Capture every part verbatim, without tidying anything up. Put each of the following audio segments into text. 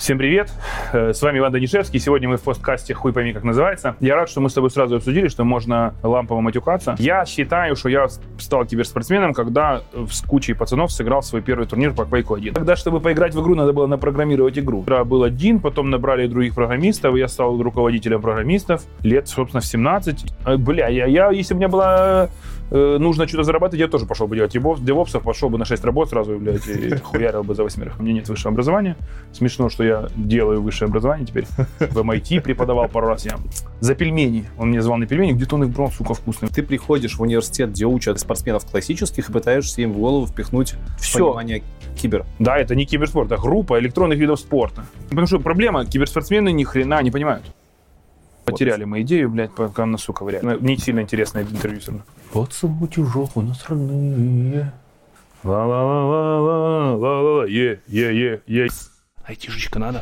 Всем привет, с вами Иван Данишевский. Сегодня мы в посткасте «Хуй пойми, как называется». Я рад, что мы с тобой сразу обсудили, что можно лампово матюкаться. Я считаю, что я стал киберспортсменом, когда с кучей пацанов сыграл свой первый турнир по Quake один. Тогда, чтобы поиграть в игру, надо было напрограммировать игру. Игра был один, потом набрали других программистов, и я стал руководителем программистов лет, собственно, в семнадцать. Бля, я, я если бы у меня было э, нужно что-то зарабатывать, я тоже пошел бы делать девопсов, пошел бы на шесть работ сразу, блядь, и хуярил бы за восьмерых. У меня нет высшего образования. Смешно, что я делаю высшее образование теперь. В эм ай ти преподавал пару раз я. За пельмени. Он мне звал на пельмени, где-то он их брал, сука, вкусные. Ты приходишь в университет, где учат спортсменов классических, и пытаешься им в голову впихнуть все. Понимание кибер. Да, это не киберспорт, а группа электронных видов спорта. Потому что проблема, киберспортсмены ни хрена не понимают. Потеряли мы идею, блядь, пока на сука ковыряли. Не сильно интересное интервью все равно. Поцелуй тяжелый иностранные. Ла-ла-ла-ла-ла-ла-ла, е-е-е-е. Айтишечка надо.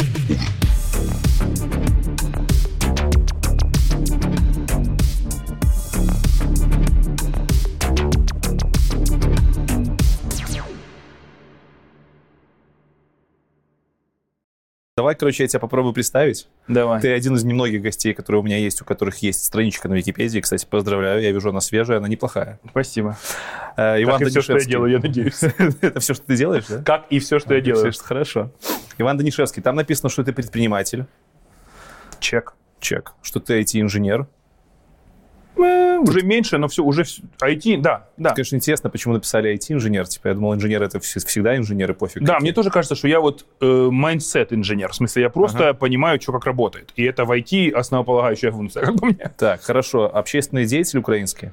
Давай, короче, я тебя попробую представить. Давай. Ты один из немногих гостей, которые у меня есть, у которых есть страничка на Википедии. Кстати, поздравляю, я вижу, она свежая, она неплохая. Спасибо. Э, Иван как и все, что я делаю, я надеюсь. Это все, что ты делаешь, да? Как и все, что я делаю. Хорошо. Иван Данишевский, там написано, что ты предприниматель. Чек. Чек. Что ты ай ти-инженер. Уже меньше, но все, уже ай ти, да, да. Это, конечно, интересно, почему написали ай ти-инженер. Типа, я думал, инженер — это всегда инженеры, пофиг. Да, какие. Мне тоже кажется, что я вот майндсет-инженер. В смысле, я просто ага. понимаю, что как работает. И это в ай ти основополагающая функция, как по мне. Так, хорошо. Общественный деятель украинский?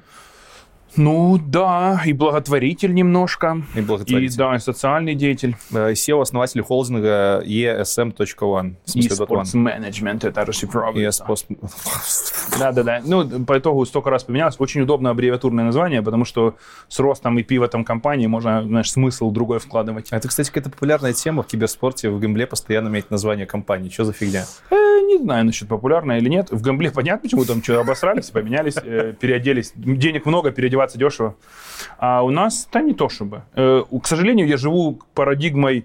Ну, да, и благотворитель немножко. И благотворитель. И, да, и социальный деятель. си и о, основатель холдинга и эс эм точка один. E-Sports Management, это расшифровывается. E-Sports... Да-да-да. Ну, по итогу столько раз поменялось. Очень удобно аббревиатурное название, потому что с ростом и пивотом компании можно, знаешь, смысл другой вкладывать. Это, кстати, какая-то популярная тема в киберспорте. В геймбле постоянно менять название компании. Что за фигня? Э, не знаю, насчет популярная или нет. В геймбле понятно, почему там что, обосрались, поменялись, э, переоделись. Денег много, переодеваться дешево. А у нас, да не то чтобы. Э, к сожалению, я живу парадигмой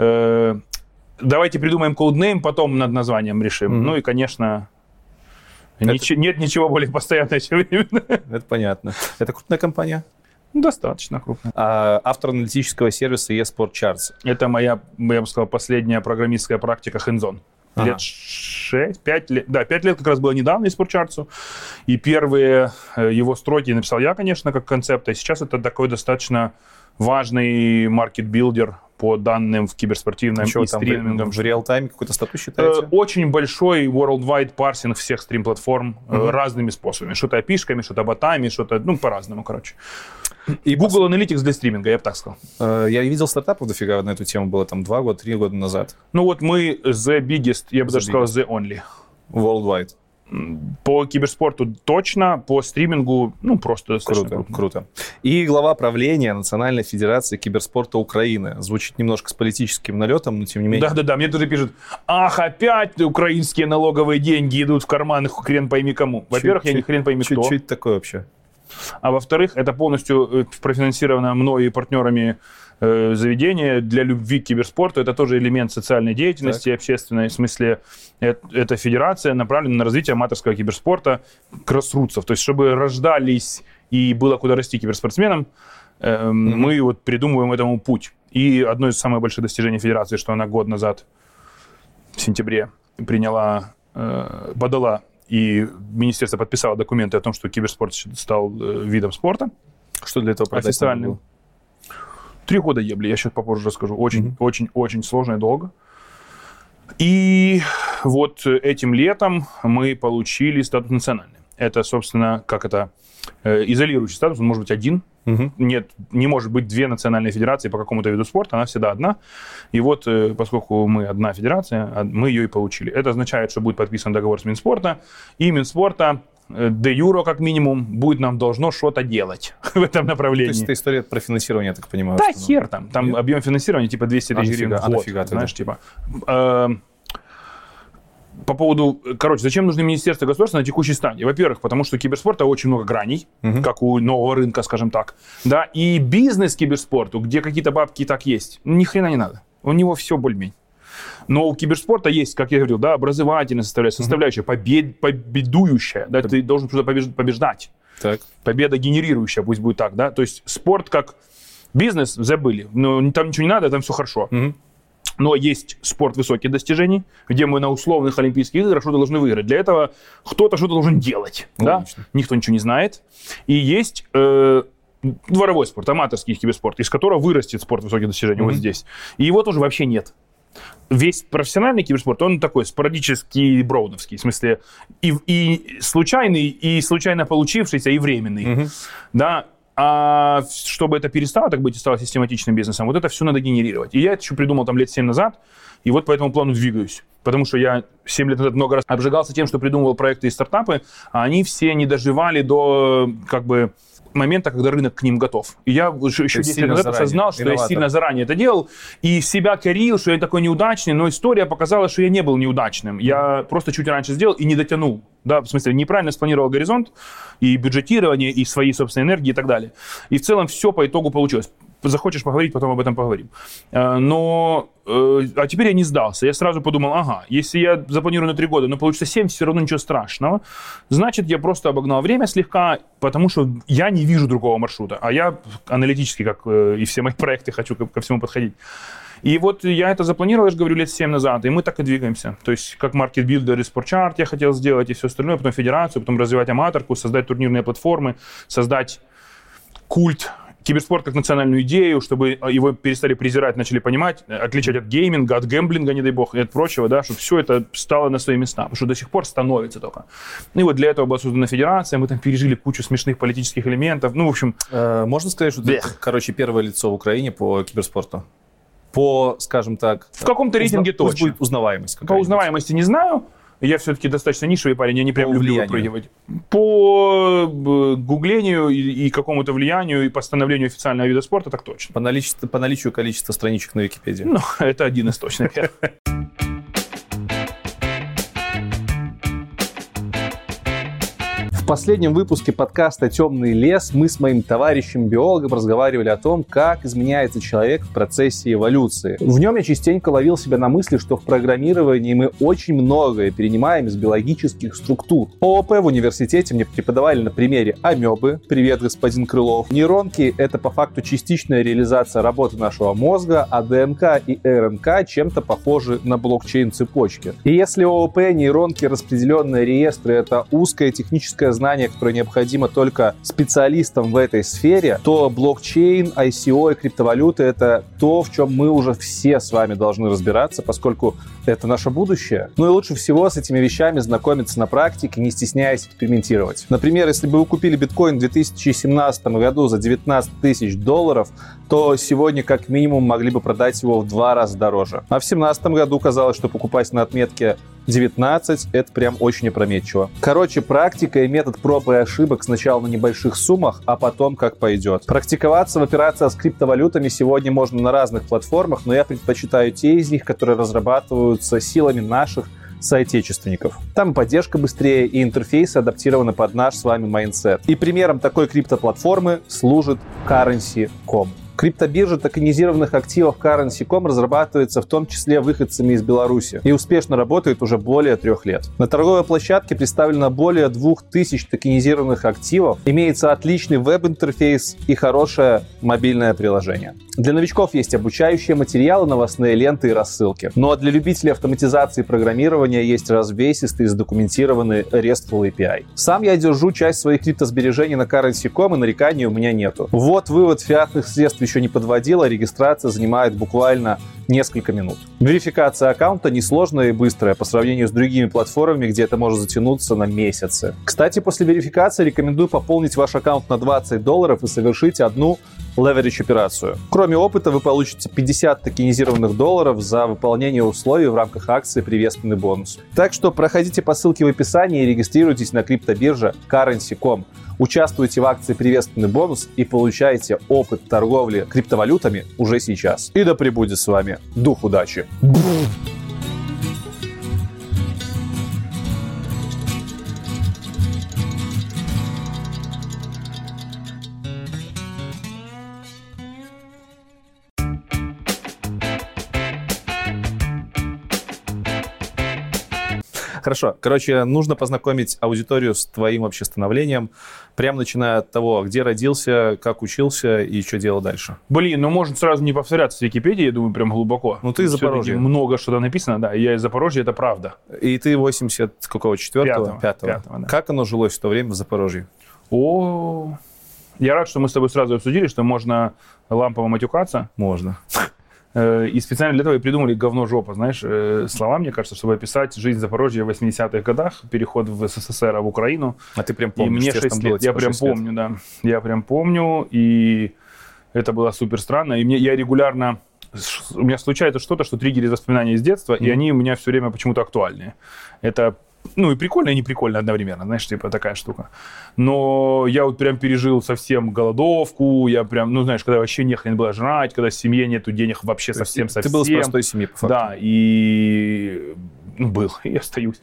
э, давайте придумаем codename, потом над названием решим. Mm-hmm. Ну и, конечно, это... нич- нет ничего более постоянного, чем именно. Это понятно. Это крупная компания? Достаточно крупная. А, автор аналитического сервиса eSport Charts. Это моя, я бы сказал, последняя программистская практика hands-on. Ага. Лет шесть, пять лет. Да, пять лет как раз было недавно eSport Charts. И первые его строки написал я, конечно, как концепт. А сейчас это такой достаточно важный маркет-билдер по данным в киберспортивном Что и там, стримингом. В реал-тайме какой-то статус считаете? Очень большой worldwide парсинг всех стрим-платформ uh-huh. разными способами. Что-то эй пи ай-шками, что-то ботами, что-то, ну, по-разному, короче. И Google Analytics для стриминга, я бы так сказал. Я видел стартапов дофига на эту тему, было там два года, три года назад. Ну вот мы the biggest, я бы the даже biggest. сказал the only. Worldwide. По киберспорту точно, по стримингу, ну, просто круто, крупно. Круто. И глава правления Национальной Федерации Киберспорта Украины. Звучит немножко с политическим налетом, но тем не менее... Да-да-да, мне тоже пишут, ах, опять украинские налоговые деньги идут в карманы хрен пойми кому. Во-первых, я не хрен пойми кто. Что это такое вообще? А во-вторых, это полностью профинансировано мной и партнерами э, заведение для любви к киберспорту. Это тоже элемент социальной деятельности, так. общественной. В смысле, это, это федерация направлена на развитие аматорского киберспорта, кроссрутсов. То есть, чтобы рождались и было куда расти киберспортсменам, э, mm-hmm. мы вот придумываем этому путь. И одно из самых больших достижений федерации, что она год назад, в сентябре, приняла, э, подала и министерство подписало документы о том, что киберспорт стал э, видом спорта. Что для этого официальным? Три года ебли, я сейчас попозже расскажу. Очень, mm-hmm. очень, очень сложно и долго. И вот этим летом мы получили статус национальный. Это, собственно, как это, э, изолирующий статус, он может быть один. Uh-huh. Нет, не может быть две национальные федерации по какому-то виду спорта, она всегда одна. И вот, э, поскольку мы одна федерация, мы ее и получили. Это означает, что будет подписан договор с Минспорта, и Минспорта э, де юро, как минимум, будет нам должно что-то делать в этом направлении. То есть это история про финансирование, я так понимаю? Да хер там. Там Нет. объем финансирования типа двести тысяч гривен в год. А нафига, знаешь, типа... Э, по поводу, короче, зачем нужны министерства и государства на текущей стадии? Во-первых, потому что киберспорта очень много граней, uh-huh. как у нового рынка, скажем так. Да, и бизнес киберспорту, где какие-то бабки и так есть, ни хрена не надо. У него все более-менее. Но у киберспорта есть, как я говорил, да, образовательная составляющая, составляющая побед, победующая. Да, ты должен что-то побеждать. Так. Победа генерирующая, пусть будет так, да. То есть спорт как бизнес забыли. Но там ничего не надо, там все хорошо. Угу. Но есть спорт высоких достижений, где мы на условных Олимпийских играх что-то должны выиграть. Для этого кто-то что-то должен делать. Да? Никто ничего не знает. И есть э, дворовой спорт, аматорский киберспорт, из которого вырастет спорт высоких достижений mm-hmm. вот здесь. И его тоже вообще нет. Весь профессиональный киберспорт, он такой спорадический, броудовский. В смысле, и, и случайный, и случайно получившийся, и временный. Mm-hmm. Да? А чтобы это перестало так быть и стало систематичным бизнесом, вот это все надо генерировать. И я это еще придумал там лет семь назад, и вот по этому плану двигаюсь. Потому что я семь лет назад много раз обжигался тем, что придумывал проекты и стартапы, а они все не доживали до как бы момента, когда рынок к ним готов. И я еще десять лет назад осознал, что Инноватор. я сильно заранее это делал, и себя корил, что я такой неудачный, но история показала, что я не был неудачным. Я просто чуть раньше сделал и не дотянул. Да, в смысле, неправильно спланировал горизонт, и бюджетирование, и свои собственные энергии и так далее. И в целом все по итогу получилось. Захочешь поговорить, потом об этом поговорим. Но, а теперь я не сдался. Я сразу подумал, ага, если я запланирую на три года, но получится семь, все равно ничего страшного. Значит, я просто обогнал время слегка, потому что я не вижу другого маршрута. А я аналитически, как и все мои проекты, хочу ко всему подходить. И вот я это запланировал, я же говорю, лет семь назад, и мы так и двигаемся. То есть как маркет-билдер и спортчарт я хотел сделать, и все остальное, потом федерацию, потом развивать аматорку, создать турнирные платформы, создать культ, киберспорт как национальную идею, чтобы его перестали презирать, начали понимать, отличать от гейминга, от гэмблинга, не дай бог, и от прочего, да, чтобы все это стало на свои места, потому что до сих пор становится только. И вот для этого была создана федерация, мы там пережили кучу смешных политических элементов, ну, в общем... Э, можно сказать, что ты, короче, первое лицо в Украине по киберспорту? По, скажем так... В какому-то рейтинге узна... точно. Будет узнаваемость. По узнаваемости не знаю. Я все-таки достаточно нишевый парень, я не прям люблю выпрыгивать. По гуглению и, и какому-то влиянию, и постановлению официального вида спорта, так точно. По наличию, по наличию количества страничек на Википедии. Ну, это один из точно. В последнем выпуске подкаста «Темный лес» мы с моим товарищем-биологом разговаривали о том, как изменяется человек в процессе эволюции. В нем я частенько ловил себя на мысли, что в программировании мы очень многое перенимаем из биологических структур. ООП в университете мне преподавали на примере амебы, привет, господин Крылов. Нейронки — это по факту частичная реализация работы нашего мозга, а ДНК и РНК чем-то похожи на блокчейн-цепочки. И если ООП, нейронки, распределенные реестры — это узкое техническое знание, которое необходимо только специалистам в этой сфере, то блокчейн, ай си о и криптовалюты — это то, в чем мы уже все с вами должны разбираться, поскольку это наше будущее. Ну и лучше всего с этими вещами знакомиться на практике, не стесняясь экспериментировать. Например, если бы вы купили биткоин в две тысячи семнадцатом году за девятнадцать тысяч долларов, то сегодня как минимум могли бы продать его в два раза дороже. А в две тысячи семнадцатом году казалось, что покупать на отметке девятнадцать — это прям очень опрометчиво. Короче, практика и метод проб и ошибок сначала на небольших суммах, а потом как пойдет. Практиковаться в операциях с криптовалютами сегодня можно на разных платформах, но я предпочитаю те из них, которые разрабатываются силами наших соотечественников. Там поддержка быстрее, и интерфейсы адаптированы под наш с вами майндсет. И примером такой криптоплатформы служит Currency точка ком. Криптобиржа токенизированных активов Currency точка ком разрабатывается в том числе выходцами из Беларуси и успешно работает уже более трех лет. На торговой площадке представлено более двух тысяч токенизированных активов, имеется отличный веб-интерфейс и хорошее мобильное приложение. Для новичков есть обучающие материалы, новостные ленты и рассылки. Ну а для любителей автоматизации и программирования есть развесистый и задокументированный RESTful эй пи ай. Сам я держу часть своих криптосбережений на Currency точка ком, и нареканий у меня нету. Вот вывод фиатных средств еще не подводил, а регистрация занимает буквально несколько минут. Верификация аккаунта несложная и быстрая по сравнению с другими платформами, где это может затянуться на месяцы. Кстати, после верификации рекомендую пополнить ваш аккаунт на двадцать долларов и совершить одну леверидж-операцию. Кроме опыта, вы получите пятьдесят токенизированных долларов за выполнение условий в рамках акции «Приветственный бонус». Так что проходите по ссылке в описании и регистрируйтесь на криптобирже Currency точка ком. Участвуйте в акции «Приветственный бонус» и получайте опыт торговли криптовалютами уже сейчас. И да пребудет с вами дух удачи. Хорошо. Короче, нужно познакомить аудиторию с твоим вообще становлением, прям начиная от того, где родился, как учился и что делал дальше. Блин, ну может сразу не повторяться с Википедией, я думаю, прям глубоко. Ну ты из Все-таки Запорожья. много что-то написано, да. Я из Запорожья, это правда. И ты восемьдесят какого, четвертого? Пятого. Пятого, да. Как оно жилось в то время в Запорожье? О, я рад, что мы с тобой сразу обсудили, что можно лампово матюкаться. Можно. И специально для этого и придумали говно-жопа, знаешь, слова, мне кажется, чтобы описать жизнь Запорожья в восьмидесятых годах, переход в СССР, а в Украину. А ты прям И помнишь, мне тебе шесть там лет, было, я типа, прям шесть лет. помню, да. Я прям помню, и это было супер странно. И мне, я регулярно... У меня случается что-то, что триггерит воспоминания из детства, mm-hmm. и они у меня все время почему-то актуальные. Это... Ну, и прикольно, и не прикольно одновременно, знаешь, типа такая штука. Но я вот прям пережил совсем голодовку, я прям, ну, знаешь, когда вообще нехрен было жрать, когда в семье нету денег вообще совсем-совсем. Ты был из простой семьи, по факту. Да, и... Ну, был, и остаюсь.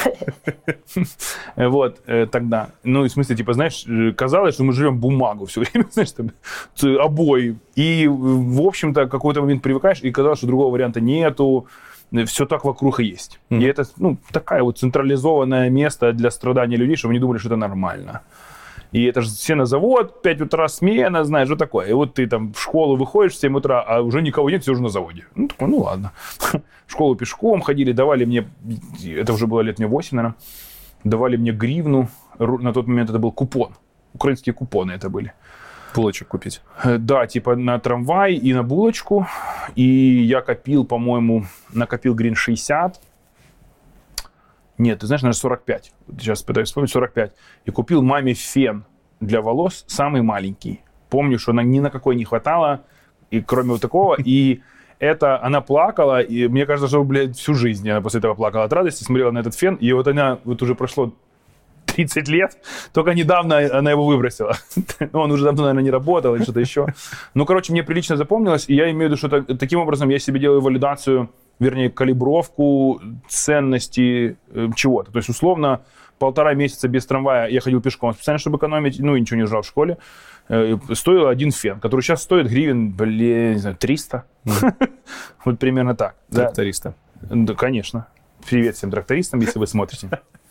Вот, тогда. Ну, в смысле, типа, знаешь, казалось, что мы живем бумагу все время, знаешь, там, обои. И, в общем-то, в какой-то момент привыкаешь, и казалось, что другого варианта нету. Все так вокруг и есть. Mm-hmm. И это, ну, такое вот централизованное место для страдания людей, чтобы они думали, что это нормально. И это же все на завод, пять утра смена, знаешь, что такое. И вот ты там в школу выходишь в семь утра, а уже никого нет, все уже на заводе. Ну, такой, ну ладно. В школу пешком ходили, давали мне, это уже было лет мне восемь, наверное, давали мне гривну. На тот момент это был купон. Украинские купоны это были. Булочек купить. Да, типа на трамвай и на булочку. И я копил, по-моему, накопил гривен шестьдесят. Нет, ты знаешь, наверное, сорок пять. Сейчас пытаюсь вспомнить, сорок пять. И купил маме фен для волос, самый маленький. Помню, что она ни на какой не хватало, и кроме вот такого. И это она плакала, и мне кажется, что, блядь, всю жизнь она после этого плакала от радости, смотрела на этот фен, и вот она, вот уже прошло тридцать лет, только недавно она его выбросила. Ну, он уже давно, наверное, не работал или что-то еще. Ну, короче, мне прилично запомнилось, и я имею в виду, что так, таким образом я себе делаю валидацию, вернее, калибровку ценности э, чего-то. То есть, условно, полтора месяца без трамвая я ходил пешком специально, чтобы экономить, ну, и ничего не жрал в школе. Э, стоил один фен, который сейчас стоит гривен, блин, не знаю, триста. Вот примерно так. Тракториста. Да, конечно. Привет всем трактористам, если вы смотрите.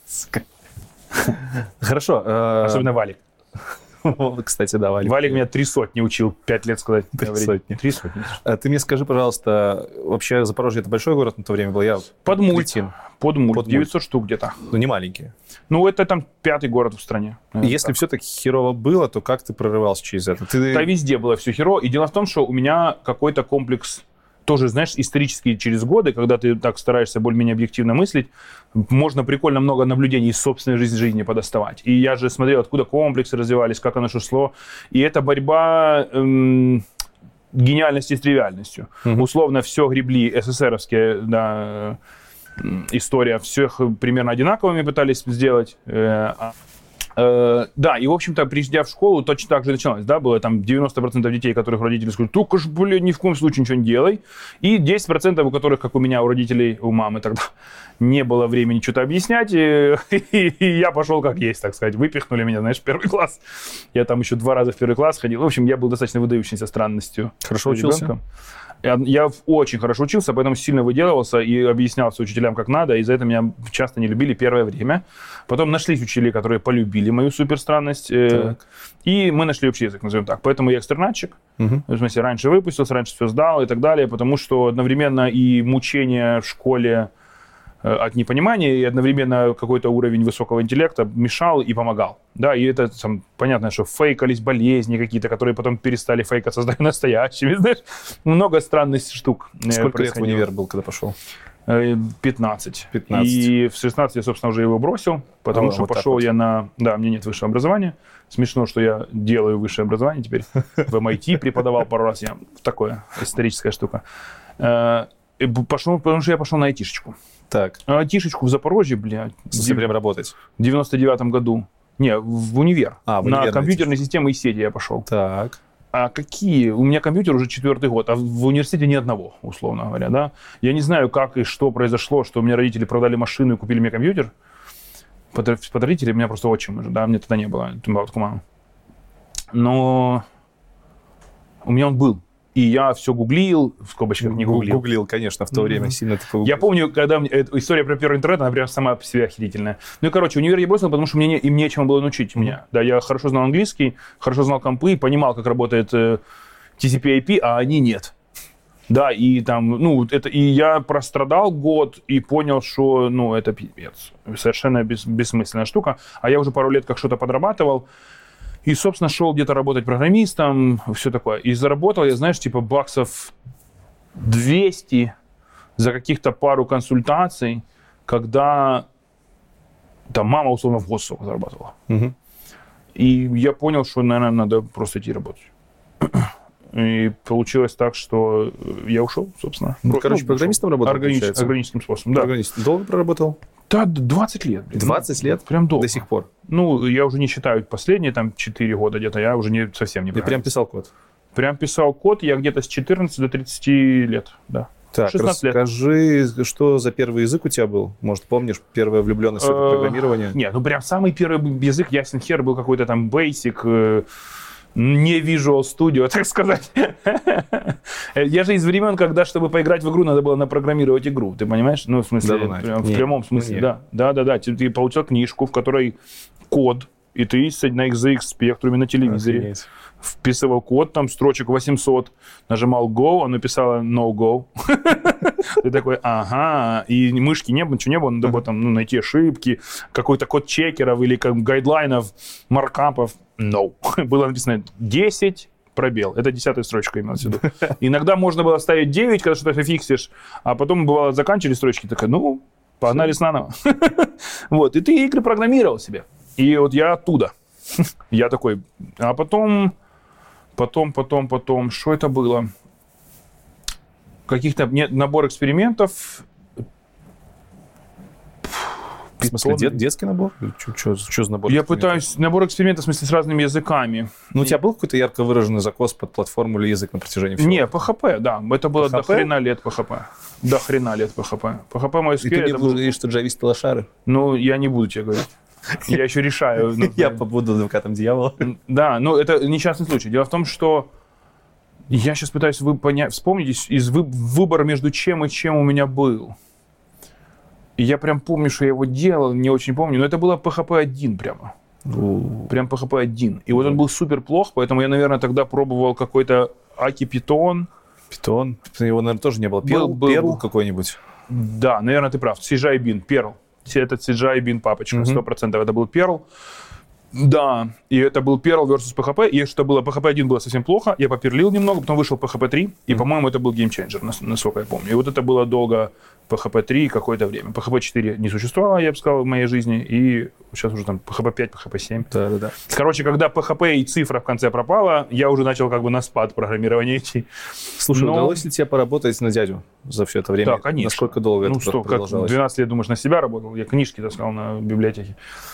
Хорошо. Особенно Валик. Кстати, да, Валик. Валик меня три сотни учил, пять лет сказать. Три сотни. Три сотни. Ты мне скажи, пожалуйста, вообще Запорожье это большой город на то время был? Я под мульт. Под мульт. девятьсот штук где-то. Ну, не маленькие. Ну, это там пятый город в стране. Если так. Все так херово было, то как ты прорывался через это? Ты... Да, везде было все херово. И дело в том, что у меня какой-то комплекс... Тоже, знаешь, исторически через годы, когда ты так стараешься более-менее объективно мыслить, можно прикольно много наблюдений из собственной жизни, жизни подоставать. И я же смотрел, откуда комплексы развивались, как оно шло. И это борьба эм, гениальности с тривиальностью. Mm-hmm. Условно, все гребли эсэсэровские, да, история, всех примерно одинаковыми пытались сделать. Э, Uh, да, и, в общем-то, придя в школу, точно так же начиналось, да, было там девяносто процентов детей, которых родители сказали, только ж, блин, ни в коем случае ничего не делай, и десять процентов, у которых, как у меня, у родителей, у мамы тогда, не было времени что-то объяснять, и, и, и я пошел как есть, так сказать, выпихнули меня, знаешь, в первый класс, я там еще два раза в первый класс ходил, в общем, я был достаточно выдающийся странностью. Хорошо учился? Ребенком. Я, я очень хорошо учился, поэтому сильно выделывался и объяснялся учителям как надо, и за это меня часто не любили первое время. Потом нашлись учителя, которые полюбили мою суперстранность, э, и мы нашли общий язык, назовем так. Поэтому я экстернатчик, угу. В смысле, раньше выпустился, раньше все сдал и так далее, потому что одновременно и мучение в школе э, от непонимания, и одновременно какой-то уровень высокого интеллекта мешал и помогал. Да, и это там, понятно, что фейкались болезни какие-то, которые потом перестали фейкаться, стали настоящими, знаешь. Много странных штук. Сколько лет в универ был, когда пошел? пятнадцать. пятнадцать. И в шестнадцать я, собственно, уже его бросил, потому О, что вот пошел вот. я на... Да, у меня нет высшего образования. Смешно, что я делаю высшее образование теперь. В эм ай ти преподавал пару раз. Я... Такое историческая штука. Пошел, потому что я пошел на айтишечку. Так. Айтишечку в Запорожье, блядь. Где прям работать? В девяносто девятом году. Не, в универ. А, в на универ компьютерные системы и сети я пошел. Так. А какие? У меня компьютер уже четвертый год, а в университете ни одного, условно говоря, да. Я не знаю, как и что произошло, что у меня родители продали машину и купили мне компьютер. Под, под родители у меня просто отчим уже, да, мне тогда не было, тем более, мама. Но у меня он был. И я все гуглил, в скобочках не гуглил. Гуглил, конечно, в то время mm-hmm. сильно ты погуглил. Я помню, когда мне, эта история про первый интернет, она прям сама по себе охерительная. Ну и, короче, универ я бросил, потому что мне не, им нечем было научить mm-hmm. меня. Да, я хорошо знал английский, хорошо знал компы, понимал, как работает э, ти си пи ай пи, а они нет. Да, и там, ну, это, и я прострадал год и понял, что, ну, это пипец. Совершенно бес, бессмысленная штука. А я уже пару лет как что-то подрабатывал. И, собственно, шел где-то работать программистом, все такое. И заработал я, знаешь, типа баксов двести за каких-то пару консультаций, когда там мама, условно, в год столько зарабатывала. Угу. И я понял, что, наверное, надо просто идти работать. И получилось так, что я ушел, собственно. Ну, короче, программистом работал, Органич... Органическим способом, да. Органическим. Долго проработал? Да, двадцать лет. Блин. двадцать лет? Прям долго. До сих пор? Ну, я уже не считаю последние там четыре года где-то, я уже не, совсем не Ты прям писал код? Прям писал код, я где-то с четырнадцати до тридцати лет, да. Так, расскажи, лет. Что за первый язык у тебя был? Может, помнишь, первая влюбленность в это программирование? Нет, ну прям самый первый язык, ясен хер, был какой-то там Basic, не Visual Studio, так сказать. Я же из времен, когда, чтобы поиграть в игру, надо было напрограммировать игру, ты понимаешь? Ну, в смысле, да, ну, прям, в прямом смысле, нет. да. Да-да-да, ты, ты получил книжку, в которой код, и ты на икс икс Spectrum на телевизоре Охренеть. Вписывал код, там строчек восемьсот, нажимал Go, оно писало No Go. Ты такой, ага, и мышки не было, ничего не было, надо было там найти ошибки, какой-то код чекеров или гайдлайнов, маркапов. No. Было написано десять, пробел. Это десятая строчка имелась в виду. Иногда можно было ставить девять, когда что-то фиксишь, а потом, бывало, заканчивали строчки, такая, ну, погнали снова. Вот, и ты игры программировал себе. И вот я оттуда. Я такой, а потом, потом, потом, потом, что это было? Каких-то набор экспериментов. В смысле, дет, детский набор? Что за набор? Я пытаюсь... Набор экспериментов, в смысле, с разными языками. Ну, у тебя был какой-то ярко выраженный закос под платформу или язык на протяжении всего? Не, пи эйч пи, да. Это было до хрена лет пи эйч пи. До хрена лет пи эйч пи. пи эйч пи MySQL... И ты мне будешь говорить, что джависты лошары? Ну, я не буду тебе говорить. Я еще решаю. Я побуду адвокатом дьявола. Да, но это несчастный случай. Дело в том, что я сейчас пытаюсь вспомнить из выбора между чем и чем у меня был. И я прям помню, что я его делал, не очень помню, но это было пи эйч пи один прямо. У-у-у. Прям пи эйч пи один. И вот он был супер плох, поэтому я, наверное, тогда пробовал какой-то Аки Python. Python? Его, наверное, тоже не было. Perl, был, был, Perl какой-нибудь? Да, наверное, ты прав. си джи ай Bean, Perl. Этот си джи ай Bean папочка, сто процентов это был Perl. Да, и это был Perl versus пи эйч пи, и что было, пи эйч пи один было совсем плохо, я поперлил немного, потом вышел пи эйч пи три, и, mm-hmm. по-моему, это был геймченджер, насколько я помню. И вот это было долго пи эйч пи три какое-то время. пи эйч пи четыре не существовало, я бы сказал, в моей жизни, и сейчас уже там пи эйч пи пять, пи эйч пи семь. Да-да-да. Короче, когда пи эйч пи и цифра в конце пропала, я уже начал как бы на спад программирования идти. Слушай, Но... удалось ли тебе поработать на дядю за все это время? Да, конечно. Насколько долго ну, это что, продолжалось? Как двенадцать лет, думаешь, на себя работал? Я книжки таскал на библиотеке.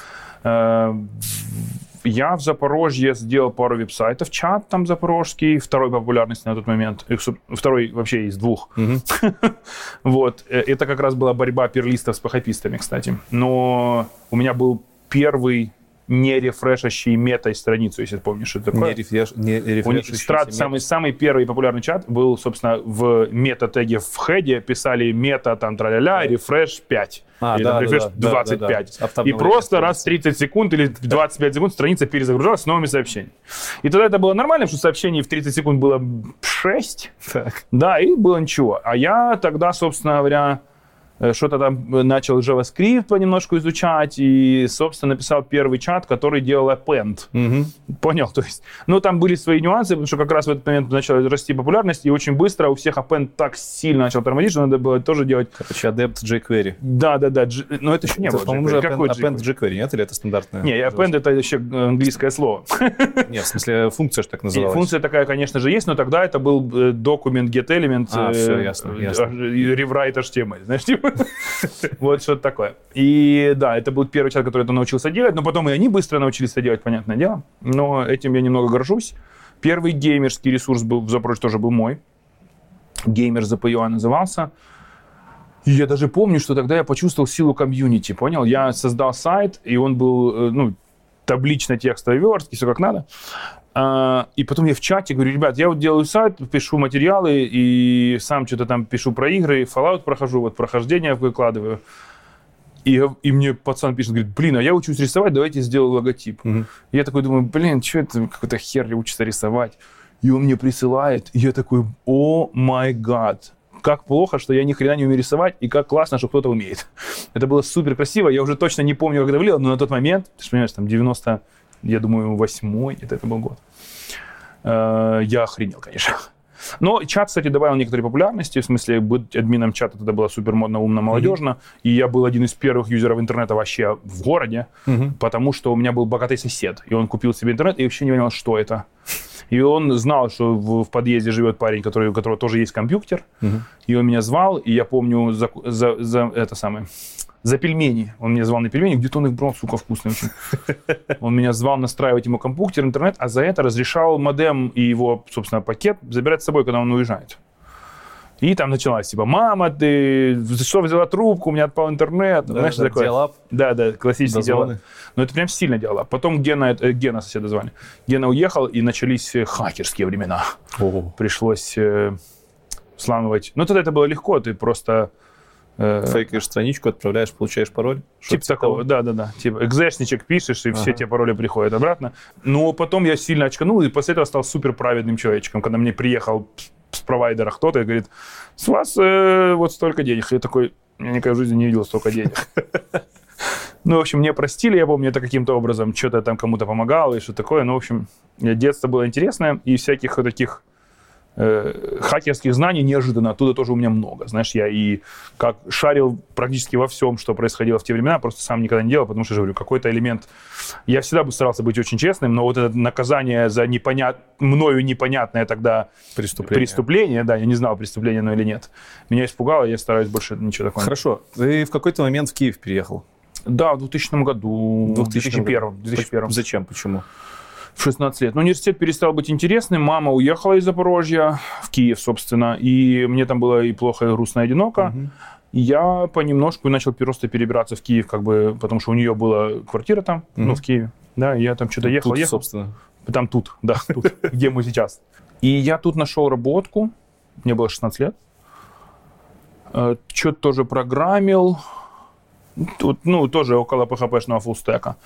Я в Запорожье сделал пару веб-сайтов, чат там запорожский, второй популярности на тот момент, второй вообще из двух. Mm-hmm. Вот, это как раз была борьба перлистов с пи эйч пистами, кстати. Но у меня был первый не рефрешащий метой страницу, если ты помнишь, что это такое. Не, рефреш, не рефрешащий страт, самый, самый первый популярный чат был, собственно, в мета-теге в хеде писали мета, там, тра-ля-ля, рефреш пять. А, или да, там, рефреш да, двадцать пять. Да, да, да. И просто раз в тридцать секунд или в двадцать пять секунд страница перезагружалась с новыми сообщениями. И тогда это было нормально, что сообщений в тридцать секунд было шесть. Так. Да, и было ничего. А я тогда, собственно говоря, что-то там начал JavaScript понемножку изучать и, собственно, написал первый чат, который делал append. Угу. Понял? То есть, ну, там были свои нюансы, потому что как раз в этот момент начала расти популярность, и очень быстро у всех append так сильно начал тормозить, что надо было тоже делать... Короче, adept jQuery. Да-да-да, G... но это еще не это, было. По-моему, уже append, append jQuery, нет? Или это стандартное? Не, append — это еще английское слово. Нет, в смысле, функция же так называлась. И функция такая, конечно же, есть, но тогда это был документ getElement, а, все, ясно, ясно. rewrite эйч ти эм эль, знаешь, типа... Вот что-то такое. И да, это был первый чат, который я научился делать, но потом и они быстро научились это делать, понятное дело. Но этим я немного горжусь. Первый геймерский ресурс был в Запорожье, тоже был мой. Геймер зэ пэ ю а назывался. И я даже помню, что тогда я почувствовал силу комьюнити, понял? Я создал сайт, и он был, ну, таблично-текстовой верстки, все как надо. А, и потом я в чате говорю, ребят, я вот делаю сайт, пишу материалы и сам что-то там пишу про игры, Fallout прохожу, вот прохождение выкладываю. И, и мне пацан пишет, говорит, блин, а я учусь рисовать, давайте сделаю логотип. Угу. Я такой думаю, блин, что это, какой-то хер учится рисовать. И он мне присылает, и я такой, о май гад. Как плохо, что я ни хрена не умею рисовать, и как классно, что кто-то умеет. Это было супер красиво, я уже точно не помню, как это выглядело, но на тот момент, ты же понимаешь, там девяносто, я думаю, восьмой, это, это был год. Я охренел, конечно. Но чат, кстати, добавил некоторые популярности, в смысле, быть админом чата тогда было супер модно, умно, молодежно, mm-hmm. и я был один из первых юзеров интернета вообще в городе, mm-hmm. потому что у меня был богатый сосед, и он купил себе интернет, и вообще не понял, что это. И он знал, что в, в подъезде живет парень, который, у которого тоже есть компьютер, mm-hmm. и он меня звал, и я помню за, за, за это самое... За пельмени. Он меня звал на пельмени, где-то он их брал, сука, вкусные очень. Он меня звал настраивать ему компьютер, интернет, а за это разрешал модем и его, собственно, пакет забирать с собой, когда он уезжает. И там началась, типа, мама, ты что взяла трубку, у меня отпал интернет. Да, знаешь, да, такое. Диалап. Да, да, классический диалап. Но это прям сильно диалап. Потом Гена, э, Гена соседа звали. Гена уехал, и начались хакерские времена. Ого. Пришлось э, взламывать. Ну, тогда это было легко, ты просто... Фейкаешь страничку, отправляешь, получаешь пароль. Типа такого, да-да-да. Типа экзешничек пишешь, и ага. все те пароли приходят обратно. Но потом я сильно очканул, и после этого стал супер праведным человечком. Когда мне приехал с провайдера кто-то и говорит, с вас э, вот столько денег. Я такой, я никогда в жизни не видел столько денег. Ну, в общем, мне простили, я помню, это каким-то образом что-то там кому-то помогало и что такое. Ну, в общем, детство было интересное, и всяких таких хакерских знаний неожиданно, оттуда тоже у меня много. Знаешь, я и как шарил практически во всем, что происходило в те времена, просто сам никогда не делал, потому что, я говорю, какой-то элемент... Я всегда бы старался быть очень честным, но вот это наказание за непонят... мною непонятное тогда преступление. преступление, да, я не знал, преступление оно или нет, меня испугало, я стараюсь больше ничего такого. Хорошо. Ты в какой-то момент в Киев переехал? Да, в двухтысячном году. В две тысячи первом. две тысячи первом. Зачем? Почему? В шестнадцать лет. Но университет перестал быть интересным. Мама уехала из Запорожья в Киев, собственно. И мне там было и плохо, и грустно, и одиноко. Угу. И я понемножку начал просто перебираться в Киев, как бы, потому что у нее была квартира там, угу. ну, в Киеве. Да, и я там что-то ехал, тут, ехал. собственно. Там тут, да, тут, где мы сейчас. И я тут нашел работку. Мне было шестнадцать лет. Что-то тоже программил. Тут, ну, тоже около пи эйч пи-шного фуллстека.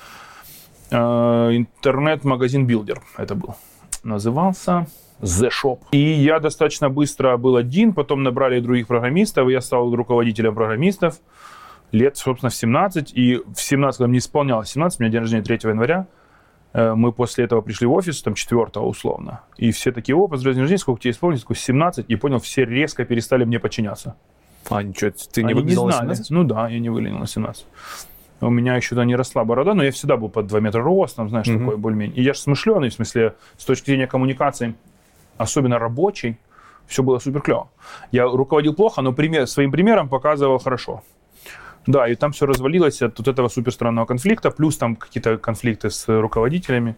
Интернет-магазин Builder это был. Назывался The Shop. И я достаточно быстро был один, потом набрали других программистов, и я стал руководителем программистов лет, собственно, в семнадцать. И в семнадцать, когда мне исполнялось семнадцать, у меня день рождения третьего января, мы после этого пришли в офис, там, четвёртого условно. И все такие, о, поздравляю, день рождения, сколько тебе исполнилось? Такой семнадцать. И понял, все резко перестали мне подчиняться. А, ничего, ты не Они выглядел не на знали. семнадцать? Ну да, я не выглядел на семнадцать. У меня еще тогда не росла борода, но я всегда был под два метра ростом, знаешь, mm-hmm. такой более-менее. И я же смышленый, в смысле, с точки зрения коммуникации, особенно рабочей, все было супер клево. Я руководил плохо, но пример, своим примером показывал хорошо. Да, и там все развалилось от вот этого супер странного конфликта, плюс там какие-то конфликты с руководителями.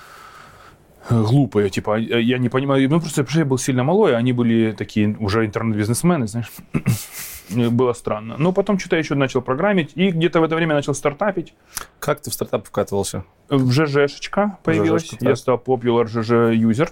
Глупые, типа, я не понимаю, ну просто я был сильно малой, они были такие уже интернет-бизнесмены, знаешь. Было странно. Но потом что-то я еще начал программить, и где-то в это время начал стартапить. Как ты в стартап вкатывался? В ЖЖшечка появилась. ЖЖшка, я стал popular джи джи-юзер.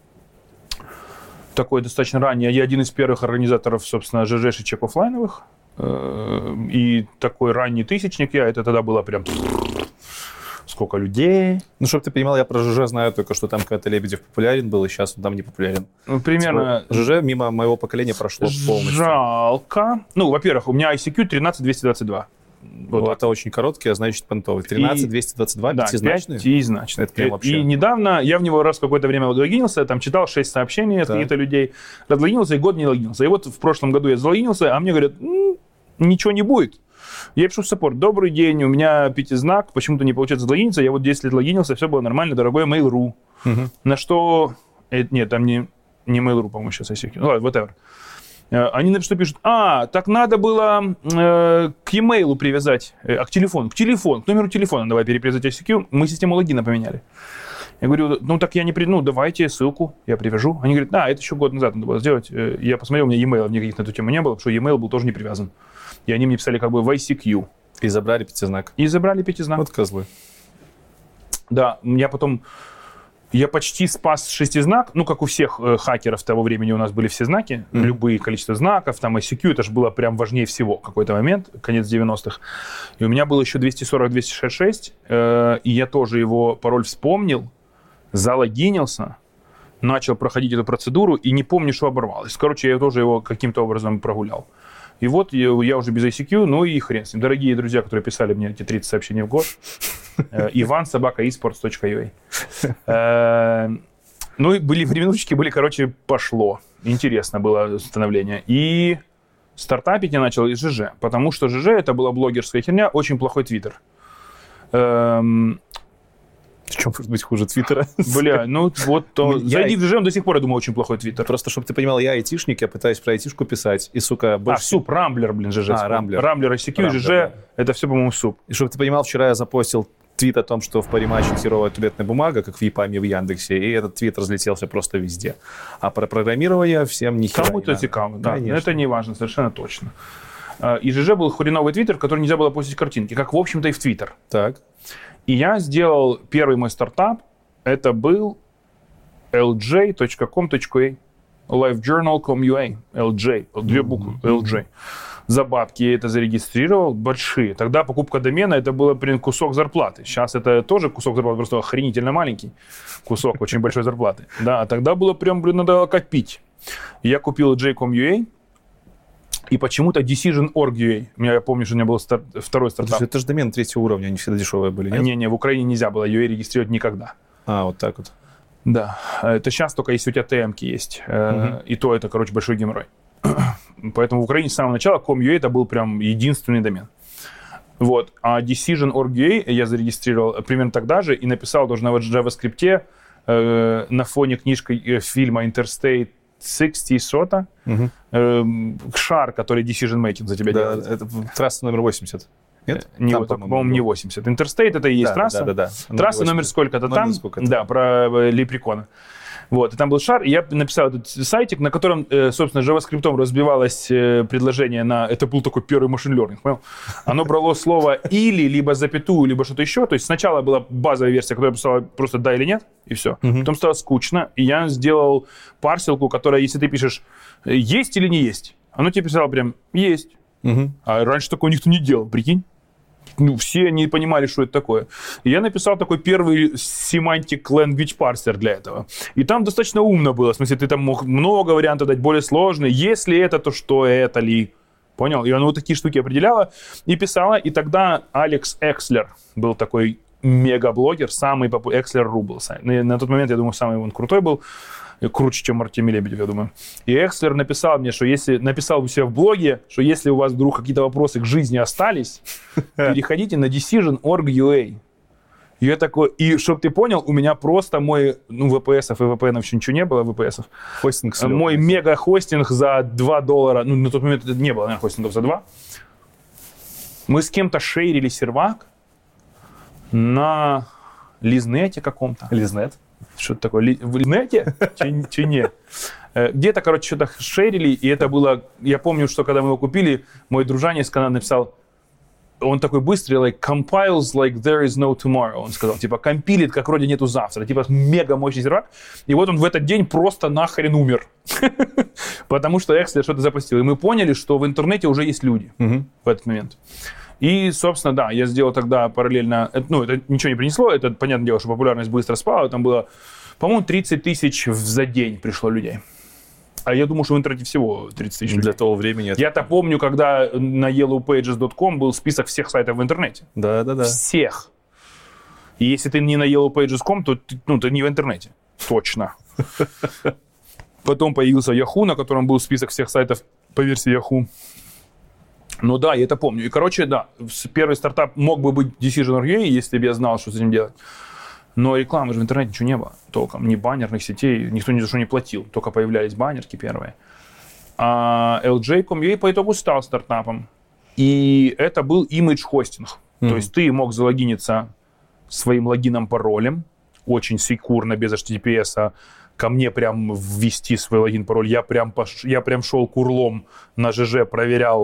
Такой достаточно ранний. Я один из первых организаторов, собственно, ЖЖшечек офлайновых. И такой ранний тысячник я. Это тогда было прям... Сколько людей. Ну, чтобы ты понимал, я про ЖЖ знаю только, что там когда-то Лебедев популярен был, и сейчас он там не популярен. Ну, примерно... ЖЖ мимо моего поколения прошло полностью. Жалко. Ну, во-первых, у меня ай си кью тринадцать двести двадцать два. Вот, вот это очень короткий, а значит понтовый. тринадцать двести двадцать два, да, пятизначный? пятизначный. Это прям вообще... И недавно я в него раз какое-то время логинился, там читал шесть сообщений от каких-то людей, разлогинился и год не логинился. И вот в прошлом году я залогинился, а мне говорят, м-м, ничего не будет. Я пишу в саппорт, добрый день, у меня пятизнак, почему-то не получается залогиниться, я вот десять лет логинился, все было нормально, дорогой Mail.ru. Угу. На что... Э, нет, там не, не Mail.ru, по-моему, сейчас ай си кью. Ну ладно, whatever. Э, они на что пишут, а, так надо было э, к e-mail привязать, э, а к телефону, к телефону, к номеру телефона давай перепривязать ай си кью, мы систему логина поменяли. Я говорю, ну так я не при... Ну, давайте ссылку, я привяжу. Они говорят, да, это еще год назад надо было сделать. Я посмотрел, у меня e-mail никаких на эту тему не было, потому что e-mail был тоже не привязан. И они мне писали как бы в ай си кью. И забрали пятизнак. И забрали пятизнак. Вот козлы. Да, я потом... Я почти спас шестизнак, ну, как у всех э, хакеров того времени у нас были все знаки, mm-hmm. любые количество знаков, там, ай си кью, это же было прям важнее всего в какой-то момент, конец девяностых. И у меня был еще двести сорок двести шестьдесят шесть, э, и я тоже его пароль вспомнил, залогинился, начал проходить эту процедуру, и не помню, что оборвалось. Короче, я тоже его каким-то образом прогулял. И вот я, я уже без ай си кью, ну и хрен с ним. Дорогие друзья, которые писали мне эти тридцать сообщений в год, иван собака испортс точка ю эй. Ну и были временочки, были, короче, пошло. Интересно было становление. И стартапить я начал из ЖЖ, потому что ЖЖ это была блогерская херня, очень плохой твиттер. В чем может быть хуже Твиттера? Бля, ну вот то... Я... Зайди в ЖЖ, он до сих пор, я думаю, очень плохой Твиттер. Просто, чтобы ты понимал, я айтишник, я пытаюсь про айтишку писать, и, сука, больше... А, суп, Рамблер, блин, ЖЖ. А, Рамблер. Рамблер, ай си кью, ЖЖ, да. Это все, по-моему, суп. И чтобы ты понимал, вчера я запостил твит о том, что в париматче херовая туалетная бумага, как в ЕПАМе в Яндексе, и этот твит разлетелся просто везде. А про программирование всем ни хера Кому-то не цикаво, да. Конечно. Это не важно, совершенно точно. И ЖЖ был хреновый Твиттер, в который нельзя было постить картинки, как, в общем-то, и в Твиттер. Так. И я сделал первый мой стартап. Это был эл джей точка ком точка ю эй, livejournal точка ком точка ю эй, эл джей, две буквы, эл джей. За бабки я это зарегистрировал, большие. Тогда покупка домена, это было, блин, кусок зарплаты. Сейчас это тоже кусок зарплаты, просто охренительно маленький кусок очень большой зарплаты. Да, а тогда было прям, блин, надо копить. Я купил эл джей точка ком точка ю эй, и почему-то decision точка орг точка ю эй. У меня, я помню, что у меня был стар- второй стартап. Это же домен третьего уровня, они всегда дешевые были, нет? Не-не, в Украине нельзя было ю эй регистрировать никогда. А, вот так вот. Да, это сейчас только если у тебя ти эм-ки есть. Uh-huh. И то это, короче, большой геморрой. Поэтому в Украине с самого начала ком точка ю эй это был прям единственный домен. Вот. А decision точка орг точка ю эй я зарегистрировал примерно тогда же и написал тоже на JavaScript э, на фоне книжки э, фильма Interstate шестьдесят сота uh-huh. э, шар, который decision making за тебя да, делает. Это трасса номер восемьдесят. Нет? Не, там, вот, по-моему, по-моему, не восемьдесят. Interstate это и есть да, трасса. Да, да, да. Трасса номер сколько-то там. Сколько-то. Да, про Лепрекона. Вот, и там был шар, и я написал этот сайтик, на котором, собственно, JavaScript разбивалось предложение на... Это был такой первый машин learning, понял? Оно брало слово «или», либо запятую, либо что-то еще. То есть сначала была базовая версия, которая писала просто «да» или «нет», и все. Uh-huh. Потом стало скучно, и я сделал парсилку, которая, если ты пишешь «есть» или «не есть», оно тебе писало прям «есть». Uh-huh. А раньше такого никто не делал, прикинь? Ну, все не понимали, что это такое. И я написал такой первый semantic language parser для этого. И там достаточно умно было. В смысле, ты там мог много вариантов дать, более сложные. Если это, то что это ли? Понял? И оно вот такие штуки определяло и писала. И тогда Алекс Экслер был такой мегаблогер, самый популярный. Экслер Ру был. На тот момент, я думаю, самый он крутой был. Круче, чем Артемий Лебедев, я думаю. И Экслер написал мне, что если... Написал у себя в блоге, что если у вас вдруг какие-то вопросы к жизни остались, переходите на decision точка орг точка ю эй. И я такой... И, чтобы ты понял, у меня просто мой... Ну, ви пи эсов и ви пи энов еще ничего не было, ви пи эсов. Хостинг слёт. Мой мега-хостинг за два доллара. Ну, на тот момент это не было, наверное, хостингов за два. Мы с кем-то шейрили сервак на Лизнете каком-то. Лизнет? Что-то такое, в Лизнете? Че не? Где-то, короче, что-то шерили, и это было... Я помню, что когда мы его купили, мой дружанин из Канады написал, он такой быстрый, like, compiles like there is no tomorrow, он сказал, типа, компилит, как вроде нету завтра, типа, мега мощный сервак, и вот он в этот день просто нахрен умер, потому что Экслер что-то запустил, и мы поняли, что в интернете уже есть люди в этот момент. И, собственно, да, я сделал тогда параллельно... Ну, это ничего не принесло, это, понятное дело, что популярность быстро спала. Там было, по-моему, тридцать тысяч за день пришло людей. А я думаю, что в интернете всего тридцать тысяч людей. Для того времени... Это... Я-то помню, когда на yellow pages точка com был список всех сайтов в интернете. Да-да-да. Всех. И если ты не на yellow pages точка com, то ты, ну, ты не в интернете. Точно. Потом появился Yahoo, на котором был список всех сайтов по версии Yahoo. Ну да, я это помню. И, короче, да, первый стартап мог бы быть decision точка орг точка ю эй, если бы я знал, что с этим делать. Но рекламы же в интернете ничего не было толком. Ни баннерных сетей, никто ни за что не платил. Только появлялись баннерки первые. А эл джей точка ком точка ю эй по итогу стал стартапом. И это был имидж-хостинг. Mm-hmm. То есть ты мог залогиниться своим логином-паролем, очень секьюрно, без эйч ти ти пи эс, ко мне прям ввести свой логин-пароль. Я прям, пош... я прям шел курлом на ЖЖ, проверял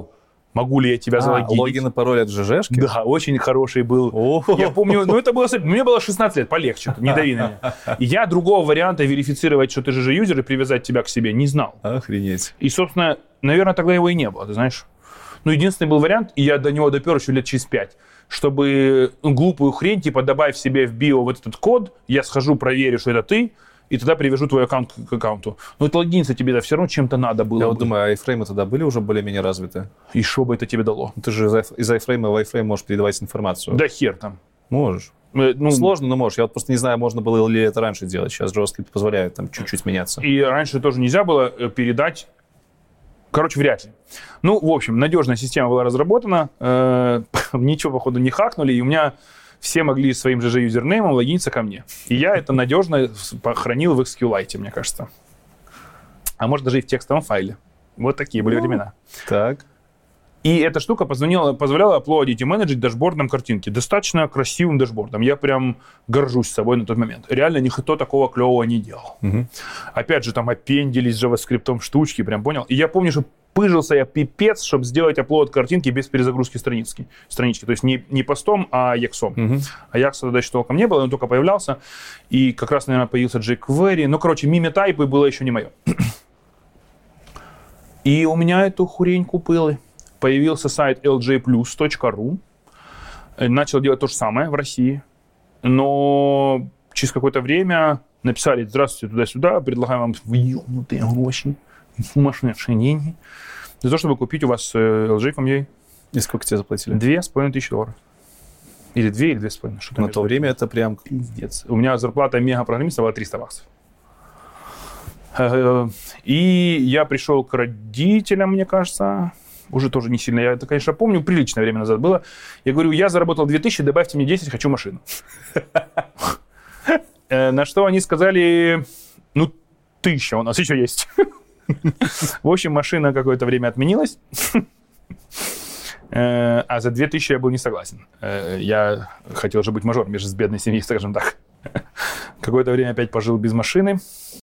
Могу ли я тебя А, залогинить? логин и пароль от ЖЖшки? Да, очень хороший был. О-хо-хо. Я помню, ну это было... Мне было шестнадцать лет, полегче, не дави на меня. И я другого варианта верифицировать, что ты же юзер, и привязать тебя к себе не знал. Охренеть. И, собственно, наверное, тогда его и не было, ты знаешь. Ну, единственный был вариант, и я до него допер еще лет через пять, чтобы ну, глупую хрень, типа, добавь себе в био вот этот код, я схожу, проверю, что это ты, и тогда привяжу твой аккаунт к аккаунту. Но это логиниться тебе да все равно чем-то надо было. Я бы. вот думаю, айфреймы тогда были уже более-менее развиты? И что бы это тебе дало? Ты же из, айф- из айфрейма в айфрейм можешь передавать информацию. Да хер там. Можешь. Э, Ну, Сложно, но можешь. Я вот просто не знаю, можно было ли это раньше делать. Сейчас JavaScript позволяет там чуть-чуть меняться. И раньше тоже нельзя было э, передать. Короче, вряд ли. Ну, в общем, надежная система была разработана. Э, ничего, походу, не хакнули. И у меня все могли своим же юзернеймом логиниться ко мне. И я это надежно хранил в SQLite, мне кажется. А может, даже и в текстовом файле. Вот такие были времена. Так. И эта штука позволяла, позволяла аплодить и менеджить дашбордом картинки. Достаточно красивым дашбордом. Я прям горжусь собой на тот момент. Реально никто такого клевого не делал. Угу. Опять же, там аппендились JavaScript штучки, прям понял. И я помню, что пыжился я пипец, чтобы сделать аплод картинки без перезагрузки странички. странички. То есть не, не постом, а яксом. Угу. А якса тогда еще толком не было, он только появлялся. И как раз, наверное, появился jQuery. Ну, короче, мими-тайпы было еще не мое. И у меня эту хурень купили. Появился сайт эл джей плюс точка ру. Начал делать то же самое в России. Но через какое-то время написали: здравствуйте, туда-сюда, предлагаем вам въебнутые гроши, сумасшедшие деньги за то, чтобы купить у вас эл джей точка ком. И сколько тебе заплатили? Две с половиной тысячи долларов. Или две, или две с половиной. Что-то На между то этим. время это прям... Пиздец. У меня зарплата мега-программиста была триста баксов. И я пришел к родителям, мне кажется, уже тоже не сильно, я это, конечно, помню, приличное время назад было. Я говорю: я заработал две тысячи, добавьте мне десять, хочу машину. На что они сказали: ну, тысяча у нас еще есть. В общем, машина какое-то время отменилась. А за две тысячи я был не согласен. Я хотел же быть мажором, я же с бедной семьи, скажем так. Какое-то время опять пожил без машины.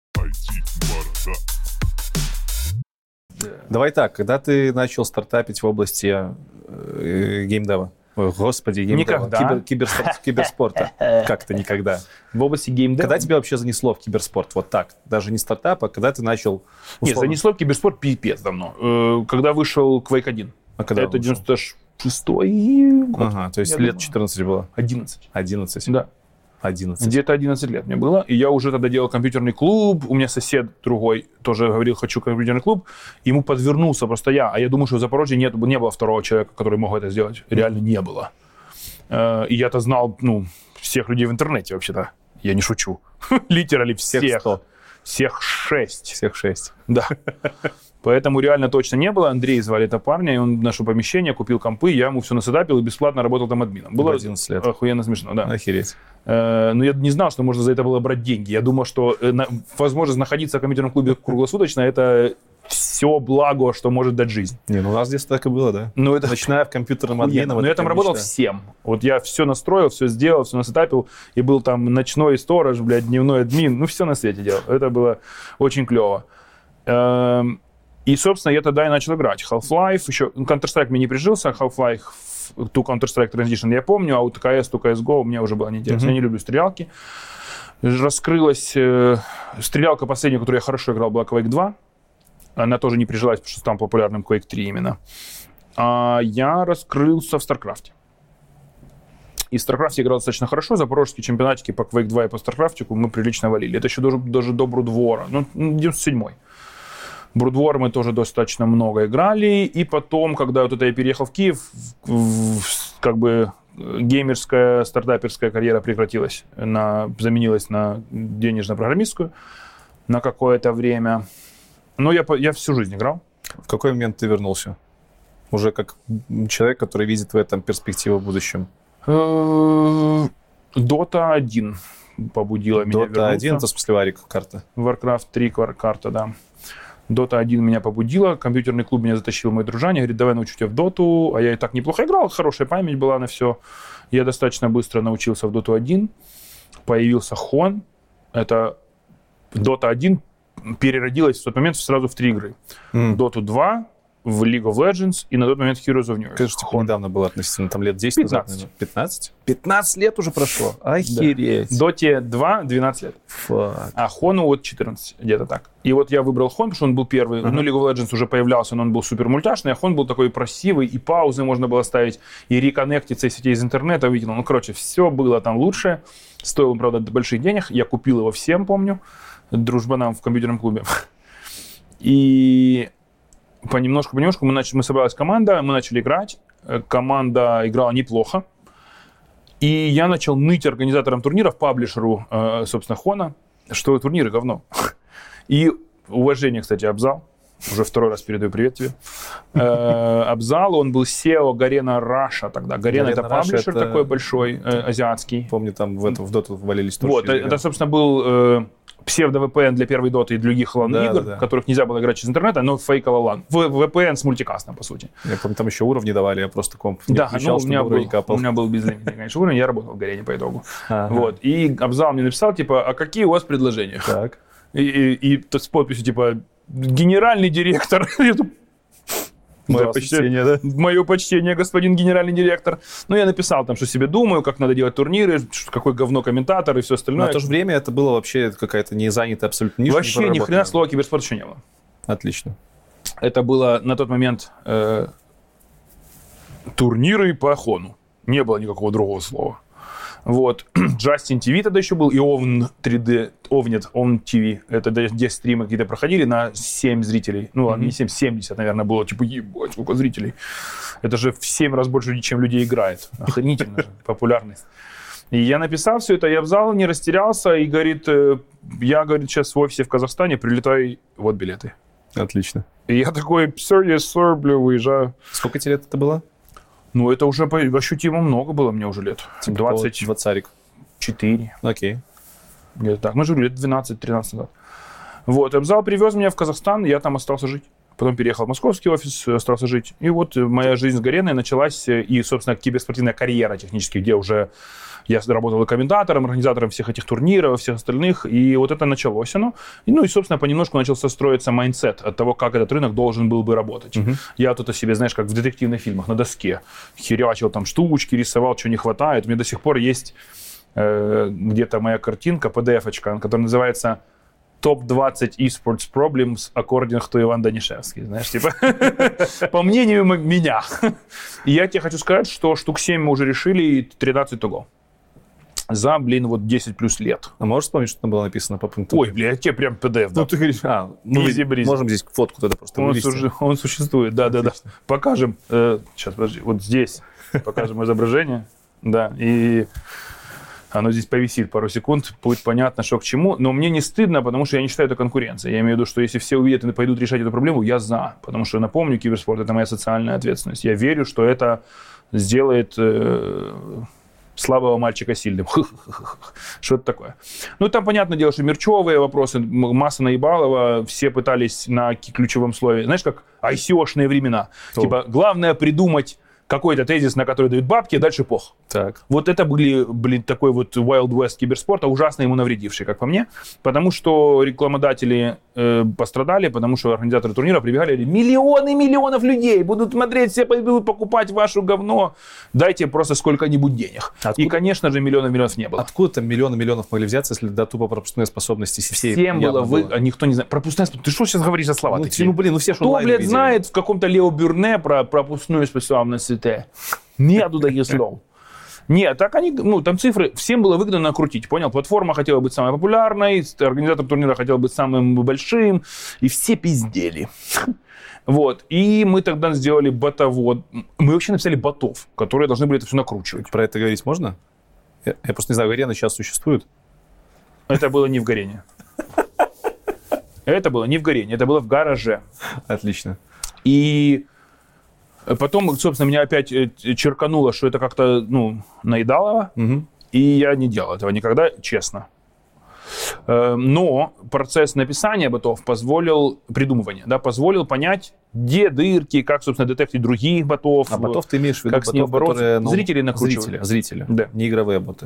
Давай так, когда ты начал стартапить в области э, геймдева? Ой, господи, геймдева. Никогда. Кибер, киберспорт, киберспорта. Как-то никогда. В области геймдева. Когда тебя вообще занесло в киберспорт? Вот так. Даже не стартап, а когда ты начал... Нет, условно- занесло в киберспорт пипец давно. Э, Когда вышел Quake один. А когда Это он вышел? девяносто шестой год. Ага, то есть Я лет думаю. четырнадцать было. одиннадцать. одиннадцать. Да. одиннадцать. Где-то одиннадцать лет мне было. И я уже тогда делал компьютерный клуб. У меня сосед другой тоже говорил: хочу компьютерный клуб. Ему подвернулся просто я. А я думаю, что в Запорожье нет, не было второго человека, который мог это сделать. Реально не было. Э, И я-то знал, ну, всех людей в интернете вообще-то. Я не шучу. Литерали всех. Всех сто. Всех шесть. Всех шесть. Да. Поэтому реально точно не было. Андрей звали это парня, и он в наше помещение купил компы, я ему все насетапил и бесплатно работал там админом. Было В одиннадцать лет. охуенно смешно, да. Охереть. Э, Но я не знал, что можно за это было брать деньги. Я думал, что э, на- возможность находиться в компьютерном клубе круглосуточно — это все благо, что может дать жизнь. Не, ну у нас здесь так и было, да? Ну, это Начиная в компьютерном охуенно. админом. Но это я там прям работал мечта. всем. Вот я все настроил, все сделал, все насетапил. И был там ночной сторож, блядь, дневной админ. Ну, все на свете делал. Это было очень клево. Эм, И, собственно, я тогда и начал играть. Half-Life, еще Counter-Strike мне не прижился, Half-Life to Counter-Strike Transition я помню, а вот си эс, to си эс го мне уже было неинтересно. Мгм. Я не люблю стрелялки. Раскрылась э, стрелялка последняя, которую я хорошо играл, была Quake два. Она тоже не прижилась, потому что там популярным Quake три именно. А я раскрылся в StarCraft. И в StarCraft я играл достаточно хорошо. Запорожские чемпионатики по Quake два и по StarCraft мы прилично валили. Это еще даже, даже до Брудвора. Ну, девяносто седьмой. Брудвор мы тоже достаточно много играли. И потом, когда вот это я переехал в Киев, в- в- как бы геймерская, стартаперская карьера прекратилась. На, заменилась на денежно-программистскую на какое-то время. Но я, по- я всю жизнь играл. В какой момент ты вернулся? Уже как человек, который видит в этом перспективу в будущем. Дота один побудила меня Дота один, вернуться. это в смысле Варик карта. Warcraft три кар- карта, да. Дота один меня побудила, компьютерный клуб меня затащил мой дружаня, говорит: давай научу тебя в доту, а я и так неплохо играл, хорошая память была на все. Я достаточно быстро научился в доту один, появился Хон, это Дота один переродилась в тот момент сразу в три игры. М. Доту два, в League of Legends и на тот момент Heroes of New. Конечно, типа, недавно было относительно, там лет десять назад. пятнадцать. пятнадцать? пятнадцать лет уже прошло? Охереть. Доте два двенадцать лет. Фак. А Хону вот четырнадцать, где-то так. И вот я выбрал Хон, потому что он был первый. Uh-huh. Ну, League of Legends уже появлялся, но он был супер мультяшный, а Хон был такой красивый, и паузы можно было ставить, и реконнектиться из сетей из интернета, увидел. Ну, короче, все было там лучше. Стоило, правда, больших денег. Я купил его всем, помню, дружбанам в компьютерном клубе. И понемножку-понемножку мы, начали, мы собралась команда, мы начали играть. Команда играла неплохо. И я начал ныть организаторам турниров, паблишеру, собственно, Хона, что турниры говно. И уважение, кстати, Абзал. Уже второй раз передаю привет тебе. Абзал, он был сео Гарена Раша тогда. Гарена — это паблишер такой большой, азиатский. Помню, там в, это, в доту ввалились тоже. Вот, это, собственно, был... псевдо-ви пи эн для первой доты и других лан-игр, да, да. которых нельзя было играть через интернет, но фейковый лан. ви пи эн с мультикастом, по сути. Я помню, там еще уровни давали, я просто комп не да, включал, ну, у, меня был, у меня был безлимитный, конечно, уровень, я работал в Гарене по итогу. Ага. Вот. И Абзал мне написал, типа, а какие у вас предложения? Так. И, и, и с подписью, типа, генеральный директор. Мое почтение, да? Мое почтение, господин генеральный директор. Ну, я написал там, что себе думаю, как надо делать турниры, какой говно комментатор и все остальное. Но в то же время это было вообще какая-то не занятая абсолютно ниша. Вообще ни хрена слова киберспорт еще не было. Отлично. Это было на тот момент э, турниры по Хону. Не было никакого другого слова. Вот. Justin ти ви тогда еще был, и Овн три дэ, Овнет, Овн ти ви. Это где стримы какие-то проходили на семь зрителей. Ну ладно, mm-hmm. не семь, семьдесят, наверное, было. Типа, ебать, сколько зрителей. Это же в семь раз больше, чем людей играет. Охренительно же, популярность. И я написал все это, я в зал не растерялся, и говорит, я, говорит, сейчас в офисе в Казахстане, прилетай, вот билеты. Отлично. И я такой, sir, yes, sir, бля, выезжаю. Сколько тебе лет это было? Ну, это уже ощутимо много было мне уже лет. Типа двадцать двадцарик. четыре. Окей. Где-то так. Ну, же лет двенадцать-тринадцать назад. Вот, Абзал привез меня в Казахстан, я там остался жить. Потом переехал в московский офис, остался жить. И вот моя жизнь с Гареной началась, и, собственно, киберспортивная карьера технически, где уже я работал и комментатором, организатором всех этих турниров, всех остальных, и вот это началось оно. И, ну и, собственно, понемножку начался строиться майндсет от того, как этот рынок должен был бы работать. Uh-huh. Я тут о себе, знаешь, как в детективных фильмах, на доске херячил там штучки, рисовал, что не хватает. У меня до сих пор есть э, где-то моя картинка, пи ди эф-очка, которая называется топ двадцать eSports Problems according to Иван Данишевский, знаешь, типа, по мнению меня. И я тебе хочу сказать, что штук семь мы уже решили, и тринадцать того. За, блин, вот десять плюс лет. А можешь вспомнить, что там было написано по пункту? Ой, блин, я тебе прям пи ди эф, да. Ну, ты говоришь, а, мы можем здесь фотку тогда просто вывести. Он, он существует, да-да-да. Покажем, э, сейчас, подожди, вот здесь покажем изображение, да, и оно здесь повисит пару секунд, будет понятно, что к чему. Но мне не стыдно, потому что я не считаю это конкуренцией. Я имею в виду, что если все увидят и пойдут решать эту проблему, я за. Потому что, напомню, киберспорт — это моя социальная ответственность. Я верю, что это сделает э, слабого мальчика сильным. Что это такое? Ну, там, понятное дело, что мерчевые вопросы, масса наебалова, все пытались на ключевом слове. Знаешь, как ай си о-шные времена. Что? Типа, главное придумать какой-то тезис, на который дают бабки, а дальше пох. Так. Вот это были, блин, такой вот Wild West киберспорта, ужасно ему навредивший, как по мне, потому что рекламодатели э, пострадали, потому что организаторы турнира прибегали и говорили, миллионы миллионов людей будут смотреть, все будут покупать ваше говно, дайте просто сколько-нибудь денег. Откуда? И, конечно же, миллионов миллионов не было. Откуда там миллионы миллионов могли взяться, если до тупо пропускной способности сетей? Всем было, вы... а никто не знает. Пропускная способность. Ты что сейчас говоришь за слова ну, такие? Ну, блин, ну все, что Кто, блядь, знает в каком-то Лео Бюрне про пропускную способность? Нету таких слов. Нет, так они, ну, там цифры, всем было выгодно накрутить, понял? Платформа хотела быть самой популярной, организатор турнира хотел быть самым большим, и все пиздели. Вот, и мы тогда сделали ботовод. Мы вообще написали ботов, которые должны были это все накручивать. Про это говорить можно? Я, я просто не знаю, Гарена сейчас существует? Это было не в Гарене. Это было не в Гарене, это было в гараже. Отлично. И потом, собственно, меня опять черкануло, что это как-то, ну, наедалово, угу. И я не делал этого никогда, честно. Но процесс написания ботов позволил, придумывание, да, позволил понять, где дырки, как, собственно, детектить других ботов. А ботов ты имеешь в виду, как с ними бороться. Которые, ну, зрители накручивали. Зрители, зрители. Да. Не игровые боты.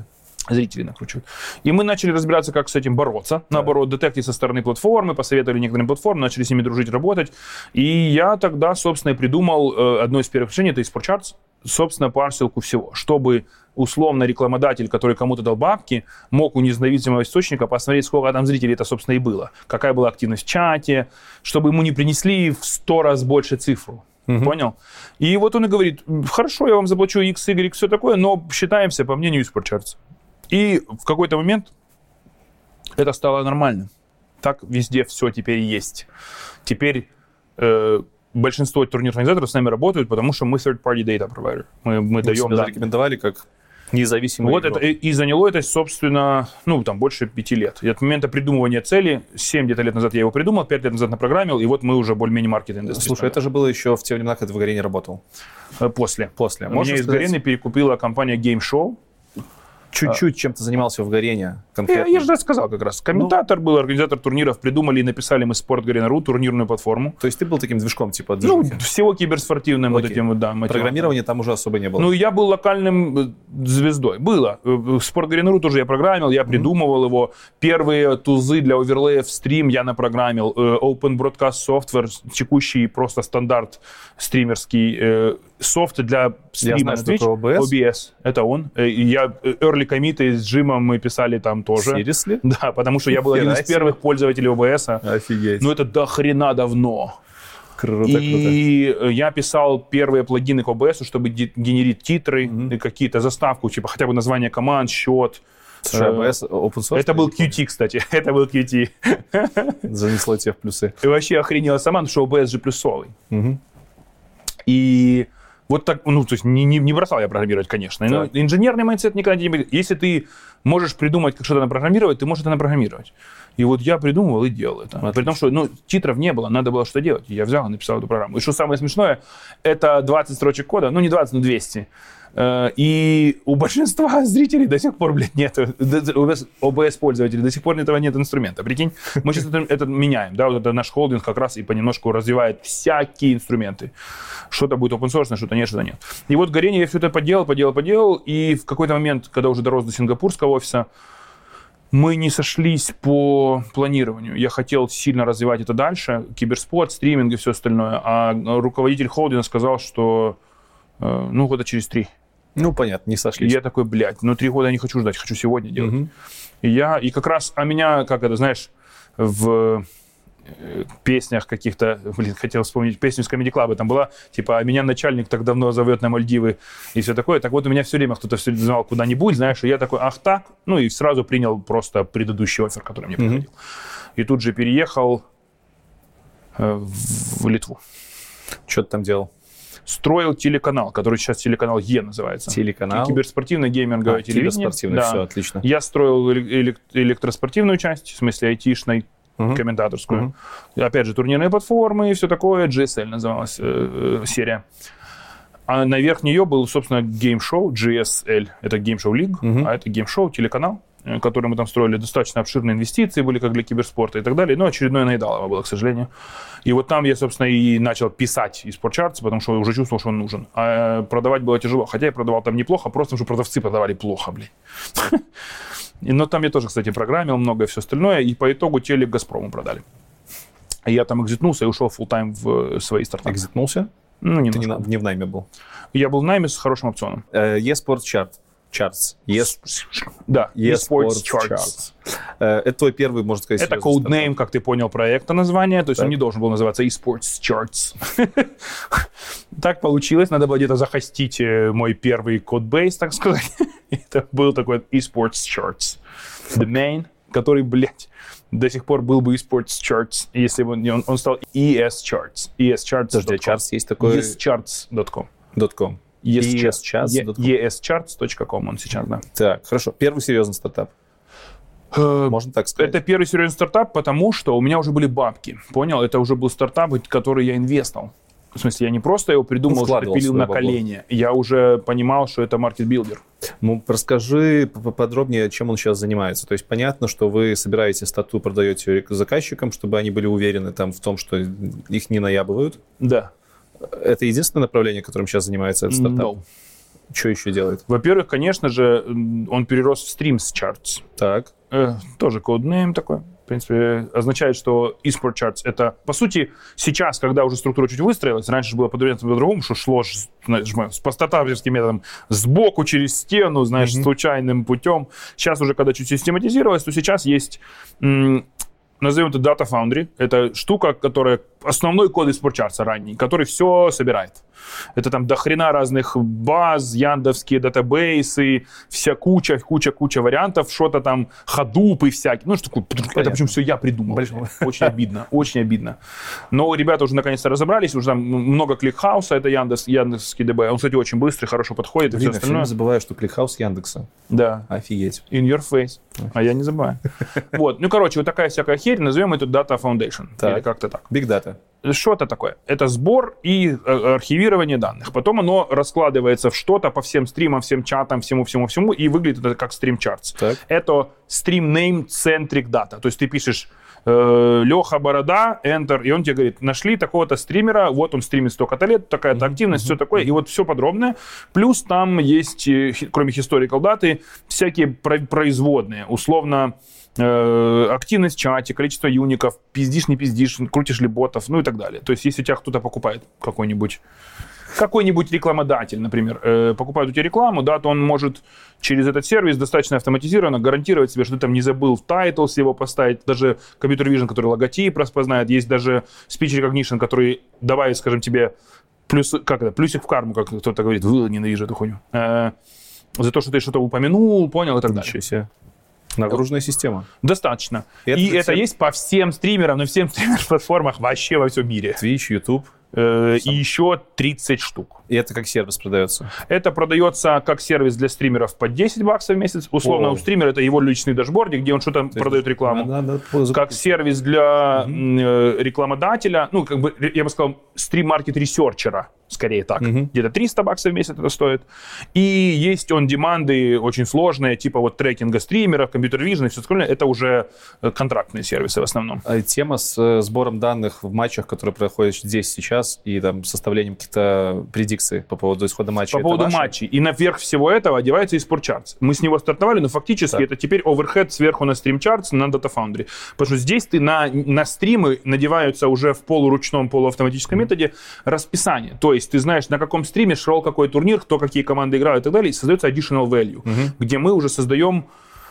Зрители накручивают. И мы начали разбираться, как с этим бороться. Да. Наоборот, детектить со стороны платформы, посоветовали некоторым платформам, начали с ними дружить, работать. И я тогда, собственно, и придумал э, одно из первых решений, это eSportCharts, собственно, парсилку всего, чтобы условно рекламодатель, который кому-то дал бабки, мог у независимого источника посмотреть, сколько там зрителей это, собственно, и было, какая была активность в чате, чтобы ему не принесли в сто раз больше цифру. Uh-huh. Понял? И вот он и говорит, хорошо, я вам заплачу X, Y, все такое, но считаемся по мнению eSportCharts. И в какой-то момент это стало нормально. Так везде все теперь есть. Теперь э, большинство турнирных организаторов с нами работают, потому что мы third-party data provider. Мы, мы даем... Себя зарекомендовали как независимый вот игрок. Это, и заняло это, собственно, ну, там, больше пяти лет. И от момента придумывания цели, семь где-то лет назад я его придумал, пять лет назад напрограммил, и вот мы уже более-менее маркетинг. Слушай, это же было еще в те времена, когда ты в Гарене работал. После. После. Можешь Меня из Гарены перекупила компания Game Show. Чуть-чуть чем ты занимался в Гарене конкретно? Я, я же сказал как раз. Комментатор ну, был, организатор турниров. Придумали и написали мы Спорт Гарена.ру, турнирную платформу. То есть ты был таким движком, типа движухи? Ну, всего киберспортивным вот этим, да. Программирования там уже особо не было? Ну, я был локальным звездой. Было. Спорт Гарена.ру тоже я программил, я придумывал mm-hmm. его. Первые тузы для оверлеев в стрим я напрограммил. Open Broadcast Software, текущий просто стандарт стримерский. Софт для стрима на Twitch. о би эс. Это он. Я early коммиты с Джимом мы писали там тоже. Seriously? Да, потому что я был один из первых пользователей о би эс. Офигеть. Ну, это до хрена давно. Круто, и круто. Я писал первые плагины к о би эс, чтобы генерить титры, mm-hmm. какие-то заставку, типа хотя бы название команд, счет. Слушай, о би эс open source? Это был кью ти, кстати. Это был кью ти. Занесло тебе в плюсы. И вообще охренела сама, потому что о би эс же плюсовый. Mm-hmm. И... Вот так, ну, то есть не, не, не бросал я программировать, конечно. Но инженерный майндсет никогда не будет. Если ты можешь придумать, как что-то напрограммировать, ты можешь это напрограммировать. И вот я придумывал и делал это. Отлично. При том, что ну, титров не было, надо было что делать. И я взял и написал эту программу. И что самое смешное, это двадцать строчек кода, ну не двадцать, но двести. И у большинства зрителей до сих пор, блядь, нет, о би эс-пользователей до сих пор этого нет инструмента. Прикинь, мы сейчас это, это меняем, да, вот это наш холдинг как раз и понемножку развивает всякие инструменты. Что-то будет open-source, что-то нет, что-то нет. И вот в Гарене я все это поделал, поделал, поделал, и в какой-то момент, когда уже дорос до сингапурского офиса, мы не сошлись по планированию. Я хотел сильно развивать это дальше, киберспорт, стриминг и все остальное, а руководитель холдинга сказал, что ну, года через три. Ну, понятно, не сошлись. И я такой, блядь, ну, три года я не хочу ждать, хочу сегодня делать. Uh-huh. И я, и как раз, а меня, как это, знаешь, в песнях каких-то, блин, хотел вспомнить песню с Comedy Club, там была, типа, а меня начальник так давно зовет на Мальдивы и все такое. Так вот, у меня все время кто-то все звал куда-нибудь, знаешь, и я такой, ах так, ну, и сразу принял просто предыдущий оффер, который мне приходил. Uh-huh. И тут же переехал э, в Литву. Что ты там делал? Строил телеканал, который сейчас телеканал Е называется. Телеканал? Киберспортивное гейминговое а, телевидение. Киберспортивное, да. Все, отлично. Я строил элек- электроспортивную часть, в смысле айтишной, uh-huh. комментаторскую. Uh-huh. Опять же, турнирные платформы и все такое. джи эс эл называлась э, э, серия. А наверх нее был, собственно, гейм-шоу, джи эс эл. Это гейм-шоу League, uh-huh. а это гейм-шоу, телеканал, который мы там строили. Достаточно обширные инвестиции были, как для киберспорта и так далее. Но очередное наедалово было, к сожалению. И вот там я, собственно, и начал писать eSportCharts, потому что уже чувствовал, что он нужен. А продавать было тяжело. Хотя я продавал там неплохо, просто потому что продавцы продавали плохо, блин. Но там я тоже, кстати, программил много и все остальное. И по итогу телек Газпрому продали. Я там экзитнулся и ушел фулл-тайм в свои стартапы. Экзитнулся? Ну, немножко. Ты не, не в найме был? Я был в найме с хорошим опционом. eSportCharts. Charts. Yes. Да, eSports Charts. Это твой первый, можно сказать, это codename, как ты понял, проекта название. То есть так. Он не должен был называться eSports Charts. Так получилось. Надо было где-то захостить мой первый кодбейс, так сказать. Это был такой eSports Charts. Domain, который, блядь, до сих пор был бы eSports Charts, если бы он, он стал и эс Charts. и эс Charts. Подожди, Charts есть такой... и эс charts точка ком. .com. и эс чартс точка ком он сейчас, да. Так, хорошо. Первый серьезный стартап. Можно так сказать? Это первый серьезный стартап, потому что у меня уже были бабки. Понял? Это уже был стартап, который я инвестовал. В смысле, я не просто его придумал, что пилил на колени. Я уже понимал, что это маркет-билдер. Ну, расскажи поподробнее, чем он сейчас занимается. То есть понятно, что вы собираете стату, продаете заказчикам, чтобы они были уверены там, в том, что их не наябывают. Да. Это единственное направление, которым сейчас занимается этот стартап? No. Что еще делает? Во-первых, конечно же, он перерос в Streams Charts. Так. Э, тоже codename такой. В принципе, означает, что eSport Charts — это, по сути, сейчас, когда уже структура чуть выстроилась, раньше же было по-другому, что шло, знаешь, с постатаврическим методом сбоку через стену, знаешь, mm-hmm. случайным путем. Сейчас уже, когда чуть систематизировалось, то сейчас есть... М- назовем это Data Foundry. Это штука, которая... Основной код eSport Charts ранний, который все собирает. Это там до хрена разных баз, яндовские датабейсы, вся куча, куча, куча вариантов, что-то там, ходупы всякие. Ну, что такое? Понятно. Это причем все я придумал. Большого. Очень обидно, очень обидно. Но ребята уже наконец-то разобрались, уже там много кликхауса, это Яндекс, Яндексский ди би. Он, кстати, очень быстрый, хорошо подходит. Блин, и все остальное. Я все забываю, что кликхаус Яндекса. Да. Офигеть. In your face. А я не забываю. Вот. Ну, короче, вот такая всякая херь, назовем это Data Foundation. Или как-то так. Big Data. Что это такое? Это сбор и архивирование данных. Потом оно раскладывается в что-то по всем стримам, всем чатам, всему-всему-всему, и выглядит это как Stream Charts. Так. Это Stream Name Centric Data. То есть ты пишешь э, Леха Борода, Enter, и он тебе говорит, нашли такого-то стримера, вот он стримит столько-то лет, такая-то активность, mm-hmm. все такое, и вот все подробное. Плюс там есть, кроме historical даты, всякие производные, условно, активность в чате, количество юников, пиздишь, не пиздишь, крутишь ли ботов, ну и так далее. То есть, если у тебя кто-то покупает какой-нибудь какой-нибудь рекламодатель, например, э, покупает у тебя рекламу, да, то он может через этот сервис достаточно автоматизированно гарантировать себе, что ты там не забыл в titles его поставить, даже Computer Vision, который логотип распознает, есть даже Speech Recognition, который добавит, скажем, тебе плюс, как это, плюсик в карму, как кто-то говорит, ненавижу эту хуйню, э, за то, что ты что-то упомянул, понял и так далее. Ничего себе. Нагруженная система. Достаточно. Это и это всем... есть по всем стримерам, на всем стример-платформах вообще во всем мире. Twitch, YouTube. Э, и еще тридцать штук. И это как сервис продается? Это продается как сервис для стримеров по десять баксов в месяц. Условно, О. у стримера это его личный дашбордик, где он что-то То продает рекламу. Надо, надо как сервис для угу. э, рекламодателя, ну, как бы, я бы сказал, стрим-маркет-ресерчера. Скорее так. Uh-huh. Где-то триста баксов в месяц это стоит. И есть он-деманды очень сложные, типа вот трекинга стримеров, Computer Vision и все остальное. Это уже контрактные сервисы в основном. А тема с э, сбором данных в матчах, которые проходят здесь сейчас, и там составлением каких-то предикций по поводу исхода матча. По поводу ваше? матчей. И наверх всего этого одевается eSport Charts. Мы с него стартовали, но фактически так. это теперь оверхед сверху на Stream Charts, на Data Foundry. Потому что здесь ты на, на стримы надеваются уже в полуручном, полуавтоматическом mm-hmm. методе расписание. То есть ты знаешь, на каком стриме шел какой турнир, кто какие команды играют и так далее, и создается additional value, uh-huh. где мы уже создаем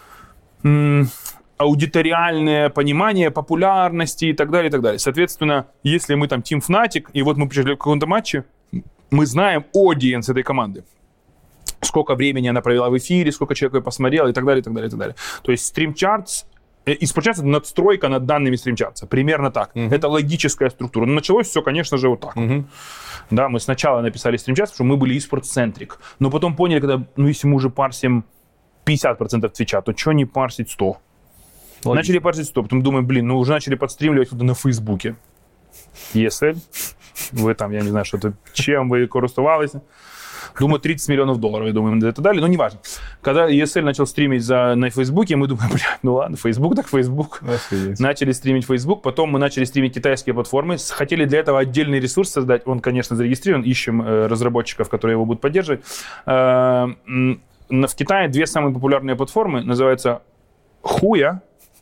м- аудиториальное понимание популярности и так далее, и так далее. Соответственно, если мы там Team Fnatic, и вот мы пришли к какому-то матчу, мы знаем audience этой команды. Сколько времени она провела в эфире, сколько человек ее посмотрел и так далее, и так далее, и так далее. То есть Stream Charts eSport Charts — это надстройка над данными Stream Charts. Примерно так. Uh-huh. Это логическая структура. Но началось все, конечно же, вот так. Uh-huh. Вот. Да, мы сначала написали Stream Charts, потому что мы были eSport-центрик. Но потом поняли, когда, ну, если мы уже парсим пятьдесят процентов твича, то что не парсить сто? Логично. Начали парсить сто. Потом думаем, блин, ну уже начали подстримливать вот на Фейсбуке. Если вы там, я не знаю, что-то, чем вы користувалися. Думаю, тридцать миллионов долларов, я думаю, это дали, но неважно. Когда и эс эль начал стримить за, на Фейсбуке, мы думаем, блядь, ну ладно, Фейсбук так Фейсбук. Начали стримить Фейсбук, потом мы начали стримить китайские платформы, хотели для этого отдельный ресурс создать, он, конечно, зарегистрирован, ищем э, разработчиков, которые его будут поддерживать. Э, в Китае две самые популярные платформы, называются Хуя,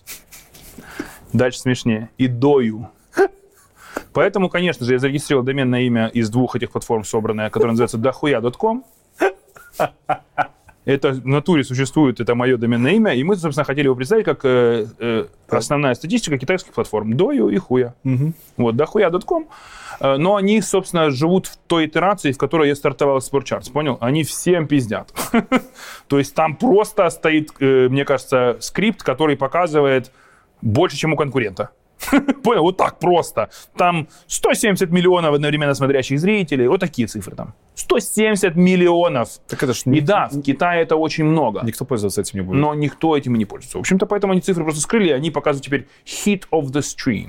дальше смешнее, и Дою. Поэтому, конечно же, я зарегистрировал доменное имя из двух этих платформ, собранное, которое называется дохуя точка ком. Это в натуре существует, это мое доменное имя, и мы, собственно, хотели его представить как э, э, основная статистика китайских платформ. Дою и хуя. Угу. Вот, дохуя точка ком. Но они, собственно, живут в той итерации, в которой я стартовал eSport Charts, понял? Они всем пиздят. То есть там просто стоит, мне кажется, скрипт, который показывает больше, чем у конкурента. Понял? Вот так просто. Там сто семьдесят миллионов одновременно смотрящих зрителей. Вот такие цифры там. сто семьдесят миллионов. Так это ж и не... да, в Китае это очень много. Никто пользоваться этим не будет. Но никто этим и не пользуется. В общем-то, поэтому они цифры просто скрыли, и они показывают теперь hit of the stream.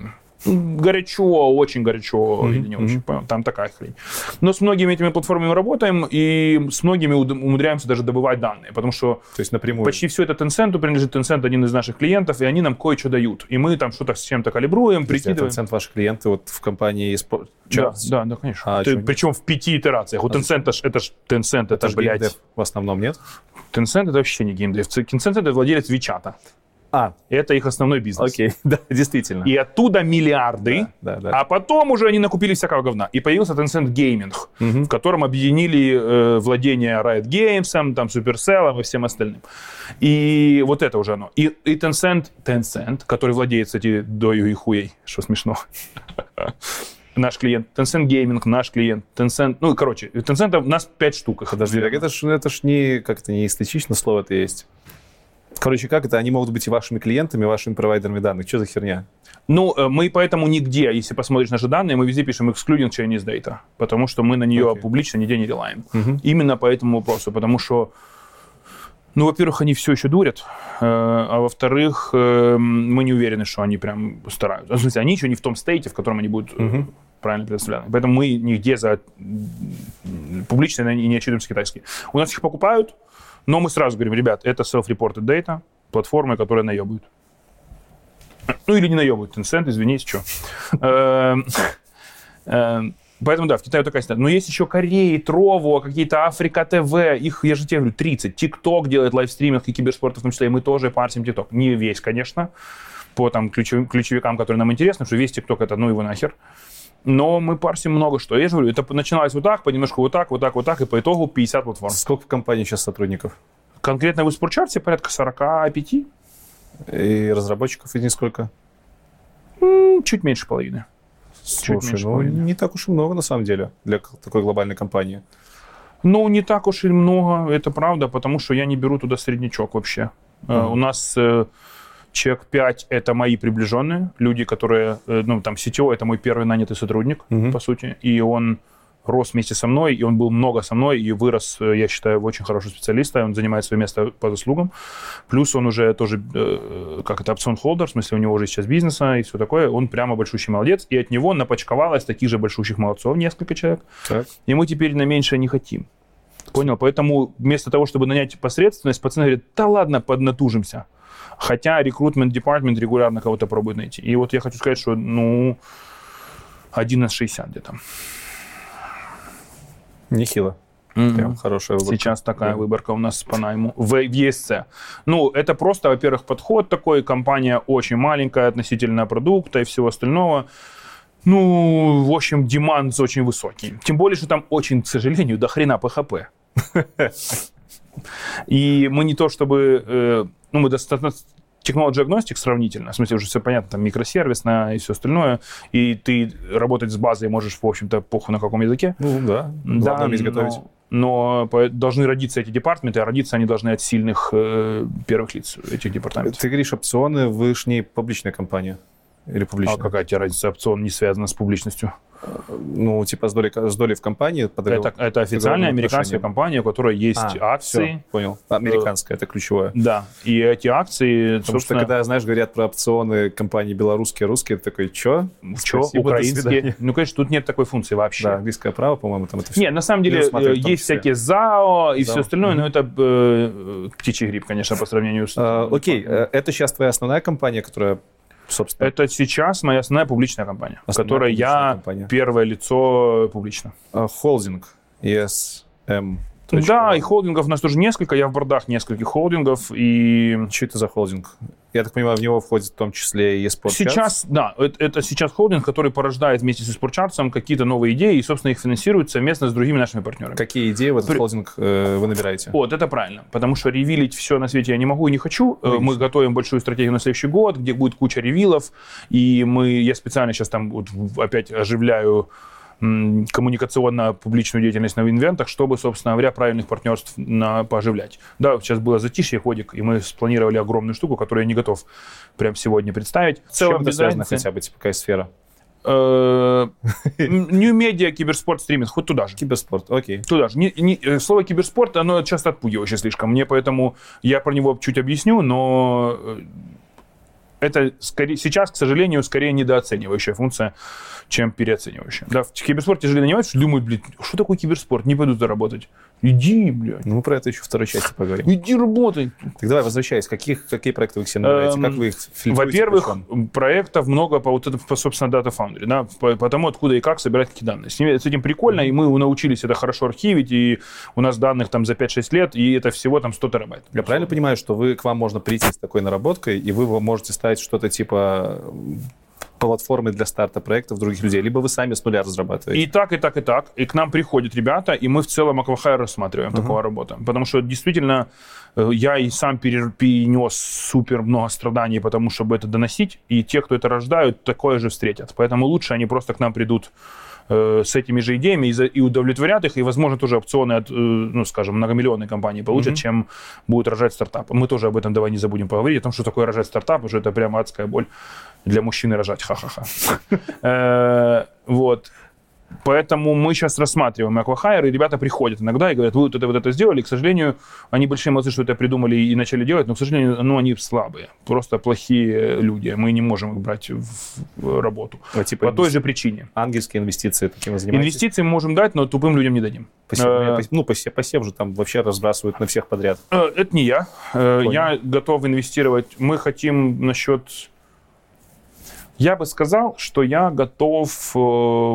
Горячо, очень горячо mm-hmm. или не очень, mm-hmm. там такая хрень. Но с многими этими платформами работаем, и с многими умудряемся даже добывать данные, потому что То есть напрямую. почти все это Tencent принадлежит. Tencent один из наших клиентов, и они нам кое-что дают. И мы там что-то с чем-то калибруем, То есть, прикидываем. Tencent ваши клиенты вот в компании используют? Да, да, да, конечно. А, Ты, причем в пяти итерациях. У а Tencent, это ж, это ж Tencent, это, это ж, блядь... геймдев в основном, нет? Tencent это вообще не геймдев. Tencent это владелец Вичата. А, это их основной бизнес. Окей, да, действительно. И оттуда миллиарды, да, да, да. а потом уже они накупили всякого говна. И появился Tencent Gaming, угу. в котором объединили э, владение Riot Games, там, Supercell и всем остальным. И вот это уже оно. И, и Tencent, Tencent, который владеет, кстати, дою и хуей, что смешно. Наш клиент, Tencent Gaming, наш клиент, Tencent, ну, короче, Tencent у нас пять штук. Подожди, так это ж, это ж не, как-то не эстетично, слово-то есть. Короче, как это? Они могут быть и вашими клиентами, и вашими провайдерами данных. Что за херня? Ну, мы поэтому нигде, если посмотришь наши данные, мы везде пишем excluding Chinese data, потому что мы на нее okay. публично нигде не релаем. Uh-huh. Именно по этому вопросу, потому что, ну, во-первых, они все еще дурят, а во-вторых, мы не уверены, что они прям стараются. В смысле, они еще не в том стейте, в котором они будут uh-huh. правильно предоставлены. Поэтому мы нигде за публично не отчитываемся китайские. У нас их покупают, но мы сразу говорим, ребят, это self-reported data, платформы, которые наебают. Ну, или не наебают. Tencent, извините, что. Поэтому, да, в Китае такая ситуация. Но есть еще Корея, Трово, какие-то Африка ТВ. Их, я же тебе говорю, тридцать. ТикТок делает лайвстриминг и киберспорт в том числе. И мы тоже парсим ТикТок. Не весь, конечно, по там ключевым, ключевикам, которые нам интересны, что весь ТикТок это ну его нахер. Но мы парсим много что. Я же говорю, это начиналось вот так, понемножку вот так, вот так, вот так, и по итогу пятьдесят платформ. Сколько в компании сейчас сотрудников? Конкретно в eSportCharts порядка сорок пять. И разработчиков из них сколько? Чуть меньше половины. Слушай, Чуть меньше ну половины. Не так уж и много, на самом деле, для такой глобальной компании. Ну, не так уж и много, это правда, потому что я не беру туда среднячок вообще. Mm-hmm. У нас... Человек пять — это мои приближенные, люди, которые, ну, там, си ти о — это мой первый нанятый сотрудник, uh-huh. по сути, и он рос вместе со мной, и он был много со мной, и вырос, я считаю, в очень хорошего специалиста, и он занимает свое место по заслугам. Плюс он уже тоже, как это, опцион-холдер, в смысле, у него уже сейчас бизнеса и все такое, он прямо большущий молодец, и от него напочковалось таких же большущих молодцов несколько человек, так. И мы теперь на меньшее не хотим. Понял? Поэтому вместо того, чтобы нанять посредственность, пацаны говорят, да ладно, поднатужимся. Хотя рекрутмент департмент регулярно кого-то пробует найти. И вот я хочу сказать, что, ну, одиннадцать шестьдесят где-то. Нехило. Mm-hmm. Прям хорошая выборка. Сейчас такая yeah. выборка у нас по найму в и эс си. Ну, это просто, во-первых, подход такой. Компания очень маленькая относительно продукта и всего остального. Ну, в общем, демант очень высокий. Тем более, что там очень, к сожалению, до хрена пи эйч пи. И мы не то чтобы... Э, ну, мы достаточно... Technology agnostic сравнительно, в смысле уже все понятно, там микросервисная и все остальное, и ты работать с базой можешь, в общем-то, похуй на каком языке. Ну, да, главное уметь готовить. Но, но должны родиться эти департаменты, а родиться они должны от сильных э, первых лиц этих департаментов. Ты говоришь, опционы, вы ж не публичная компания? Или публичная? А какая тебе разница? Опцион не связана с публичностью. Ну, типа с долей, с долей в компании? Под это, это официальная американская компания, у которой есть а, акции. Все, понял. Американская, это ключевое. Да, и эти акции, Потому собственно... что, когда, знаешь, говорят про опционы компании белорусские, русские, ты такой, чё? Чё? Спасибо, украинские? Ну, конечно, тут нет такой функции вообще. Да, английское право, по-моему, там это все. Нет, на самом деле, есть всякие ЗАО и ЗАО. Все остальное, mm-hmm. но это э, птичий гриб, конечно, по сравнению с... А, окей, это сейчас твоя основная компания, которая... Собственно. Это сейчас моя основная публичная компания, основная в которой я компания. Первое лицо публично. Холдинг и эс эм. Да, и холдингов у нас тоже несколько. Я в бордах нескольких холдингов. И... Что это за холдинг? Я так понимаю, в него входит в том числе и eSportCharts? Сейчас, да, это, это сейчас холдинг, который порождает вместе с eSportCharts какие-то новые идеи и, собственно, их финансирует совместно с другими нашими партнерами. Какие идеи в этот При... холдинг э, вы набираете? Вот, это правильно, потому что ревилить все на свете я не могу и не хочу. Конечно. Мы готовим большую стратегию на следующий год, где будет куча ревилов, и мы, я специально сейчас там вот опять оживляю коммуникационно-публичную деятельность на инвентах, чтобы, собственно говоря, правильных партнерств на, поживлять. Да, сейчас было затишье, ходик, и мы спланировали огромную штуку, которую я не готов прямо сегодня представить. В целом, это связано хотя бы, типа, какая сфера? New медиа, киберспорт, стриминг, хоть туда же. Киберспорт, окей. Туда же. Не, не, слово киберспорт, оно часто отпугивающее слишком. Мне поэтому, я про него чуть объясню, но это скорее, сейчас, к сожалению, скорее недооценивающая функция, чем переоценивающая. Да, в киберспорте же нанимают, что думают, блин, что такое киберспорт? Не пойду туда работать. Иди, блядь. Ну, мы про это еще в второй части поговорим. Иди работай. Так давай, возвращаясь. Каких, какие проекты вы к себе набираете? Эм, как вы их фильтруете? Во-первых, почем? проектов много по, вот это, по, собственно, Data Foundry, да, по, по тому, откуда и как собирать какие данные. С, ними, с этим прикольно, mm-hmm. и мы научились это хорошо архивить, и у нас данных там за пять-шесть лет, и это всего там сто терабайт. Я правильно понимаю, что вы, к вам можно прийти с такой наработкой, и вы можете ставить что-то типа платформы для старта проектов других людей, либо вы сами с нуля разрабатываете? И так, и так, и так. И к нам приходят ребята, и мы в целом аквахайр рассматриваем, uh-huh. такого работа. Потому что действительно я и сам перенес супер много страданий, потому чтобы это доносить, и те, кто это рождают, такое же встретят. Поэтому лучше они просто к нам придут э, с этими же идеями и, за, и удовлетворят их, и, возможно, тоже опционы от, э, ну, скажем, многомиллионной компании получат, uh-huh. чем будут рожать стартапы. Мы тоже об этом давай не забудем поговорить, о том, что такое рожать стартап, потому что это прямо адская боль. Для мужчины рожать, ха-ха-ха. Вот. Поэтому мы сейчас рассматриваем аквахайр, и ребята приходят иногда и говорят, вы вот это, вот это сделали. К сожалению, они большие молодцы, что это придумали и начали делать, но, к сожалению, ну, они слабые, просто плохие люди. Мы не можем их брать в работу. А, типа по той же причине. Ангельские инвестиции, таким вы занимаетесь? Инвестиции мы можем дать, но тупым людям не дадим. Посев, а, ну, посев, посев же там вообще разбрасывают на всех подряд. Это не я. Понял. Я готов инвестировать. Мы хотим насчет... Я бы сказал, что я готов э,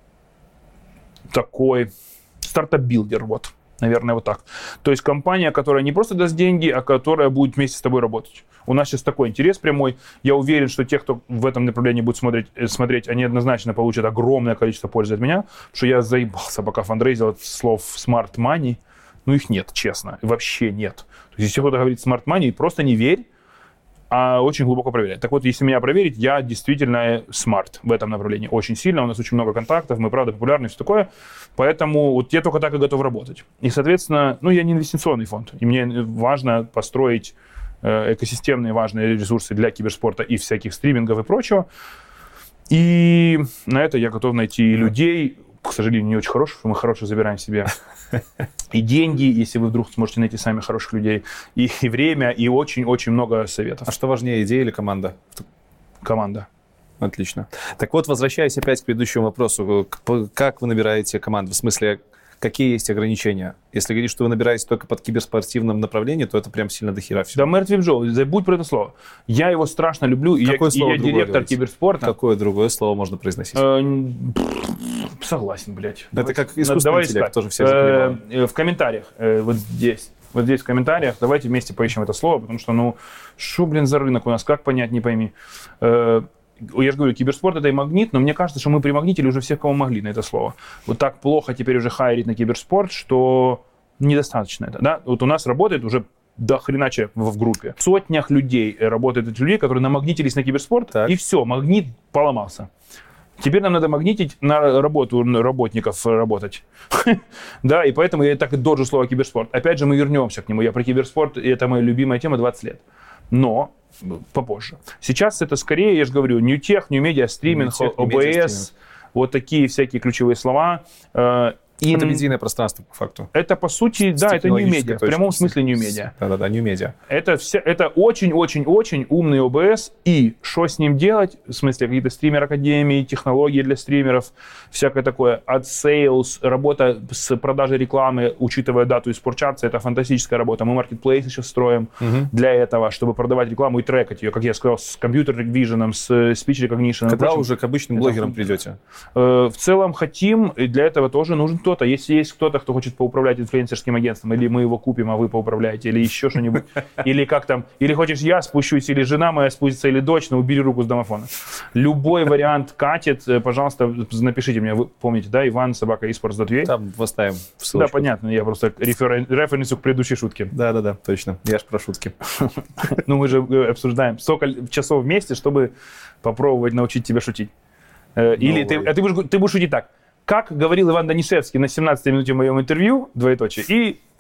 такой стартап-билдер, вот, наверное, вот так. То есть компания, которая не просто даст деньги, а которая будет вместе с тобой работать. У нас сейчас такой интерес прямой. Я уверен, что те, кто в этом направлении будет смотреть, смотреть они однозначно получат огромное количество пользы от меня, потому что я заебался, пока фандрейзил от слов smart money. Ну, их нет, честно, вообще нет. То есть, если кто-то говорит smart money, просто не верь, а очень глубоко проверять. Так вот, если меня проверить, я действительно смарт в этом направлении очень сильно. У нас очень много контактов, мы, правда, популярны, все такое. Поэтому вот я только так и готов работать. И, соответственно, ну, я не инвестиционный фонд. И мне важно построить э, экосистемные важные ресурсы для киберспорта и всяких стримингов и прочего. И на это я готов найти людей, к сожалению, не очень хороших, мы хороших забираем себе. И деньги, если вы вдруг сможете найти сами хороших людей, и, и время, и очень-очень много советов. А что важнее, идея или команда? Команда. Отлично. Так вот, возвращаясь опять к предыдущему вопросу, как вы набираете команду? В смысле, какие есть ограничения? Если говорить, что вы набираете только под киберспортивным направлением, то это прям сильно дохера всего. Да, мертвый Джо, забудь про это слово. Я его страшно люблю, и я, и я директор говорите? Киберспорта. Какое другое слово можно произносить? Согласен, блядь. Это как искусственный интеллект, тоже все заклевали. В комментариях, вот здесь, вот здесь в комментариях, давайте вместе поищем это слово, потому что, ну, шо, блин, за рынок у нас, как понять, не пойми. Я же говорю, киберспорт — это и магнит, но мне кажется, что мы примагнитили уже всех, кого могли на это слово. Вот так плохо теперь уже хайрить на киберспорт, что недостаточно это, да? Вот у нас работает уже до хрена человек в группе. В сотнях людей работает этих людей, которые намагнитились на киберспорт, так. И все, магнит поломался. Теперь нам надо магнитить на работу работников работать. Да, и поэтому я так и доджу слово киберспорт. Опять же, мы вернемся к нему. Я про киберспорт, и это моя любимая тема двадцать лет. Но попозже. Сейчас это скорее, я же говорю, New Tech, New Media, стриминг, о бэ эс, вот такие всякие ключевые слова. In... Это медийное пространство, по факту. Это, по сути, да, это New Media, в прямом смысле New Media. Да-да-да, New Media. Это, все, это очень-очень-очень умный о бэ эс, и что с ним делать, в смысле какие-то стример-академии, технологии для стримеров, всякое такое, ad sales, работа с продажей рекламы, учитывая дату и спортчарты, это фантастическая работа. Мы маркетплейсы сейчас строим угу. для этого, чтобы продавать рекламу и трекать ее, как я сказал, с компьютер-виженом, с speech recognition. Когда уже к обычным блогерам это... придете? В целом хотим, и для этого тоже нужен кто-то. Если есть кто-то, кто хочет поуправлять инфлюенсерским агентством, или мы его купим, а вы поуправляете, или еще что-нибудь, или как там, или хочешь я спущусь, или жена моя спустится, или дочь, но убери руку с домофона. Любой вариант катит, пожалуйста, напишите мне, вы помните, да, Иван, собака, esports.ua? Там поставим ссылочку. Да, понятно, я просто референсу к предыдущей шутке. Да-да-да, точно, я ж про шутки. Ну, мы же обсуждаем столько часов вместе, чтобы попробовать научить тебя шутить. Или ты, а ты будешь, ты будешь шутить так. Как говорил Иван Данишевский на семнадцатой минуте в моем интервью, двоеточие, и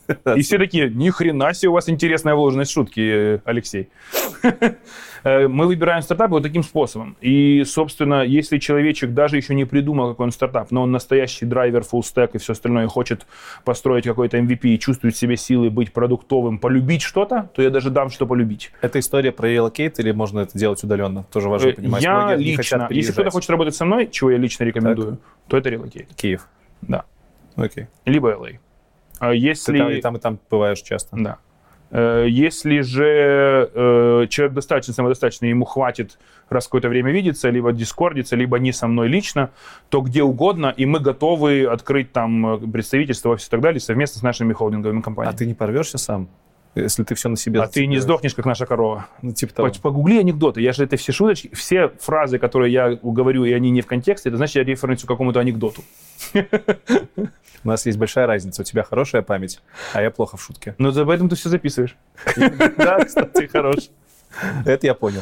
И все такие, ни хрена себе у вас интересная вложенность шутки, Алексей. Мы выбираем стартапы вот таким способом. И, собственно, если человечек даже еще не придумал, какой он стартап, но он настоящий драйвер, фуллстек и все остальное, хочет построить какой-то эм ви пи и чувствует в себе силы быть продуктовым, полюбить что-то, то я даже дам, что полюбить. Это история про релокейт или можно это делать удаленно? Тоже важно понимать. Я лично, если кто-то хочет работать со мной, чего я лично рекомендую, так. то это релокейт. Киев. Да. Окей. Либо эл эй. А если... Ты там и там, и там бываешь часто. Да. Если же э, человек достаточно самодостаточный, ему хватит раз какое-то время видеться, либо дискордиться, либо не со мной лично, то где угодно, и мы готовы открыть там представительство, офис и так далее, совместно с нашими холдинговыми компаниями. А ты не порвешься сам? Если ты все на себе... А ты не сдохнешь, как наша корова. Ну, типа того. Погугли анекдоты. Я же это все шуточки, все фразы, которые я говорю, и они не в контексте, это значит, я референсию к какому-то анекдоту. У нас есть большая разница. У тебя хорошая память, а я плохо в шутке. Ну, поэтому ты все записываешь. Да, кстати, хорош. Это я понял.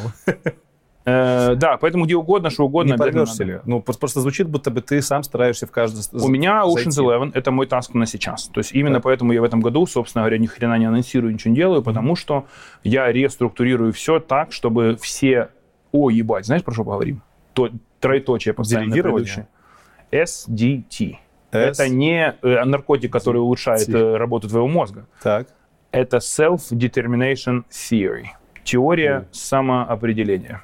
Да, поэтому где угодно, что угодно. Не порвешься ли? Ну, просто звучит, будто бы ты сам стараешься в каждый... У меня Ocean's Eleven — это мой таск на сейчас. То есть именно поэтому я в этом году, собственно говоря, ни хрена не анонсирую, ничего не делаю, потому что я реструктурирую все так, чтобы все... О, ебать, знаешь, про что поговорим? То, троеточие поставим на предыдущее. эс ди ти. Это не наркотик, который улучшает работу твоего мозга. Так. Это Self-Determination Theory. Теория самоопределения.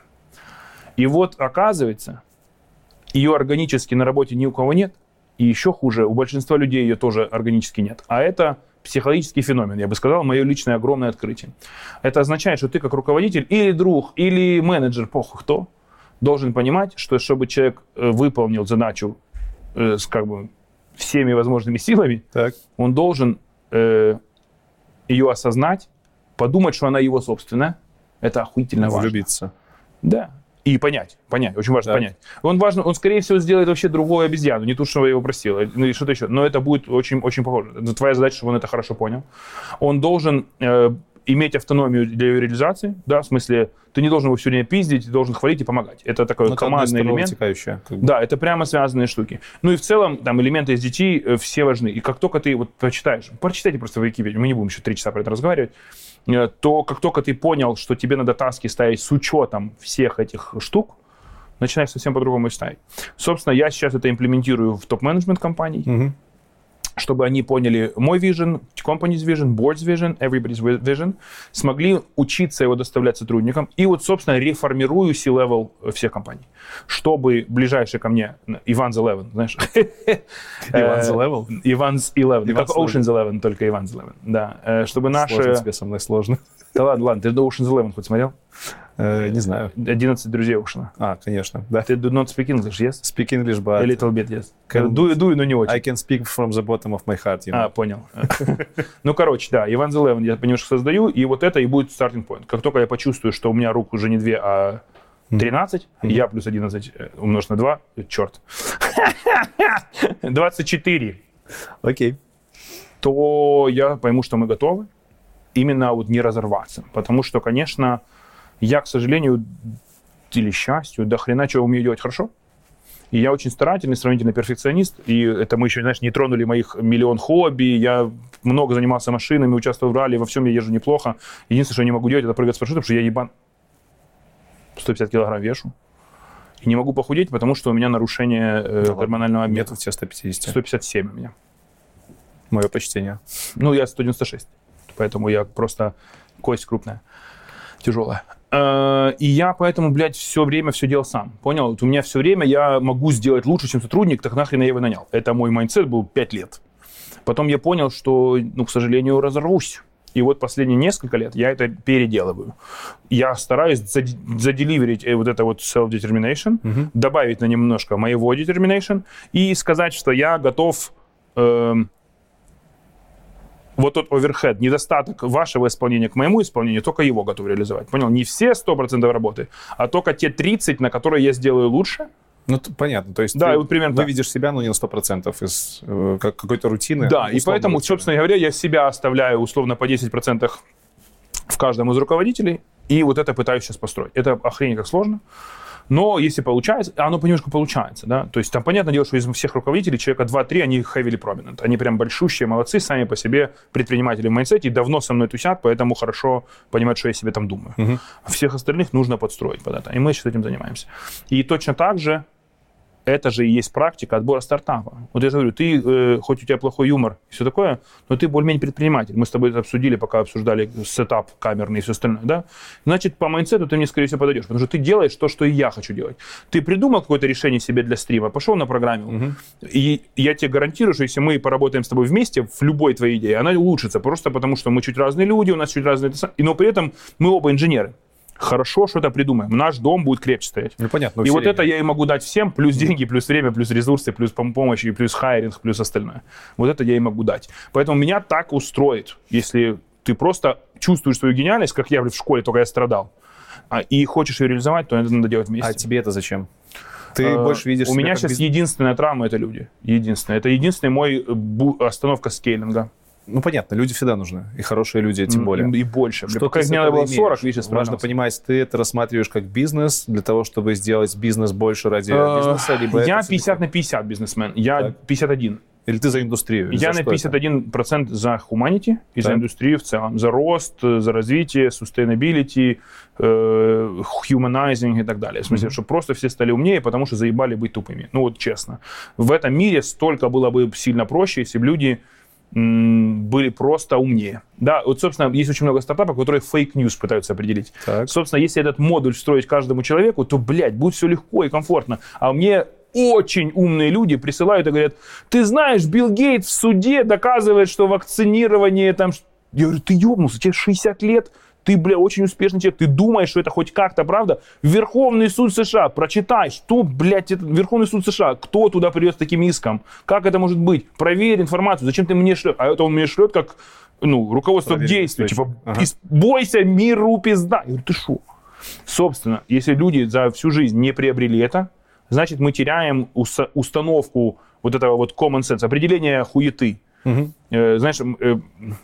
И вот, оказывается, ее органически на работе ни у кого нет, и еще хуже, у большинства людей ее тоже органически нет. А это психологический феномен, я бы сказал, мое личное огромное открытие. Это означает, что ты как руководитель или друг, или менеджер, похуй кто, должен понимать, что чтобы человек выполнил задачу э, с как бы всеми возможными силами, так. он должен э, ее осознать, подумать, что она его собственная. Это охуительно важно. Влюбиться. Да. И понять, понять, очень важно да. понять. Он, важно, он, скорее всего, сделает вообще другую обезьяну, не ту, что я его просил, ну и что-то еще. Но это будет очень, очень похоже. Это твоя задача, чтобы он это хорошо понял. Он должен э, иметь автономию для ее реализации, да, в смысле, ты не должен его все время пиздить, ты должен хвалить и помогать. Это такой Но командный элемент. Как бы. Да, это прямо связанные штуки. Ну и в целом, там, элементы эс ди ти э, все важны. И как только ты вот прочитаешь, прочитайте просто в Википедии, мы не будем еще три часа про это разговаривать, то как только ты понял, что тебе надо таски ставить с учетом всех этих штук, начинаешь совсем по-другому их ставить. Собственно, я сейчас это имплементирую в топ-менеджмент компаний, угу. чтобы они поняли мой vision, company's vision, board's vision, everybody's vision, смогли учиться его доставлять сотрудникам. И вот, собственно, реформирую C-level всех компаний, чтобы ближайший ко мне Иван's Eleven, знаешь? Иван's Eleven? Иван's Eleven, как Ocean's Eleven, только Иван's Eleven, да. Чтобы наши... Сложно тебе со мной, сложно. Да ладно, ладно, ты до Ocean's Eleven хоть смотрел? Uh, не знаю. одиннадцать друзей Оушена. А, конечно. Да. Ты do not speak English, yes? Speak English, but... A little bit, yes. Can... Do, do, но не очень. I can speak from the bottom of my heart, you know. А, понял. Ну, короче, да, Иван's Eleven я немножко создаю, и вот это и будет starting point. Как только я почувствую, что у меня рук уже не две, а тринадцать, я плюс одиннадцать умножить на два, черт. двадцать четыре. Окей. То я пойму, что мы готовы. Именно вот не разорваться. Потому что, конечно, я, к сожалению, или счастью, до хрена чего умею делать хорошо. И я очень старательный, сравнительно перфекционист. И это мы еще, знаешь, не тронули моих миллион хобби. Я много занимался машинами, участвовал в ралли, во всем я езжу неплохо. Единственное, что я не могу делать, это прыгать с парашютом, потому что я ебан сто пятьдесят килограмм вешу. И не могу похудеть, потому что у меня нарушение э, да гормонального обмена. Нет у тебя сто пятьдесят. сто пятьдесят семь у меня. Мое почтение. Ну, я сто девяносто шесть. Поэтому я просто кость крупная, тяжелая. И я поэтому, блядь, все время все делал сам. Понял? Вот у меня все время я могу сделать лучше, чем сотрудник, так нахрен я его нанял. Это мой майндсет был пять лет. Потом я понял, что, ну, к сожалению, разорвусь. И вот последние несколько лет я это переделываю. Я стараюсь заделиверить вот это вот self-determination, угу. добавить на немножко моего determination и сказать, что я готов... Э, вот тот оверхед, недостаток вашего исполнения к моему исполнению, только его готов реализовать. Понял? Не все сто процентов работы, а только те тридцать, на которые я сделаю лучше. Ну, понятно. То есть да, ты вот примерно выведешь так. себя, но не на сто процентов из э, какой-то рутины. Да, и поэтому, рутины. собственно говоря, я себя оставляю условно по десять процентов в каждом из руководителей, и вот это пытаюсь сейчас построить. Это охренеть как сложно. Но если получается, оно понемножку получается, да, то есть там, понятное дело, что из всех руководителей человека два-три, они heavily prominent, они прям большущие, молодцы, сами по себе предприниматели в майндсете, и давно со мной тусят, поэтому хорошо понимают, что я себе там думаю. Uh-huh. Всех остальных нужно подстроить под это, и мы сейчас этим занимаемся. И точно так же это же и есть практика отбора стартапа. Вот я же говорю, ты, э, хоть у тебя плохой юмор и все такое, но ты более-менее предприниматель. Мы с тобой это обсудили, пока обсуждали сетап камерный и все остальное, да? Значит, по майндсету ты мне, скорее всего, подойдешь, потому что ты делаешь то, что и я хочу делать. Ты придумал какое-то решение себе для стрима, пошел напрограммил, угу. И я тебе гарантирую, что если мы поработаем с тобой вместе в любой твоей идее, она улучшится, просто потому что мы чуть разные люди, у нас чуть разные... Но при этом мы оба инженеры. Хорошо что-то придумаем. Наш дом будет крепче стоять. Ну, понятно. И вот это я и могу дать всем, плюс деньги, плюс время, плюс ресурсы, плюс помощь, плюс хайринг, плюс остальное. Вот это я и могу дать. Поэтому меня так устроит, если ты просто чувствуешь свою гениальность, как я в школе, только я страдал, и хочешь ее реализовать, то это надо делать вместе. А тебе это зачем? Ты а, больше видишь... У меня сейчас бизнес... единственная травма — это люди. Единственная. Это единственная мой бу... остановка скейлинга. Ну, понятно, люди всегда нужны, и хорошие люди тем более. И больше. Что Пока мне надо было сорок, видишь, важно понимать, ты это рассматриваешь как бизнес, для того, чтобы сделать бизнес больше ради бизнеса, либо... Я пятьдесят на пятьдесят бизнесмен, я так. пятьдесят один. Или ты за индустрию? Я за на пятьдесят один процент за humanity и так. за индустрию в целом. За рост, за развитие, sustainability, э, humanizing и так далее. В смысле, mm-hmm. чтобы просто все стали умнее, потому что заебали быть тупыми. Ну вот честно. В этом мире столько было бы сильно проще, если бы люди... были просто умнее. Да, вот, собственно, есть очень много стартапов, которые фейк-ньюс пытаются определить. Так. Собственно, если этот модуль встроить каждому человеку, то, блядь, будет все легко и комфортно. А мне очень умные люди присылают и говорят, ты знаешь, Билл Гейтс в суде доказывает, что вакцинирование там... Я говорю, ты ебнулся, тебе шестьдесят лет, ты, бля, очень успешный человек, ты думаешь, что это хоть как-то правда? Верховный суд США, прочитай, что, блядь, это Верховный суд США, кто туда придет с таким иском? Как это может быть? Проверь информацию, зачем ты мне шлет? А это он мне шлет как, ну, руководство к действию, типа, ага. бойся, миру пизда. Я говорю, ты шо? Собственно, если люди за всю жизнь не приобрели это, значит, мы теряем ус- установку вот этого вот common sense, определение хуеты. Угу. Э, знаешь, э,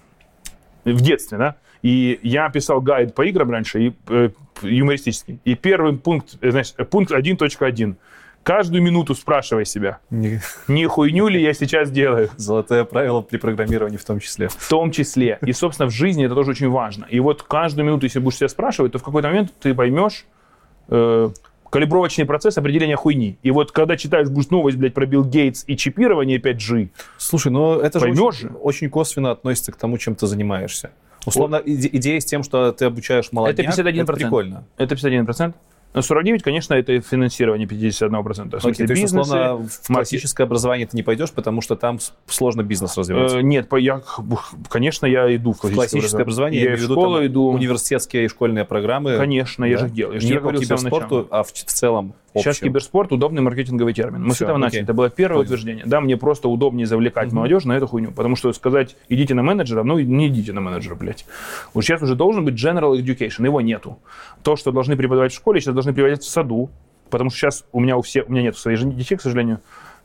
в детстве, да? И я писал гайд по играм раньше, и, э, юмористический. И первый пункт, значит, пункт один точка один. Каждую минуту спрашивай себя, не... не хуйню ли я сейчас делаю. Золотое правило при программировании в том числе. В том числе. И, собственно, в жизни это тоже очень важно. И вот каждую минуту, если будешь себя спрашивать, то в какой-то момент ты поймешь э, калибровочный процесс определения хуйни. И вот когда читаешь будешь новость, блядь, про Билл Гейтс и чипирование пять джи, слушай, ну это же очень, же очень косвенно относится к тому, чем ты занимаешься. Условно, иде- идея с тем, что ты обучаешь молодняк, это, пятьдесят один процент. Это прикольно. Это пятьдесят один процент. Но сорок девять, конечно, это финансирование пятьдесят один процент. В смысле, Окей, то есть, бизнесы, условно, в классическое образование ты не пойдешь, потому что там сложно бизнес развивать? Э, нет, я, конечно, я иду в классическое, классическое образование. Я, я в школу иду. Университетские и школьные программы. Конечно, да? Я же их делаю. Я не по киберспорту, а в, в целом общем. Сейчас киберспорт — удобный маркетинговый термин. Мы Все, с этого окей. начали. Это было первое Понял. утверждение. Да, мне просто удобнее завлекать mm-hmm. молодежь на эту хуйню. Потому что сказать, идите на менеджера, ну не идите на менеджера, блядь. Вот сейчас уже должен быть general education, его нету. То, что должны преподавать в школе, сейчас должны преподавать в саду. Потому что сейчас у меня у всех, у меня нет своих детей, к сожалению,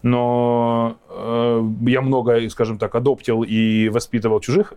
но э, я много, скажем так, адоптил и воспитывал чужих.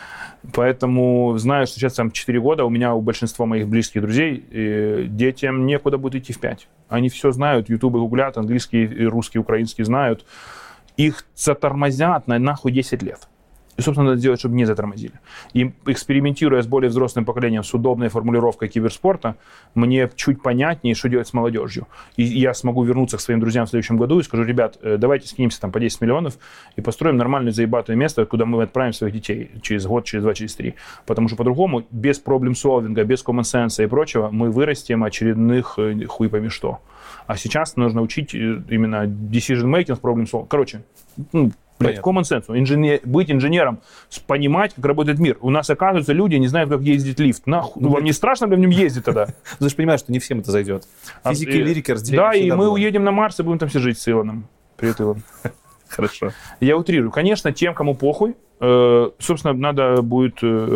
Поэтому знаю, что сейчас там четыре года, у меня у большинства моих близких друзей э, детям некуда будет идти в пять. Они все знают, ютубы гуглят, английский, русский, украинский знают. Их затормозят на нахуй десять лет. И, собственно, надо сделать, чтобы не затормозили. И экспериментируя с более взрослым поколением, с удобной формулировкой киберспорта, мне чуть понятнее, что делать с молодежью. И я смогу вернуться к своим друзьям в следующем году и скажу, ребят, давайте скинемся там по десять миллионов и построим нормальное заебатое место, куда мы отправим своих детей через год, через два, через три. Потому что по-другому, без проблем-солвинга, без common sense и прочего, мы вырастем очередных хуй пойми что. А сейчас нужно учить именно decision-making, problem-solving. Короче, ну, блядь, common sense. Инженер, быть инженером, понимать, как работает мир. У нас, оказывается, люди не знают, как ездить лифт. Нахуй. Ну, вам не страшно, бля, в нем ездить тогда? Ты же понимаешь, что не всем это зайдет. Физики и лирики разделяют. Да, и мы уедем на Марс и будем там все жить с Илоном. Привет, Илон. Хорошо. Я утрирую. Конечно, тем, кому похуй, собственно, надо будет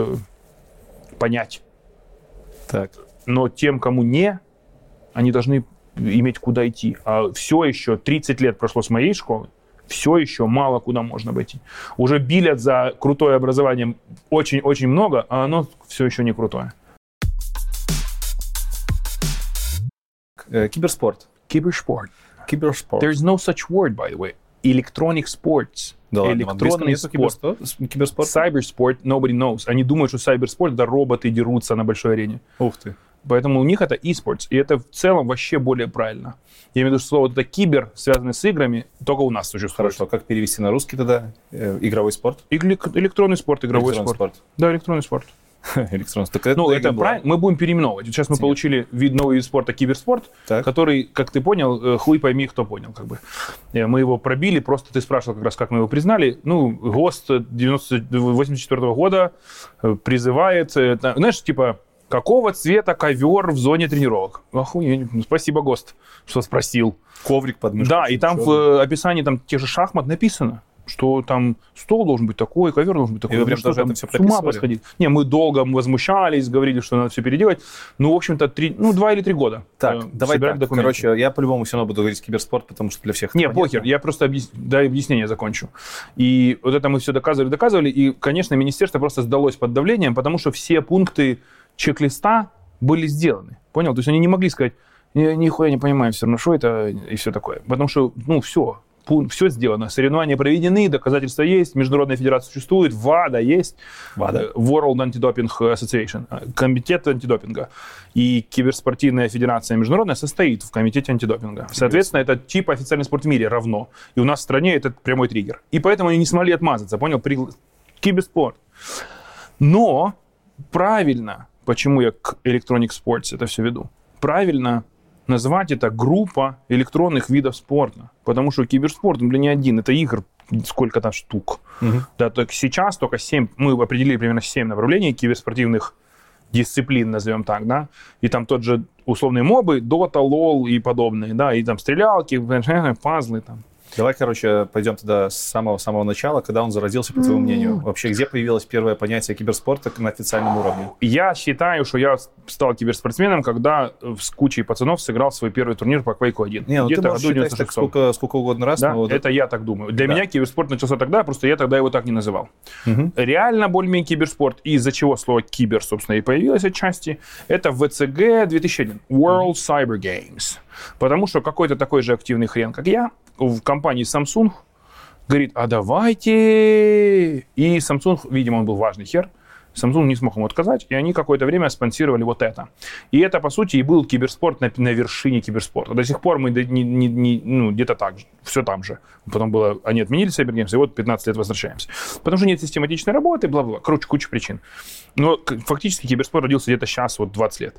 понять. Так. Но тем, кому не, они должны иметь куда идти. А все еще тридцать лет прошло с моей школы, все еще мало куда можно пойти. Уже билят за крутое образование очень-очень много, а оно все еще не крутое. Так, э, киберспорт. Киберспорт. Киберспорт. There's no such word, by the way. Electronic sports. Да ладно, в Электронный английском спорт. нету киберспорт? Cybersport, nobody knows. Они думают, что cybersport — это роботы дерутся на большой арене. Ух ты. Поэтому у них это e-sports, и это в целом вообще более правильно. Я имею в виду, что слово вот это кибер, связанное с играми, только у нас существует. Хорошо, как перевести на русский тогда? Э, игровой спорт? Элек- электронный спорт, игровой Электронный спорт. спорт. Да, электронный спорт. Электронный. Так это Ну, это была. правильно. Мы будем переименовывать. Сейчас мы получили вид, новый вид спорта — киберспорт, Так. который, как ты понял, э, хуй пойми, кто понял. Как бы. Э, Мы его пробили, просто ты спрашивал как раз, как мы его признали. Ну, ГОСТ девяносто восемьдесят четвёртого года э, призывает, э, та- знаешь, типа, какого цвета ковер в зоне тренировок? Охуеть. Ну, спасибо, ГОСТ, что спросил. Коврик под мышкой. Да, и там в э, описании там тех же шахмат написано, что там стол должен быть такой, ковер должен быть такой. И вы Ну прям что даже там, это всё с ума прописывали? посходить. Не, мы долго возмущались, говорили, что надо все переделать. Ну, в общем-то, три, ну, два или три года. Так, э, давай собирали так. документы. Короче, я по-любому все равно буду говорить киберспорт, потому что для всех это Не, понятно. похер, я просто объяс... дай объяснение закончу. И вот это мы все доказывали, доказывали, и, конечно, министерство просто сдалось под давлением, потому что все пункты чек-листа были сделаны. Понял? То есть они не могли сказать, «Ни- нихуя не понимаем все равно, что это, и все такое. Потому что, ну, все, все сделано. Соревнования проведены, доказательства есть, Международная федерация существует, ВАДА есть, ВАДА. э, World Anti-Doping Association, э, комитет антидопинга. И киберспортивная федерация международная состоит в комитете антидопинга. Соответственно, это типа официальный спорт в мире равно. И у нас в стране это прямой триггер. И поэтому они не смогли отмазаться, понял? При... Киберспорт. Но правильно, почему я к Electronic Sports это все веду, правильно назвать это группа электронных видов спорта. Потому что киберспорт, блин, не один, это игр сколько там штук. Мгм. Да, только сейчас только семь, мы определили примерно семь направлений киберспортивных дисциплин, назовем так, да, и там тот же условные мобы, Dota, лол и подобные, да, и там стрелялки, пазлы там. Давай, короче, пойдем тогда с самого-самого начала, когда он зародился, по твоему мнению. Вообще, где появилось первое понятие киберспорта на официальном уровне? Я считаю, что я стал киберспортсменом, когда с кучей пацанов сыграл свой первый турнир по Quake один. Не, ну ты Где-то можешь году считать так девяносто шестом. сколько, сколько угодно раз, Да, но вот это я так думаю. Для Да. меня киберспорт начался тогда, просто я тогда его так не называл. Мгм. Реально более-менее киберспорт, и из-за чего слово кибер, собственно, и появилось отчасти, это ви си джи две тысячи один, World Cyber Games. Потому что какой-то такой же активный хрен, как я, в компании Samsung говорит, а давайте... И Samsung, видимо, он был важный хер, Samsung не смог ему отказать, и они какое-то время спонсировали вот это. И это, по сути, и был киберспорт на, на вершине киберспорта. До сих пор мы до- не, не- не- ну, где-то так же, все там же. Потом было, они отменили Cyber Games, и вот пятнадцать лет возвращаемся. Потому что нет систематичной работы, бла-бла-бла. Короче, куча причин. Но к- фактически киберспорт родился где-то сейчас, вот двадцать лет.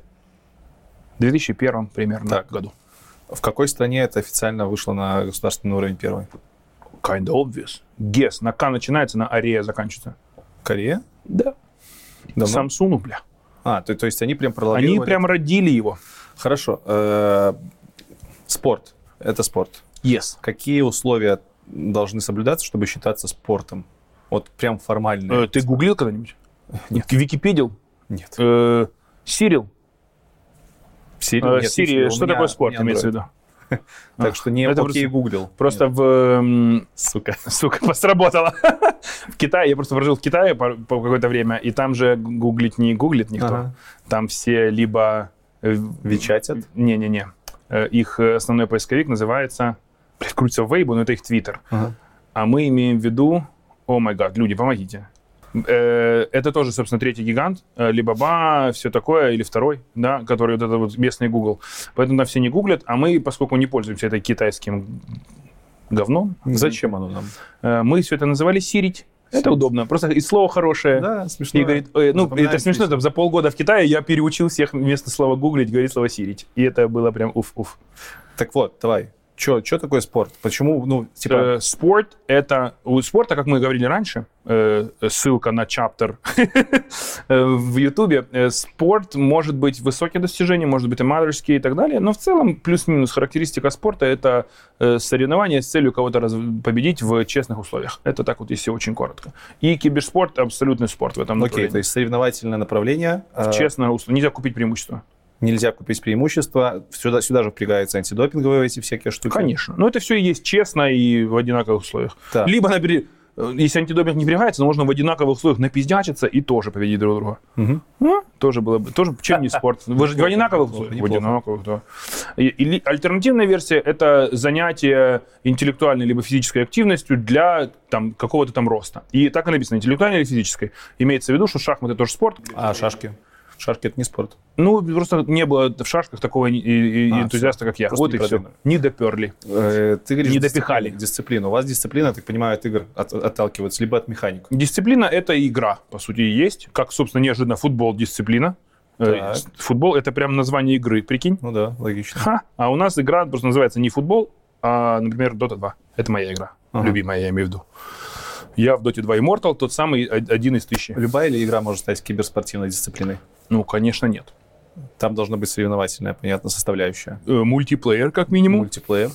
В две тысячи первом примерно Так. году. В какой стране это официально вышло на государственный уровень первый? Kind of obvious. Guess. На К начинается, на Арея заканчивается. Корея? Да. Давно? Samsung, бля. А, то, то есть они прям пролоббировали? Они прям родили его. Хорошо. Э, Спорт. Это спорт. Yes. Какие условия должны соблюдаться, чтобы считаться спортом? Вот прям формально. Э, ты гуглил когда-нибудь? Нет. Википедил? Нет. Э, Сирил? Сири, Э, нет, Сири, ничего. У что меня- такое спорт, у меня имеется в Android. виду? Так что не Это окей просто- гуглил. Просто Нет. в... эм, Сука. Сука, сработало. В Китае, я просто прожил в Китае по, по какое-то время, и там же гуглить не гуглит никто. Ага. Там все либо... э, Вичатят? Не-не-не. Э, Их э, основной поисковик называется... Блядь, крутится в Weibo, но это их твиттер. Ага. А мы имеем в виду... О май гад, люди, помогите. Э, Это тоже, собственно, третий гигант, э, Alibaba, все такое, или второй, да, который вот это вот местный Google. Поэтому там все не гуглят, а мы, поскольку не пользуемся этой китайским говном, Зачем оно нам? э, мы все это называли сирить. Это удобно. Просто и слово хорошее. Да, смешно. И говорит, э, ну, Запоминается это смешно, весело. там, за полгода в Китае я переучил всех вместо слова гуглить, говорить слово сирить. И это было прям уф-уф. Так вот, давай. Что такое спорт? Почему, ну, типа... Э, Спорт — это... У спорта, как мы говорили раньше, э, ссылка на чаптер э, в Ютубе, э, спорт может быть высокие достижения, может быть аматорские и так далее, но в целом плюс-минус характеристика спорта — это э, соревнование с целью кого-то раз- победить в честных условиях. Это так вот, если очень коротко. И киберспорт — абсолютный спорт в этом Окей, направлении. то есть соревновательное направление. э, Честно, ус- нельзя купить преимущество. Нельзя купить преимущество. Сюда, сюда же впрягаются антидопинговые эти всякие штуки. Конечно. Но это все и есть честно и в одинаковых условиях. Так. Либо, например, если антидопинг не прилагается, то можно в одинаковых условиях напиздячиться и тоже победить друг друга. Угу. Ну, тоже было бы. Тоже, чем не спорт? Вы же в одинаковых условиях? В одинаковых, да. И, и альтернативная версия – это занятие интеллектуальной либо физической активностью для там, какого-то там роста. И так и написано, интеллектуальной или физической. Имеется в виду, что шахматы тоже спорт. А шашки? Шашки – это не спорт. Ну, просто не было в шашках такого и, и, а, энтузиаста, как я. Вот и все. Не доперли. Э, ты говоришь, не допихали. Дисциплина. У вас дисциплина, я так понимаю, от игр от, отталкивается, либо от механик. Дисциплина – это игра, по сути, и есть. Как, собственно, неожиданно футбол – дисциплина. Так. Футбол – это прям название игры, прикинь? Ну да, логично. Ха. А у нас игра просто называется не футбол, а, например, Дота два. Это моя игра. Ага. Любимая, я имею в виду. Я в Доте два Immortal, тот самый один из тысячи. Любая ли игра может стать киберспортивной дисциплиной? Ну, конечно, нет. Там должна быть соревновательная, понятно, составляющая. Э, мультиплеер, как минимум. Мультиплеер.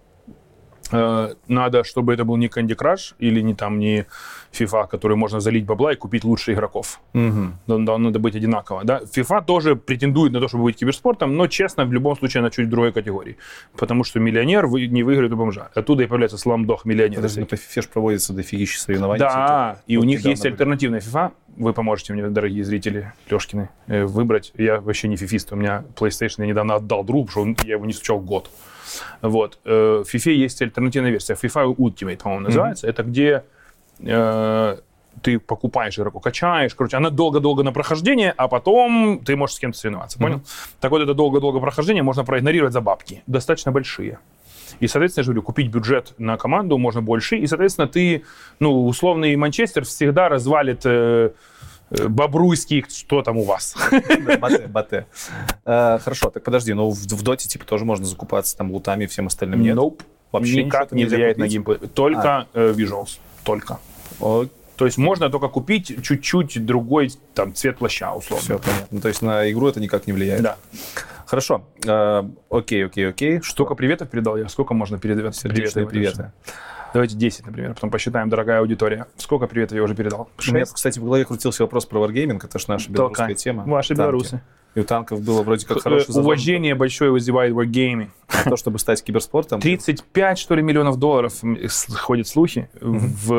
Э, надо, чтобы это был не Candy Crush или не там не FIFA, который можно залить бабла и купить лучших игроков. Угу. Должно надо быть одинаково. Да? FIFA тоже претендует на то, чтобы быть киберспортом, но, честно, в любом случае на чуть другой категории. Потому что миллионер вы, не выиграет у бомжа. Оттуда и появляется сламдог миллионер. Даже на FIFA ж проводится дофигища соревнований. Да, и вот у них есть были. альтернативная FIFA. Вы поможете мне, дорогие зрители Лёшкины, выбрать. Я вообще не фифист. У меня PlayStation я недавно отдал другу, потому что я его не стучал год. Вот. В FIFA есть альтернативная версия. FIFA Ultimate, по-моему, называется. Mm-hmm. Это где э, ты покупаешь игроку, качаешь. Короче, она долго-долго на прохождение, а потом ты можешь с кем-то соревноваться. Mm-hmm. Понял? Так вот, это долго-долго прохождение можно проигнорировать за бабки. Достаточно большие. И, соответственно, я же говорю, купить бюджет на команду можно больше. И, соответственно, ты, ну, условный Манчестер всегда развалит э, э, Бобруйский, что там у вас. Бате, бате. Э, хорошо, так подожди, но в, в доте типа тоже можно закупаться там лутами и всем остальным, нет? Nope. Вообще никак не влияет на геймплей. Только а. э, visuals. Только. Окей. То есть можно только купить чуть-чуть другой там, цвет плаща, условно. Все понятно. То есть на игру это никак не влияет? Да. Хорошо. Э, окей, окей, окей. Сколько приветов передал я? Сколько можно передавать? Сердечные приветы. приветы. Давайте десять, например. Потом посчитаем, дорогая аудитория. Сколько приветов я уже передал? шесть? У меня, кстати, в голове крутился вопрос про Wargaming. Это же наша белорусская Толкай. тема. Ваши танки. Белорусы. И у танков было вроде как хорошее зазвон. Уважение большое вызывает Wargaming. А то, чтобы стать киберспортом? тридцать пять, что ли, миллионов долларов, ходят слухи, mm-hmm.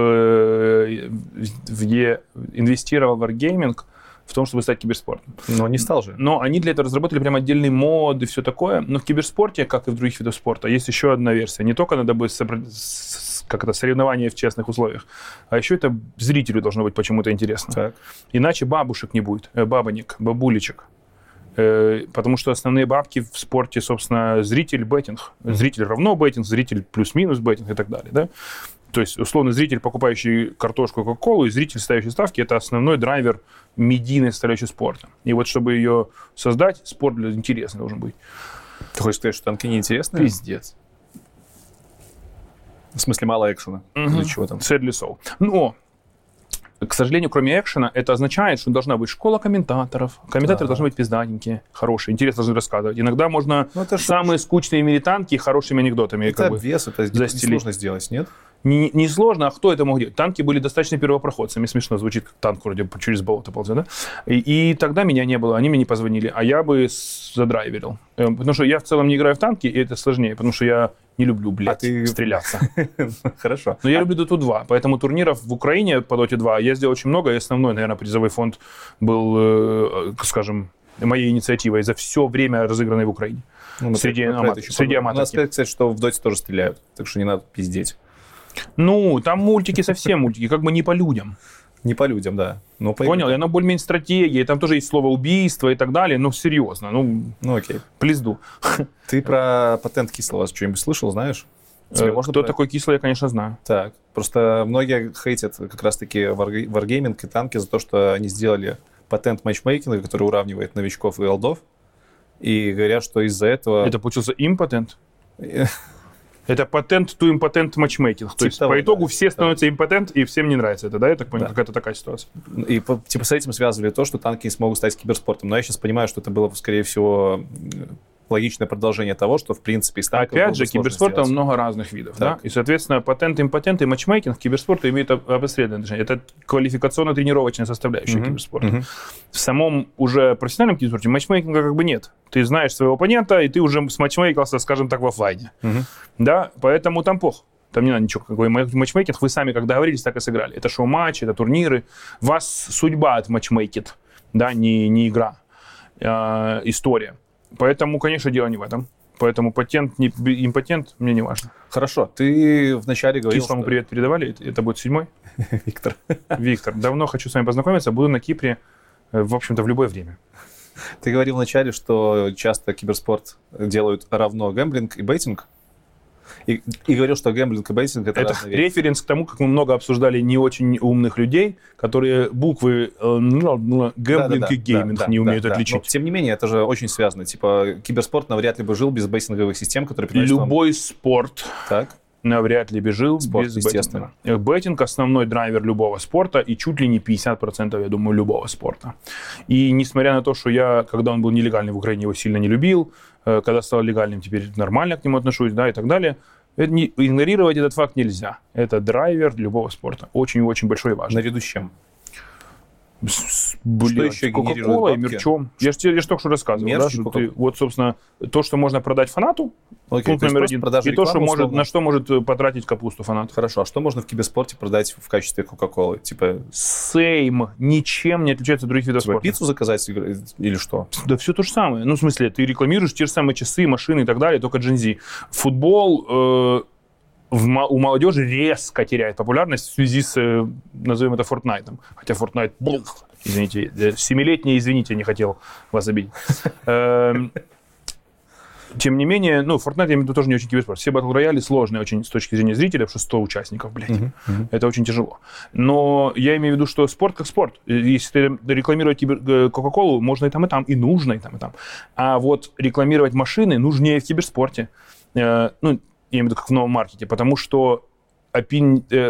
в, в, в инвестировал в Wargaming в том, чтобы стать киберспортом. Но не стал же. Но они для этого разработали прям отдельный мод и все такое. Но в киберспорте, как и в других видах спорта, есть еще одна версия. Не только надо будет сопро... как это, соревнования в честных условиях, а еще это зрителю должно быть почему-то интересно. Так. Иначе бабушек не будет, бабонек, бабулечек. Потому что основные бабки в спорте, собственно, зритель, беттинг. Зритель равно беттинг, зритель плюс-минус беттинг и так далее. Да? То есть, условно, зритель, покупающий картошку, кока-колу, и зритель, ставящий ставки, это основной драйвер медийной составляющей спорта. И вот, чтобы ее создать, спорт для интересный должен быть. Ты хочешь сказать, что танки неинтересные? Пиздец. В смысле, мало экшена? Угу. Или чего там? Sadly so. Но, к сожалению, кроме экшена, это означает, что должна быть школа комментаторов. Комментаторы да. должны быть пиздатенькие, хорошие, интересно должны рассказывать. Иногда можно самые что? скучные мини-танки хорошими анекдотами. Это как обвес, бы, это несложно сделать, нет? Не, не сложно, а кто это мог делать? Танки были достаточно первопроходцами. Смешно звучит, как танк вроде через болото ползет, да? И, и тогда меня не было, они мне не позвонили, а я бы задрайверил. Потому что я в целом не играю в танки, и это сложнее, потому что я не люблю, блядь, а ты... стреляться. Хорошо. Но я люблю Доту два, поэтому турниров в Украине по Доте два я сделал очень много, и основной, наверное, призовой фонд был, скажем, моей инициативой за все время, разыгранной в Украине. Ну, среди амат... среди аматоров. Надо сказать, кстати, что в Доте тоже стреляют, так что не надо пиздеть. Ну, там мультики совсем мультики, как бы не по людям. Не по людям, да. Но по Понял, и оно более-менее стратегия, и там тоже есть слово убийство и так далее, ну, серьезно, ну, ну окей. Плизду. Ты про патент кислого что-нибудь слышал, знаешь? Тебе можно Кто про... такой кислый, я, конечно, знаю. Так, просто многие хейтят как раз-таки Wargaming и танки за то, что они сделали патент матчмейкинга, который уравнивает новичков и олдов, и говорят, что из-за этого... Это получился им патент? Это патент to импотент матчмейкинг. То есть, того, по итогу, да, все становятся да. импотент, и всем не нравится это, да? Я так понимаю, да. какая-то такая ситуация. И типа с этим связывали то, что танки не смогут стать киберспортом. Но я сейчас понимаю, что это было, скорее всего, логичное продолжение того, что, в принципе, из танков Опять же, киберспорта много разных видов, так. да? И, соответственно, патент, импотент и матчмейкинг к киберспорту имеют опосредованное отношение. Это квалификационно-тренировочная составляющая uh-huh. киберспорта. Uh-huh. В самом уже профессиональном киберспорте матчмейкинга как бы нет. Ты знаешь своего оппонента, и ты уже сматчмейкался, скажем так, в офлайне. Uh-huh. Да? Поэтому там пох. Там не надо ничего, какой матчмейкинг. Вы сами как договорились, так и сыграли. Это шоу-матчи, это турниры. Вас судьба отматчмейкит, да, не, не игра, а история. Поэтому, конечно, дело не в этом. Поэтому патент, не, импотент, мне не важно. Хорошо, ты вначале говорил, Кислому что... привет передавали, это, это будет седьмой? Виктор. Виктор, давно хочу с вами познакомиться, буду на Кипре, в общем-то, в любое время. Ты говорил вначале, что часто киберспорт делают равно гэмблинг и бейтинг. И, и говорил, что гэмблинг и бейтинг — это, это разные вещи. референс к тому, как мы много обсуждали не очень умных людей, которые буквы э, гэмблинг да, да, и гейминг да, не да, умеют да, отличить. Но, тем не менее, это же очень связано. Типа, киберспорт навряд ли бы жил без бейтинговых систем, которые приносят Любой вам... спорт Так. навряд ли бы жил Спорт, без естественно. беттинга. Беттинг — основной драйвер любого спорта и чуть ли не пятьдесят процентов, я думаю, любого спорта. И несмотря на то, что я, когда он был нелегальный в Украине, его сильно не любил, когда стал легальным, теперь нормально к нему отношусь, да, и так далее, это не, игнорировать этот факт нельзя. Это драйвер любого спорта. Очень-очень большой и важный. Наряду с чем? Блядь, что еще генерирует Кока-кола и бабки? мерчом. Я же тебе я ж только что рассказывал. Мерч Да, и что Кока-кола. ты, вот, собственно, то, что можно продать фанату, Окей, пункт то есть номер просто один. продажа И то, что рекламы, может, условно. на что может потратить капусту фанат. Хорошо, а что можно в киберспорте продать в качестве Кока-Колы? Типа, Сейм ничем не отличается от других видов типа спорта. пиццу заказать или что? Да все то же самое. Ну, в смысле, ты рекламируешь те же самые часы, машины и так далее, только джинзи. Футбол э, в, мо- у молодежи резко теряет популярность в связи с, э, назовем это, Fortnite. Хотя Fortnite, блух, извините, э, семилетний, извините, не хотел вас обидеть. Эм, Тем не менее, ну, Fortnite, я имею в виду, тоже не очень киберспорт. Все батл-рояли сложные очень с точки зрения зрителя, потому что сто участников, блядь. Мгм, мгм. Это очень тяжело. Но я имею в виду, что спорт как спорт. Если ты рекламировать кибер- э, Кока-Колу, можно и там, и там, и нужно и там, и там. А вот рекламировать машины нужнее в киберспорте. Э, ну, я имею в виду, как в новом маркете, потому что опин... э,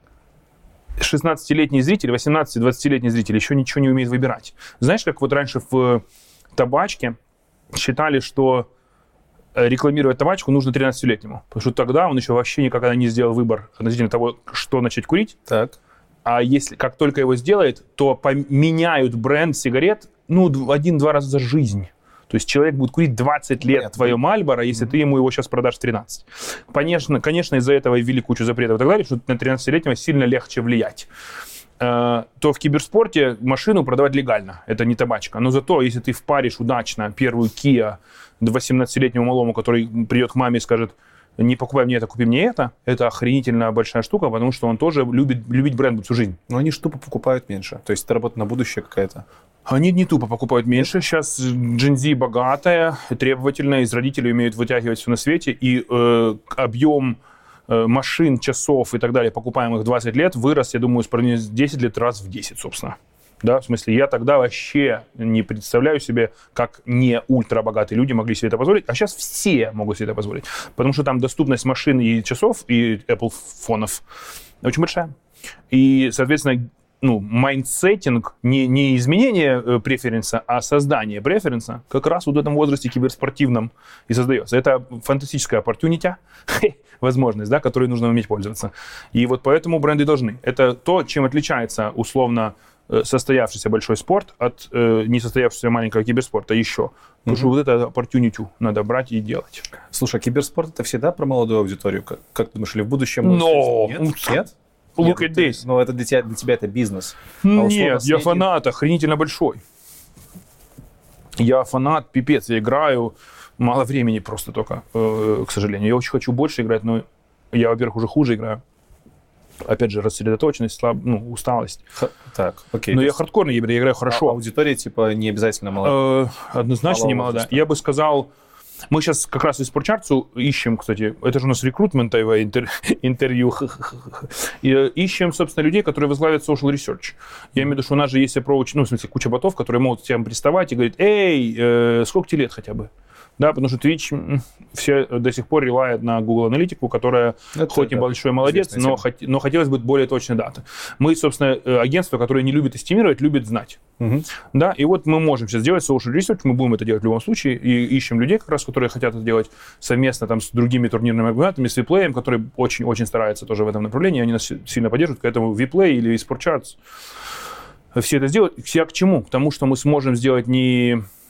шестнадцатилетний зритель, восемнадцати-двадцатилетний зритель еще ничего не умеет выбирать. Знаешь, как вот раньше в табачке считали, что рекламировать табачку нужно тринадцатилетнему, потому что тогда он еще вообще никогда не сделал выбор относительно того, что начать курить. Так. А если как только его сделает, то поменяют бренд сигарет ну, д- один-два раза за жизнь. То есть человек будет курить двадцать лет Понятно. твое Мальборо, если ты ему его сейчас продашь в тринадцать. Конечно, конечно, из-за этого и ввели кучу запретов и так далее, что на тринадцатилетнего сильно легче влиять. Э, То в киберспорте машину продавать легально, это не табачка. Но зато, если ты впаришь удачно первую Kia восемнадцатилетнему малому, который придет к маме и скажет: не покупай мне это, купи мне это, это охренительно большая штука, потому что он тоже любит любить бренд всю жизнь. Но они ж тупо покупают меньше. То есть это работа на будущее какая-то. Они не тупо покупают меньше. Сейчас Gen Z богатая, требовательная, из родителей умеют вытягивать все на свете, и э, объем э, машин, часов и так далее, покупаемых двадцать лет, вырос, я думаю, с десять лет раз в десять, собственно. Да, в смысле, я тогда вообще не представляю себе, как не ультрабогатые люди могли себе это позволить, а сейчас все могут себе это позволить, потому что там доступность машин и часов, и Apple фонов очень большая. И, соответственно, ну, майндсеттинг, не, не изменение э, преференса, а создание преференса как раз вот в этом возрасте киберспортивном и создается. Это фантастическая opportunity, возможность, да, которой нужно уметь пользоваться. И вот поэтому бренды должны. Это то, чем отличается условно э, состоявшийся большой спорт от э, несостоявшегося маленького киберспорта еще. Потому что вот это opportunity надо брать и делать. Слушай, а киберспорт — это всегда про молодую аудиторию? Как, как ты думаешь, или в будущем? Но! Нет? Нет? Look Нет, at ну, ты- this. Ну, это для тебя, для тебя это бизнес. А условно Нет, я средний- фанат охренительно большой. Я фанат, пипец, я играю. Мало времени просто только, э, к сожалению. Я очень хочу больше играть, но я, во-первых, уже хуже играю. Опять же, рассредоточенность, слаб... ну, усталость. Х- Так, окей. Но то я есть хардкорный играю, я играю а- хорошо. Аудитория, типа, не обязательно молодая. Э, Однозначно Малого не молодая. возраста. Я бы сказал, мы сейчас как раз из спортчартсу ищем, кстати, это же у нас рекрутментовое интер- интервью, и, э, ищем, собственно, людей, которые возглавят social research. Я имею в виду, что у нас же есть approach, ну, в смысле, куча ботов, которые могут к тебе приставать и говорить: эй, э, сколько тебе лет хотя бы? Да, потому что Twitch м, все до сих пор релают на Google аналитику, которая Это, хоть и да, большой молодец, известная но, тема. хот- но хотелось бы более точной даты. Мы, собственно, э, агентство, которое не любит эстимировать, любит знать. Мгм. Да, и вот мы можем сейчас делать social research, мы будем это делать в любом случае, и ищем людей, как раз, которые хотят это делать совместно там, с другими турнирными организаторами, с Vplay, который очень-очень старается тоже в этом направлении, они нас си- сильно поддерживают, поэтому Vplay или eSportCharts все это сделают. Все к чему? К тому, что мы сможем сделать не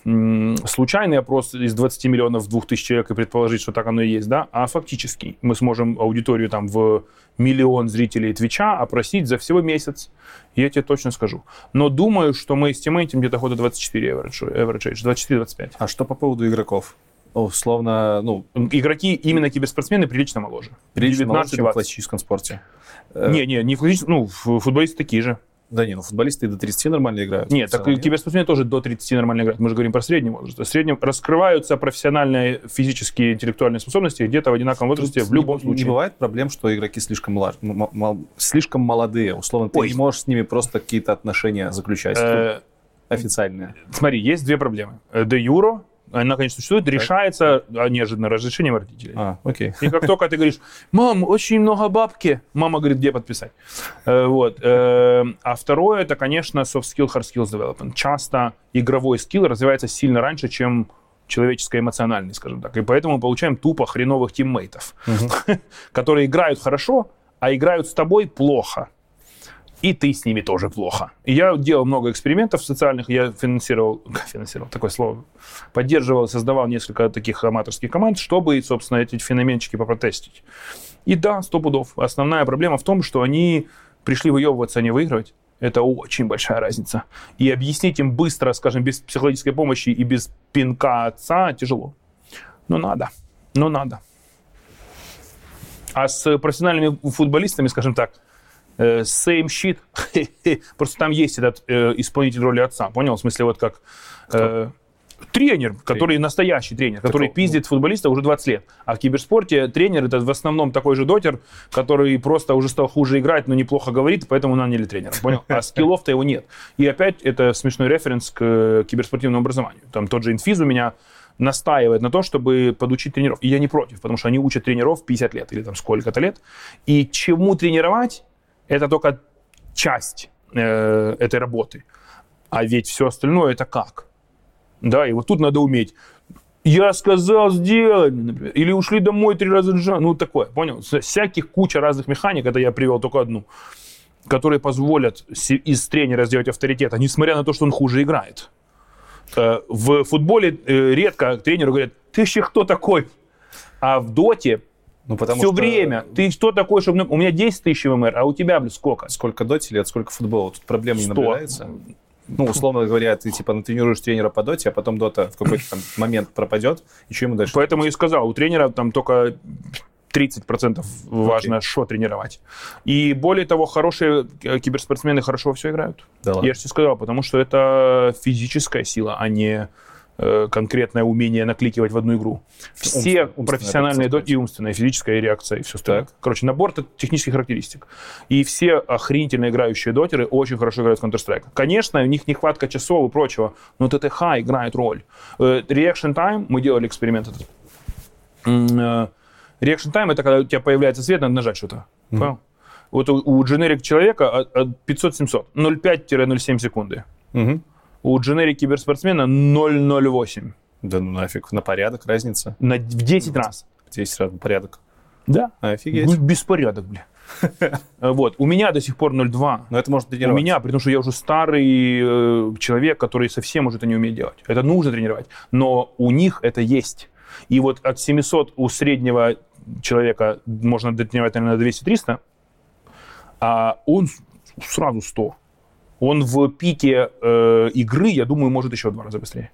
м- случайный опрос из двадцати миллионов двух тысяч человек и предположить, что так оно и есть, да, а фактически мы сможем аудиторию там в миллион зрителей Твича опросить за всего месяц, я тебе точно скажу. Но думаю, что мы эстимейтим где-то года двадцать четыре average, average age, двадцать четыре - двадцать пять. А что по поводу игроков? Условно, ну... Игроки, именно киберспортсмены, прилично моложе. Прилично моложе, чем в классическом спорте. Не, не, не в классическом, ну, футболисты такие же. Да не, ну футболисты и до тридцати нормально играют. Нет, так и киберспортсмены тоже до тридцати нормально играют. Мы же говорим про средний возраст. В среднем раскрываются профессиональные физические, интеллектуальные способности где-то в одинаковом возрасте в любом не, случае. Не бывает проблем, что игроки слишком, млад... м- м- слишком молодые. Условно, ты Ой. не можешь с ними просто какие-то отношения заключать. Э, Официальные. Смотри, есть две проблемы. Де юро, она, конечно, существует, решается неожиданно разрешением родителей. А, окей. И как только ты говоришь, мам, очень много бабки, мама говорит, где подписать. Э, вот. Э, а второе, это, конечно, soft skill, hard skills development. Часто игровой скилл развивается сильно раньше, чем человеческо-эмоциональный, скажем так. И поэтому мы получаем тупо хреновых тиммейтов, uh-huh. которые играют хорошо, а играют с тобой плохо. И ты с ними тоже плохо. И я делал много экспериментов социальных, я финансировал, финансировал, такое слово, поддерживал, создавал несколько таких аматорских команд, чтобы, собственно, эти феноменчики попротестить. И да, сто пудов. Основная проблема в том, что они пришли выебываться, а не выигрывать. Это очень большая разница. И объяснить им быстро, скажем, без психологической помощи и без пинка отца тяжело. Но надо. Но надо. А с профессиональными футболистами, скажем так, same shit. Просто там есть этот э, исполнитель роли отца, понял? В смысле, вот как э, тренер, который тренер. Настоящий тренер, который Такого, пиздит ну... футболиста уже двадцать лет. А в киберспорте тренер это в основном такой же дотер, который просто уже стал хуже играть, но неплохо говорит, поэтому наняли тренера, понял? А скиллов-то его нет. И опять это смешной референс к киберспортивному образованию. Там тот же инфиз у меня настаивает на том, чтобы подучить тренеров. И я не против, потому что они учат тренеров пятьдесят лет или там сколько-то лет. И чему тренировать? Это только часть э, этой работы. А ведь все остальное это как? Да, и вот тут надо уметь. Я сказал сделать, например. Или ушли домой три раза джа. Ну, такое, понял? Всяких куча разных механик, это я привел только одну, которые позволят из тренера сделать авторитета, несмотря на то, что он хуже играет. Э, в футболе э, редко тренеру говорят, ты еще кто такой? А в доте Ну, потому все что... время. Ты что такое, чтобы... У меня десять тысяч в эм эр, а у тебя, блин, сколько? Сколько доте лет, сколько футбола? Тут проблем не сто. Наблюдается? Ну, условно говоря, ты типа натренируешь тренера по доте, а потом дота в какой-то там момент пропадет, и что ему дальше? Поэтому и сказал, у тренера там только тридцать процентов важно, что okay. тренировать. И более того, хорошие киберспортсмены хорошо все играют. Да ладно? Я же тебе сказал, потому что это физическая сила, а не конкретное умение накликивать в одну игру. Все Умственно, профессиональные доты, и умственная, физическая реакция, и все остальное. Так. Короче, набор технических характеристик. И все охренительно играющие дотеры очень хорошо играют в Counter-Strike. Конечно, у них нехватка часов и прочего, но тэ тэ ха играет роль. Reaction time, мы делали эксперимент этот. Reaction time — это когда у тебя появляется свет, надо нажать что-то. Mm-hmm. Понял? Вот у, у generic человека пятьсот семьсот, ноль целых пять - ноль целых семь секунды. Mm-hmm. У generic киберспортсмена ноль целых ноль восемь. Да ну нафиг, на порядок разница. На, в десять раз. В десять раз на порядок. Да. Офигеть. Беспорядок, бля. Вот. У меня до сих пор ноль целых два. Но это можно тренировать. У меня, потому что я уже старый э, человек, который совсем уже это не умеет делать. Это нужно тренировать. Но у них это есть. И вот от семисот у среднего человека можно дотренировать, наверное, на двести-триста, а он сразу сто. Он в пике э, игры, я думаю, может еще в два раза быстрее.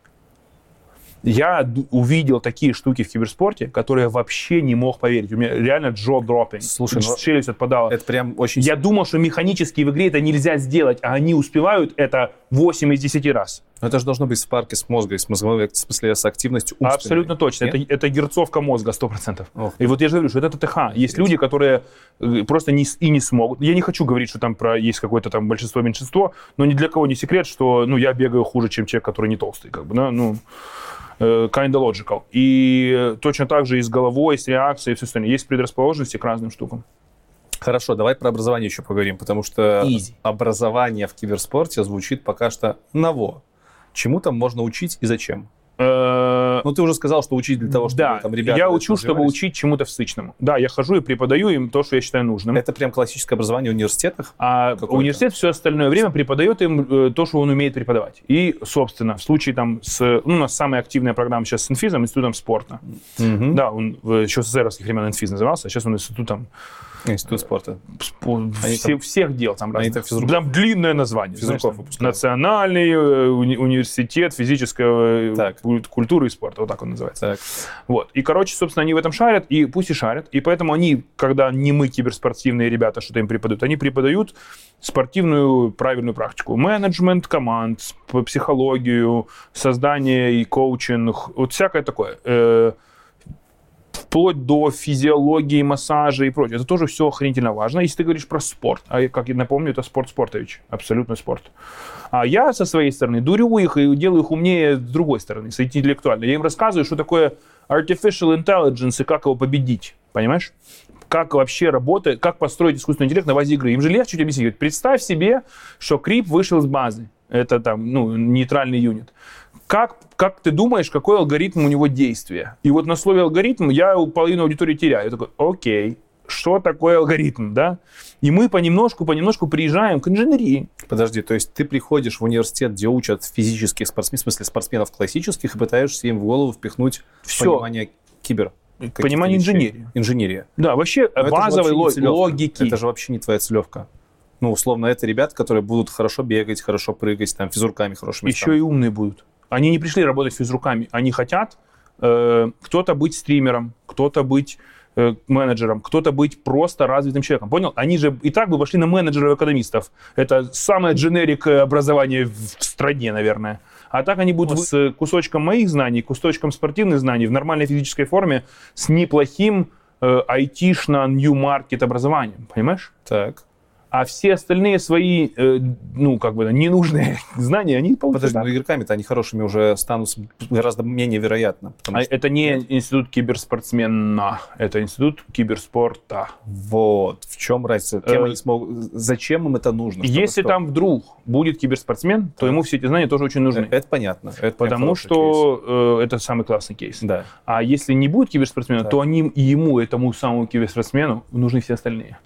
Я д- увидел такие штуки в киберспорте, которые я вообще не мог поверить. У меня реально jaw-dropping. Слушай, ну, челюсть отпадала. Это прям очень... Я думал, что механически в игре это нельзя сделать, а они успевают это восемь из десяти раз. Но это же должно быть в спарке с мозгом, с мозговой, в смысле, с активностью умственной. Абсолютно точно. Это, это герцовка мозга, сто процентов. Ох. И вот я же говорю, что это тэ тэ ха. Есть люди, которые просто не, и не смогут. Я не хочу говорить, что там про есть какое-то там большинство-меньшинство, но ни для кого не секрет, что ну, я бегаю хуже, чем человек, который не толстый. Как бы, да? Ну, kind of logical. И точно так же и с головой, с реакцией, и все остальное. Есть предрасположенности к разным штукам. Хорошо, давай про образование еще поговорим, потому что Easy. Образование в киберспорте звучит пока что ново. Чему там можно учить и зачем? Э, Ну, ты уже сказал, что учить для того, чтобы Да, там ребята... я учу, чтобы развивались. учить чему-то всычному. Да, я хожу и преподаю им то, что я считаю нужным. Это прям классическое образование в университетах? А какое-то? университет все остальное время преподает им э, то, что он умеет преподавать. И, собственно, в случае там с... Ну, у нас самая активная программа сейчас с инфизом, институтом спорта. Мгм. Да, он в- еще с эсэровских времен инфиз назывался, а сейчас он институтом Институт спорта. спо- Они все- там- всех дел там они разных. там физруков- Там длинное название. физруков знаешь, там выпускают. Национальный э, уни- университет физической э, Так. куль- культуры и спорта. Вот так он называется. Так. Вот. И, короче, собственно, они в этом шарят, и пусть и шарят. И поэтому они, когда не мы, киберспортивные ребята, что-то им преподают, они преподают спортивную правильную практику. Менеджмент команд, сп- психологию, создание и коучинг, вот всякое такое. Э, Вплоть до физиологии, массажа и прочее. Это тоже все охренительно важно. Если ты говоришь про спорт, а я, как я напомню, это спорт спортович, абсолютный спорт. А я со своей стороны дурю их и делаю их умнее с другой стороны, с интеллектуальной. Я им рассказываю, что такое artificial intelligence и как его победить, понимаешь? Как вообще работает, как построить искусственный интеллект на базе игры. Им же легче чуть объяснить. Говорит, представь себе, что крип вышел с базы. Это там, ну, нейтральный юнит. Как, как ты думаешь, какой алгоритм у него действия? И вот на слове алгоритм я у половины аудитории теряю. Я такой, окей, что такое алгоритм, да? И мы понемножку, понемножку приезжаем к инженерии. Подожди, то есть ты приходишь в университет, где учат физических спортсменов, в смысле спортсменов классических, и пытаешься им в голову впихнуть Всё. понимание кибер. каких-то Понимание вещей. инженерии. Инженерия. Да, вообще Но это же базовой вообще не ло- целевка. логики. Это же вообще не твоя целевка. Ну, условно, это ребята, которые будут хорошо бегать, хорошо прыгать, там, физруками хорошими Еще станут. и умные будут. Они не пришли работать физруками. Они хотят э, кто-то быть стримером, кто-то быть э, менеджером, кто-то быть просто развитым человеком. Понял? Они же и так бы вошли на менеджеров-экономистов. Это самое дженерик образование в стране, наверное. А так они будут Вот. с кусочком моих знаний, кусочком спортивных знаний в нормальной физической форме с неплохим э, айтишно-нью-маркет образованием. Понимаешь? Так. А все остальные свои, э, ну, как бы, ненужные знания, они получат. Подожди, так. ну игроками-то они хорошими уже станут с- гораздо менее вероятно. Потому А что... это не институт киберспортсмена, это институт киберспорта. Вот. В чем разница? Кем Э, они смогут... Зачем им это нужно? Чтобы Если что? там вдруг будет киберспортсмен, то Так. ему все эти знания тоже очень нужны. Э, Это понятно. Это прям Потому хороший что э, это самый классный кейс. кейс. Да. А если не будет киберспортсмена, Так. то они, и ему, этому самому киберспортсмену, нужны все остальные.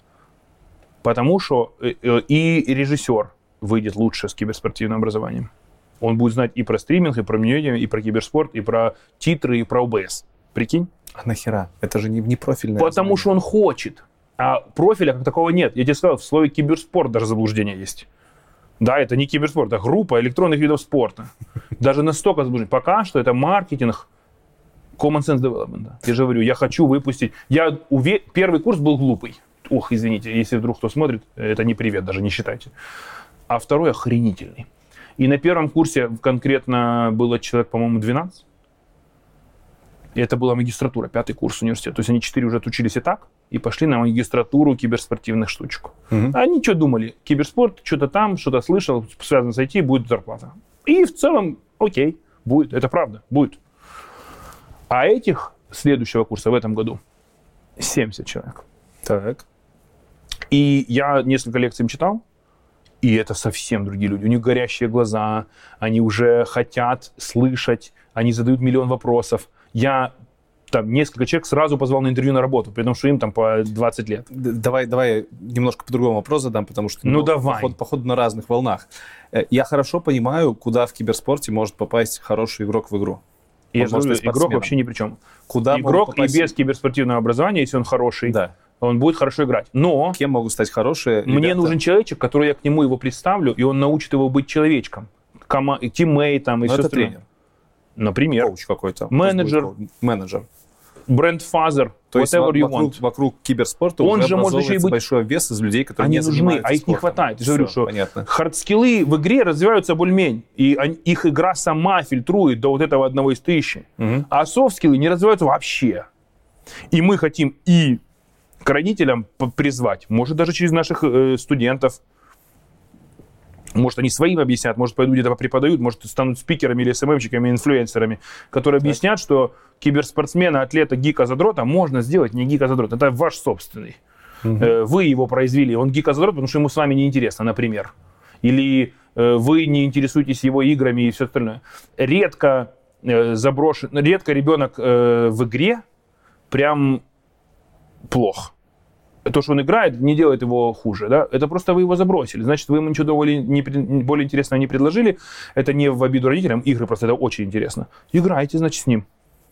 Потому что э, э, и режиссер выйдет лучше с киберспортивным образованием. Он будет знать и про стриминг, и про медиа, и про киберспорт, и про титры, и про о бэ эс. Прикинь? А нахера? Это же не, не профильное Потому что он хочет. А профиля как такового нет. Я тебе сказал, в слове киберспорт даже заблуждение есть. Да, это не киберспорт, это группа электронных видов спорта. Даже настолько заблуждение. Пока что это маркетинг, common sense development. Я же говорю, я хочу выпустить. Я уве... Первый курс был глупый. Ох, извините, если вдруг кто смотрит, это не привет, даже не считайте. А второй охренительный. И на первом курсе конкретно было человек, по-моему, двенадцать. И это была магистратура, пятый курс университета. То есть они четыре уже отучились и так, и пошли на магистратуру киберспортивных штучек. Мгм. А они что думали? Киберспорт, что-то там, что-то слышал, связано с ай ти, будет зарплата. И в целом, окей, будет, это правда, будет. А этих следующего курса в этом году семьдесят человек. Так. И я несколько лекций им читал, и это совсем другие люди. У них горящие глаза, они уже хотят слышать, они задают миллион вопросов. Я там несколько человек сразу позвал на интервью на работу, при том, что им там по двадцать лет. Д- Давай, давай немножко по-другому вопрос задам, потому что Ну, давай. Походу, походу на разных волнах. Э, Я хорошо понимаю, куда в киберспорте может попасть хороший игрок в игру. И я Он же может говорю, быть игрок спортсменом. вообще ни при чем. Куда могут Игрок и попасть- без киберспортивного образования, если он хороший, Да. он будет хорошо играть. Но Кем могут стать хорошие мне ребята? нужен человечек, который я к нему его представлю, и он научит его быть человечком. Кома- тиммейтом и Ну, все это остальное. тренер, Например, коуч какой-то. Менеджер. Пусть будет коуч. Менеджер. бренд-фазер, То есть whatever во- you вокруг, want. вокруг киберспорта Он уже же может еще и образовывается быть- большой вес из людей, которые Они не нужны, занимаются а их не спортом. хватает. Я же говорю, Всё, что понятно. хардскиллы в игре развиваются более-менее, и они- их игра сама фильтрует до вот этого одного из тысячи. Мгм. А софт-скиллы не развиваются вообще. И мы хотим и к родителям п- призвать, может, даже через наших э, студентов, может, они своим объяснят, может, пойдут где-то преподают, может, станут спикерами или эс эм эм-чиками, инфлюенсерами, которые объяснят, что киберспортсмена, атлета, гика-задрота можно сделать не гика-задрот. Это ваш собственный. Э, Вы его произвели, он гика-задрот, потому что ему с вами неинтересно, например. Или э, вы не интересуетесь его играми и все остальное. Редко э, заброшен. Редко ребенок э, в игре прям плох. То, что он играет, не делает его хуже. Да? Это просто вы его забросили. Значит, вы ему ничего более, не, более интересного не предложили. Это не в обиду родителям. Игры просто это очень интересно. Играйте, значит, с ним.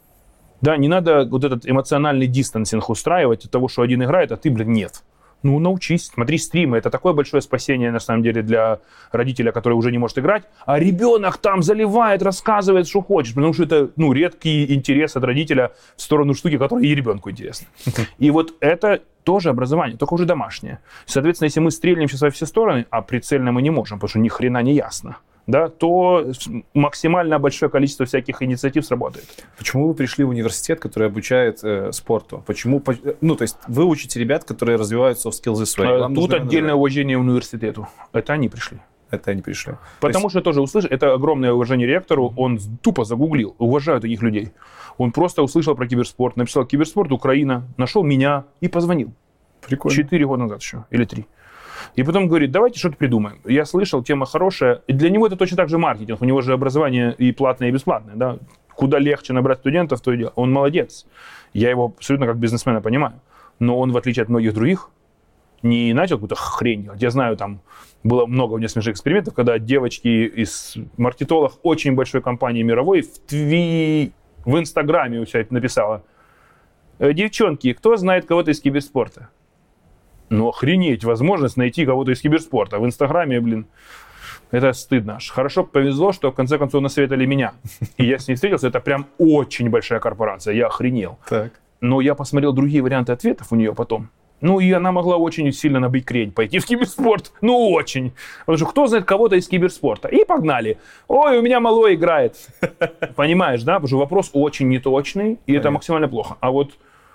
Да, не надо вот этот эмоциональный дистансинг устраивать от того, что один играет, а ты, блин, нет. Ну, научись, смотри стримы. Это такое большое спасение, на самом деле, для родителя, который уже не может играть. А ребенок там заливает, рассказывает, что хочешь. Потому что это, ну, редкий интерес от родителя в сторону штуки, которая и ребенку интересна. И вот это тоже образование, только уже домашнее. Соответственно, если мы стрельнем сейчас во все стороны, а прицельно мы не можем, потому что ни хрена не ясно, да, то максимально большое количество всяких инициатив сработает. Почему вы пришли в университет, который обучает э, спорту? Почему, ну, то есть вы учите ребят, которые развивают софт-скиллзы свои. Вам Тут отдельное уважение университету. Это они пришли. Это они пришли. Потому есть... что тоже услышал, это огромное уважение ректору, он тупо загуглил, уважаю таких людей. Он просто услышал про киберспорт, написал «Киберспорт Украина», нашел меня и позвонил. Прикольно. Четыре года назад еще, или три. И потом говорит, давайте что-то придумаем. Я слышал, тема хорошая. И для него это точно так же маркетинг. У него же образование и платное, и бесплатное. Да? Куда легче набрать студентов, то и дело. Он молодец. Я его абсолютно как бизнесмена понимаю. Но он, в отличие от многих других, не начал какую-то хрень делать. Я знаю, там было много у меня смешных экспериментов, когда девочки из маркетолог очень большой компании мировой в, тви... в Инстаграме у себя написала: девчонки, кто знает кого-то из киберспорта? Ну, охренеть, возможность найти кого-то из киберспорта. В Инстаграме, блин, это стыдно аж. Хорошо повезло, что в конце концов насоветовали меня. И я с ней встретился, это прям очень большая корпорация, я охренел. Так. Но я посмотрел другие варианты ответов у нее потом. Ну, и она могла очень сильно набить крень, пойти в киберспорт. Ну, очень. Потому что кто знает кого-то из киберспорта? И погнали. Ой, у меня малой играет. Понимаешь, да? Потому что вопрос очень неточный, и Понятно. Это максимально плохо. А вот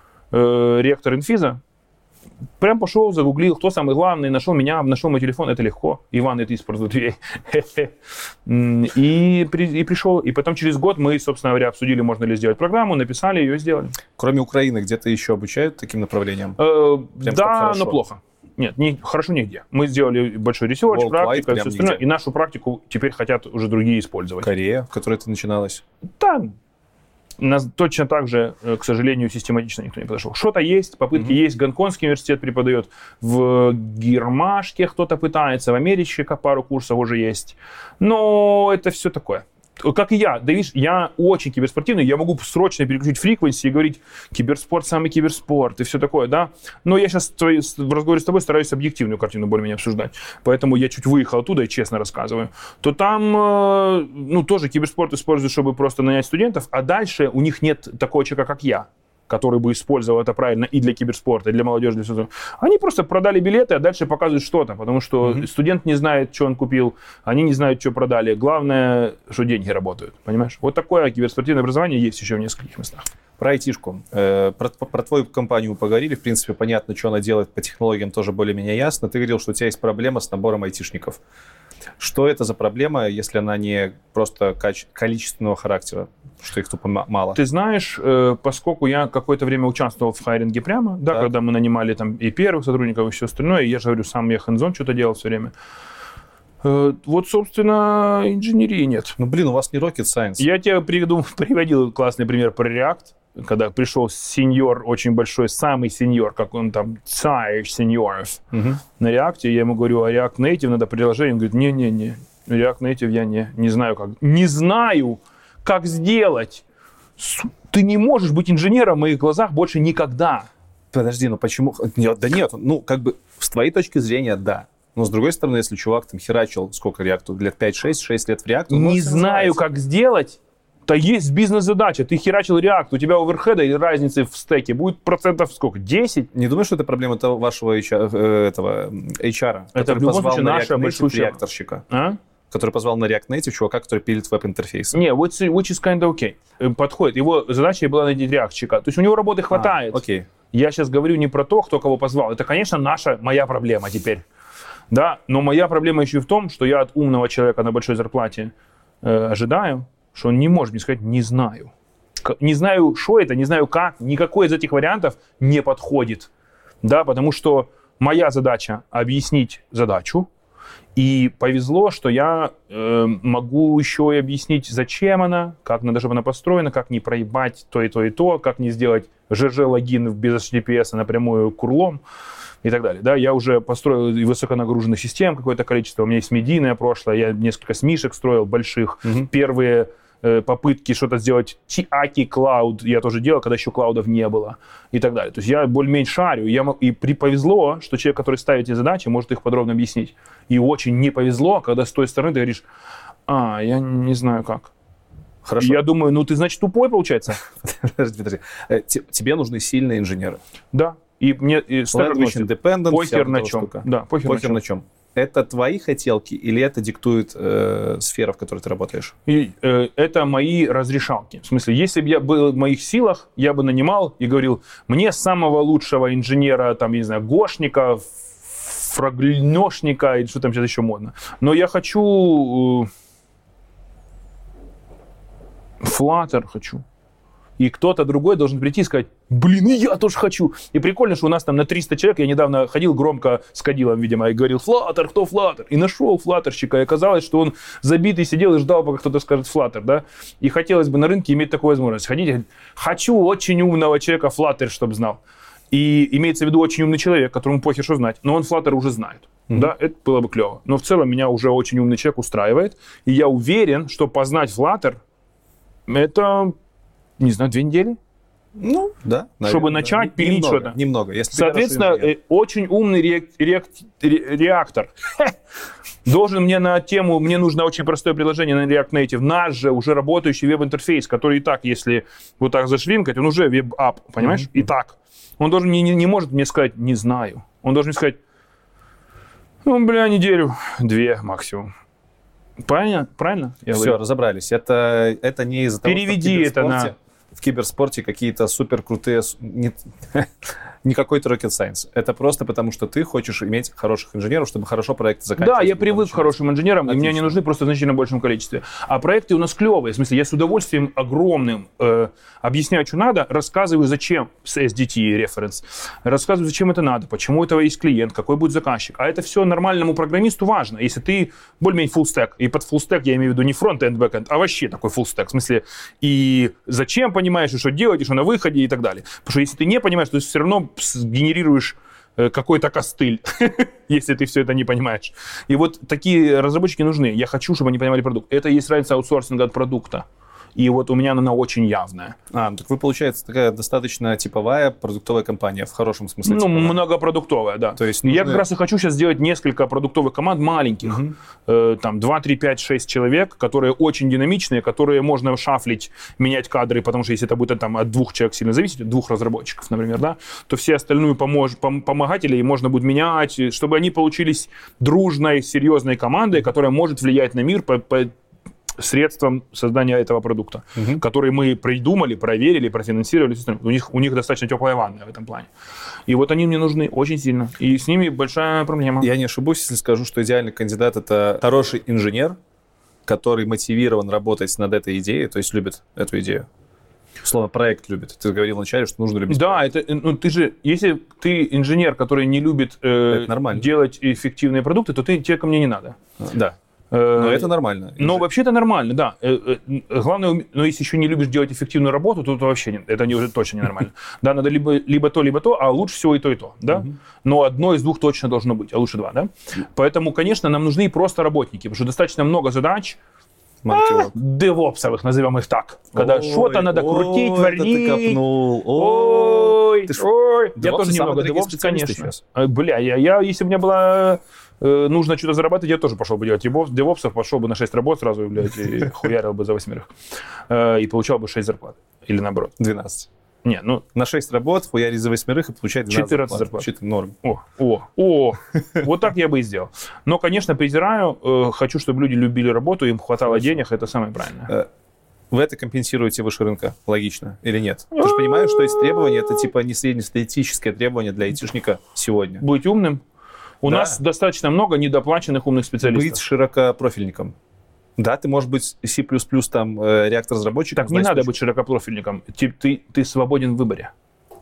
э, ректор инфиза прям пошел, загуглил, кто самый главный, нашел меня, нашел мой телефон, это легко. Иван, это из спортдверей. И, при, и пришел. И потом через год мы, собственно говоря, обсудили, можно ли сделать программу, написали ее, сделали. Кроме Украины, где-то еще обучают таким направлениям? Э, да, но плохо. Нет, не, хорошо нигде. Мы сделали большой ресерч, практика и все остальное. И нашу практику теперь хотят уже другие использовать. Корея, в которой это начиналось? Да. Нас точно так же, к сожалению, систематично никто не подошел. Что-то есть, попытки mm-hmm. есть. Гонконгский университет преподает, в Гермашке кто-то пытается, в Америке пару курсов уже есть. Но это все такое. Как и я, да видишь, я очень киберспортивный, я могу срочно переключить фриквенси и говорить, киберспорт самый киберспорт и все такое, да. Но я сейчас твои, в разговоре с тобой стараюсь объективную картину более-менее обсуждать. Поэтому я чуть выехал оттуда и честно рассказываю. То там, ну, тоже киберспорт используют, чтобы просто нанять студентов, а дальше у них нет такого человека, как я, который бы использовал это правильно и для киберспорта, и для молодежи, для всего. Они просто продали билеты, а дальше показывают что-то, потому что mm-hmm. студент не знает, что он купил, они не знают, что продали. Главное, что деньги работают, понимаешь? Вот такое киберспортивное образование есть еще в нескольких местах. Про айтишку. Э, про, про твою компанию поговорили, в принципе, понятно, что она делает по технологиям, тоже более-менее ясно. Ты говорил, что у тебя есть проблема с набором айтишников. Что это за проблема, если она не просто каче- количественного характера, что их тупо мало? Ты знаешь, э, поскольку я какое-то время участвовал в хайринге прямо, да, когда мы нанимали там и первых сотрудников, и все остальное, и я же говорю, сам я хэндзон что-то делал все время. Э, вот, собственно, инженерии нет. Ну, блин, у вас не rocket science. Я тебе приведу, приводил классный пример про React. Когда пришел сеньор, очень большой, самый сеньор, как он там, царь сеньоров, uh-huh. на React, я ему говорю, а React Native надо приложение, он говорит, не-не-не, React Native я не, не знаю как, не знаю, как сделать. Ты не можешь быть инженером в моих глазах больше никогда. Подожди, ну почему? Нет, да нет, ну как бы с твоей точки зрения, да. Но с другой стороны, если чувак там херачил, сколько React, лет пять-шесть, шесть лет в React, не знаю, как сделать. Да есть бизнес-задача. Ты херачил React, у тебя оверхеда и разницы в стеке будет процентов сколько? десять? Не думаешь, что это проблема этого вашего эйч ар, этого эйч ар, это в любом случае наша большущая реакторщика, а? который позвал на React Native чувака, который пилит веб-интерфейсы? Не, which, which is kind of okay. Подходит. Его задача была найти реактщика. То есть у него работы хватает. А, окей. Я сейчас говорю не про то, кто кого позвал. Это, конечно, наша, моя проблема теперь. Да? Но моя проблема еще и в том, что я от умного человека на большой зарплате э, ожидаю, что он не может мне сказать «не знаю». Не знаю, что это, не знаю как, никакой из этих вариантов не подходит. Да, потому что моя задача — объяснить задачу, И повезло, что я э, могу еще и объяснить, зачем она, как надо, чтобы она построена, как не проебать то и то и то, как не сделать жж-логин без эйч ти ти пи эс напрямую курлом и так далее. Да, я уже построил и высоконагруженных систем какое-то количество, у меня есть медийное прошлое, я несколько смишек строил больших, mm-hmm. первые э, попытки что-то сделать, Тиаки Cloud я тоже делал, когда еще клаудов не было и так далее. То есть я более-менее шарю, я, и при, повезло, что человек, который ставит эти задачи, может их подробно объяснить. И очень не повезло, когда с той стороны ты говоришь, а, я не знаю как. Хорошо. Я думаю, ну ты, значит, тупой, получается? Подожди, подожди. Тебе нужны сильные инженеры. Да. И мне и Language Independent, похер на чем. Штука. Да, похер, похер на, на чем. Это твои хотелки или это диктует э, сфера, в которой ты работаешь? И, э, это мои разрешалки. В смысле, если бы я был в моих силах, я бы нанимал и говорил, мне самого лучшего инженера, там, я не знаю, гошника, фраглёшника, и что там сейчас еще модно. Но я хочу... Э, Flutter хочу. И кто-то другой должен прийти и сказать, блин, и я тоже хочу. И прикольно, что у нас там на триста человек, я недавно ходил громко с кадилом, видимо, и говорил, Flutter, кто Flutter? И нашел флаттерщика, и оказалось, что он забитый сидел и ждал, пока кто-то скажет Flutter, да? И хотелось бы на рынке иметь такую возможность. Ходить и говорить, хочу очень умного человека Flutter, чтобы знал. И имеется в виду очень умный человек, которому похер, что знать, но он Flutter уже знает. Mm-hmm. Да, это было бы клево. Но в целом меня уже очень умный человек устраивает, и я уверен, что познать Flutter, это... Не знаю, две недели? Ну, да. Наверное, чтобы да. начать пилить немного, что-то. Немного. Если Соответственно, очень умный реак- реак- реактор должен мне на тему, мне нужно очень простое приложение на React Native, наш же уже работающий веб-интерфейс, который и так, если вот так зашвинкать, он уже веб-ап, понимаешь? Mm-hmm. И так. Он должен не, не, не может мне сказать, не знаю. Он должен мне сказать, ну, бля, неделю, две максимум. Правильно? Правильно? Я Все, говорю. Разобрались. Это, это не из-за того, Переведи что в это на... в киберспорте какие-то супер крутые... Не, не какой-то rocket science. Это просто потому, что ты хочешь иметь хороших инженеров, чтобы хорошо проекты заканчивать. Да, я привык к хорошим инженерам, Отлично. И мне они нужны просто в значительно большем количестве. А проекты у нас клевые. В смысле, я с удовольствием огромным э, объясняю, что надо, рассказываю, зачем с эс ди ти референс, рассказываю, зачем это надо, почему у этого есть клиент, какой будет заказчик. А это все нормальному программисту важно. Если ты более-менее full stack, и под full stack я имею в виду не фронт-энд, бэк-энд, а вообще такой full stack. В смысле, и зачем понимаешь, и что делать, и что на выходе, и так далее. Потому что если ты не понимаешь, то ты все равно генерируешь какой-то костыль, если ты все это не понимаешь. И вот такие разработчики нужны. Я хочу, чтобы они понимали продукт. Это есть разница аутсорсинга от продукта. И вот у меня она очень явная. А, ну так вы, получается, такая достаточно типовая продуктовая компания, в хорошем смысле. Ну, типовая. Многопродуктовая, да. То есть нужны... Я как раз и хочу сейчас сделать несколько продуктовых команд маленьких. Угу. Э, там два, три, пять, шесть человек, которые очень динамичные, которые можно шафлить, менять кадры, потому что если это будет там, от двух человек сильно зависеть, от двух разработчиков, например, да, то все остальные помож... пом- помогатели можно будет менять, чтобы они получились дружной, серьезной командой, которая может влиять на мир по, по средством создания этого продукта, угу. который мы придумали, проверили, профинансировали. У них, у них достаточно теплая ванная в этом плане. И вот они мне нужны очень сильно. И с ними большая проблема. Я не ошибусь, если скажу, что идеальный кандидат — это хороший инженер, который мотивирован работать над этой идеей, то есть любит эту идею. Словно проект любит. Ты говорил вначале, что нужно любить Да, проект. это, ну, ты же, если ты инженер, который не любит э, делать эффективные продукты, то ты, тебе ко мне не надо. Да. Но это нормально. Но вообще это нормально, да. Главное, но если еще не любишь делать эффективную работу, то это вообще не, это не, уже точно ненормально. Да, надо либо, либо то, либо то, а лучше всего и то, и то, да. Угу. Но одно из двух точно должно быть, а лучше два, да. Поэтому, конечно, нам нужны просто работники, потому что достаточно много задач, а, девопсовых, назовем их так. Когда ой, что-то надо ой, крутить, творить. Ты копнул. Ой, ты ой. Я тоже немного девопс, конечно. Сейчас. Бля, я, я, если бы у меня была... нужно что-то зарабатывать, я тоже пошел бы делать девопсов, пошел бы на шесть работ сразу, блядь, и хуярил бы за восьмерых. И получал бы шесть зарплат. Или наоборот. двенадцать. Не, ну... На шесть работ, хуярить за восьмерых и получать двенадцать четырнадцать зарплат. четырнадцать норм. О, о, о. Вот так я бы и сделал. Но, конечно, презираю. Э, хочу, чтобы люди любили работу, им хватало Хорошо. денег, это самое правильное. Вы это компенсируете выше рынка, логично, или нет? Ты же понимаешь, что есть требования, это типа не среднестатистическое требование для айтишника сегодня. Быть умным. У да. нас достаточно много недоплаченных умных специалистов. Быть широкопрофильником. Да, ты можешь быть C++, там, React-разработчиком. Так не надо быть широкопрофильником. Ты, ты, ты свободен в выборе.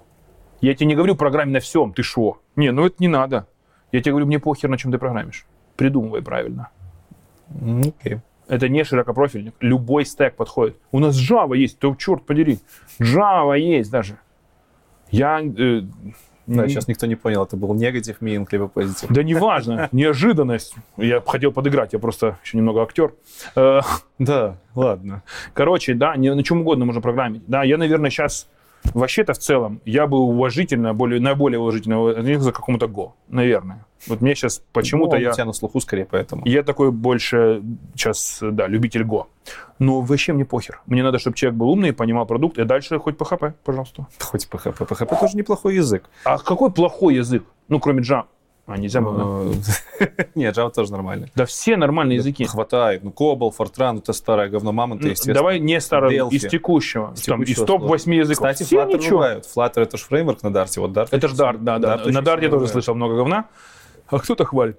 Я тебе не говорю программе на всем. Ты шо? Не, ну это не надо. Я тебе говорю, мне похер, на чем ты программишь. придумывай правильно. Окей. Okay. Это не широкопрофильник. Любой стек подходит. У нас Java есть, то черт подери. Java есть даже. Я... Э, да, сейчас никто не понял, это был негатив миинг либо позитив. Да неважно, неожиданность. Я хотел подыграть, я просто еще немного актер. Да, ладно. Короче, да, на чем угодно можно программить. Да, я, наверное, сейчас... Вообще-то в целом я бы уважительно, более, наиболее уважительно относился к какому-то Go, наверное. Вот мне сейчас почему-то ну, я... у тебя на слуху скорее поэтому. Я такой больше сейчас, да, любитель Go. Но вообще мне похер. Мне надо, чтобы человек был умный, понимал продукт, и дальше хоть пи эйч пи, пожалуйста. Хоть пи эйч пи. пи эйч пи тоже неплохой язык. А какой плохой язык? Ну, кроме Java. А, нельзя было, да? Нет, Java тоже нормально. Да все нормальные языки. Хватает. Ну, Cobol, Fortran, это старая говно мамонта, естественно. Давай не старое, из текущего. Из, там, из топ восемь языков. Кстати, все Flutter ничего. бывают. Flutter — это же фреймворк на Dart. Вот Dart это же Dart, да, да. Dart на Dart я тоже бывает. слышал много говна. А кто-то хвалит.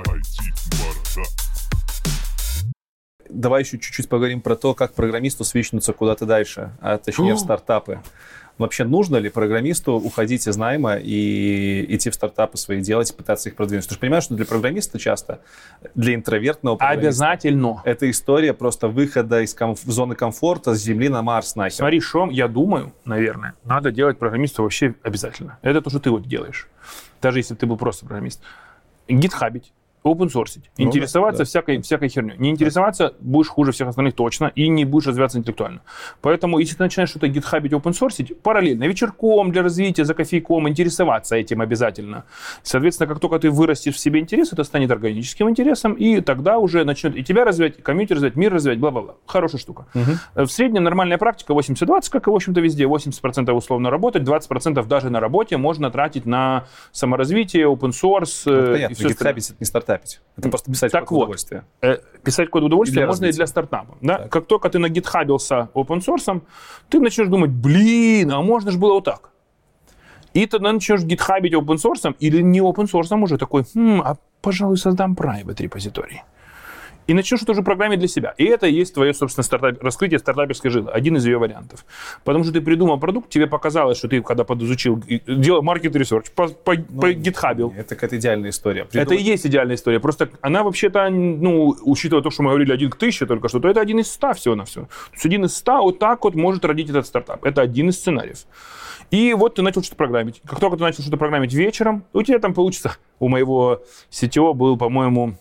Давай еще чуть-чуть поговорим про то, как программисту свичнуться куда-то дальше, а точнее в стартапы. Вообще нужно ли программисту уходить из найма и идти в стартапы свои делать, пытаться их продвинуть? Ты же понимаешь, что для программиста часто, для интровертного программиста... Обязательно. Это история просто выхода из комф- зоны комфорта с Земли на Марс нахер. Смотри, что я думаю, наверное, надо делать программисту вообще обязательно. Это то, что ты вот делаешь. Даже если ты был просто программист. Гитхабить. Опенсорсить, ну, интересоваться да, всякой, да. всякой херней. Не интересоваться да. будешь хуже всех остальных точно и не будешь развиваться интеллектуально. Поэтому, если ты начинаешь что-то гитхабить, опенсорсить, параллельно, вечерком для развития, за кофейком, интересоваться этим обязательно. Соответственно, как только ты вырастешь в себе интерес, это станет органическим интересом, и тогда уже начнет и тебя развивать, и комьюнити развивать, мир развивать, бла-бла-бла. Хорошая штука. Угу. В среднем нормальная практика восемьдесят двадцать, как и, в общем-то, везде. восемьдесят процентов условно работать, двадцать процентов даже на работе можно тратить на саморазвитие, опенсорс. Ну, понятно, гитхабить — это не стартап. Это просто писать так код вот, удовольствия. Э, писать код удовольствия и можно развития. И для стартапа. Да? Как только ты нагитхабился open-source, ты начнешь думать, блин, а можно же было вот так. И тогда начнешь гитхабить open-source или не open-source уже такой, хм, а пожалуй создам private репозиторий. И начнешь это уже программить для себя. И это и есть твое, собственно, стартап, раскрытие стартаперской жилы. Один из ее вариантов. Потому что ты придумал продукт, тебе показалось, что ты, когда подизучил, делал маркет ресерч, погитхабил. Ну, это какая-то идеальная история. Придумать... Это и есть идеальная история. Просто она вообще-то, ну, учитывая то, что мы говорили один к тысяче только что, то это один из ста всего-навсего. То есть один из ста вот так вот может родить этот стартап. Это один из сценариев. И вот ты начал что-то программить. Как только ты начал что-то программить вечером, у тебя там получится... У моего си ти о был, по-моему...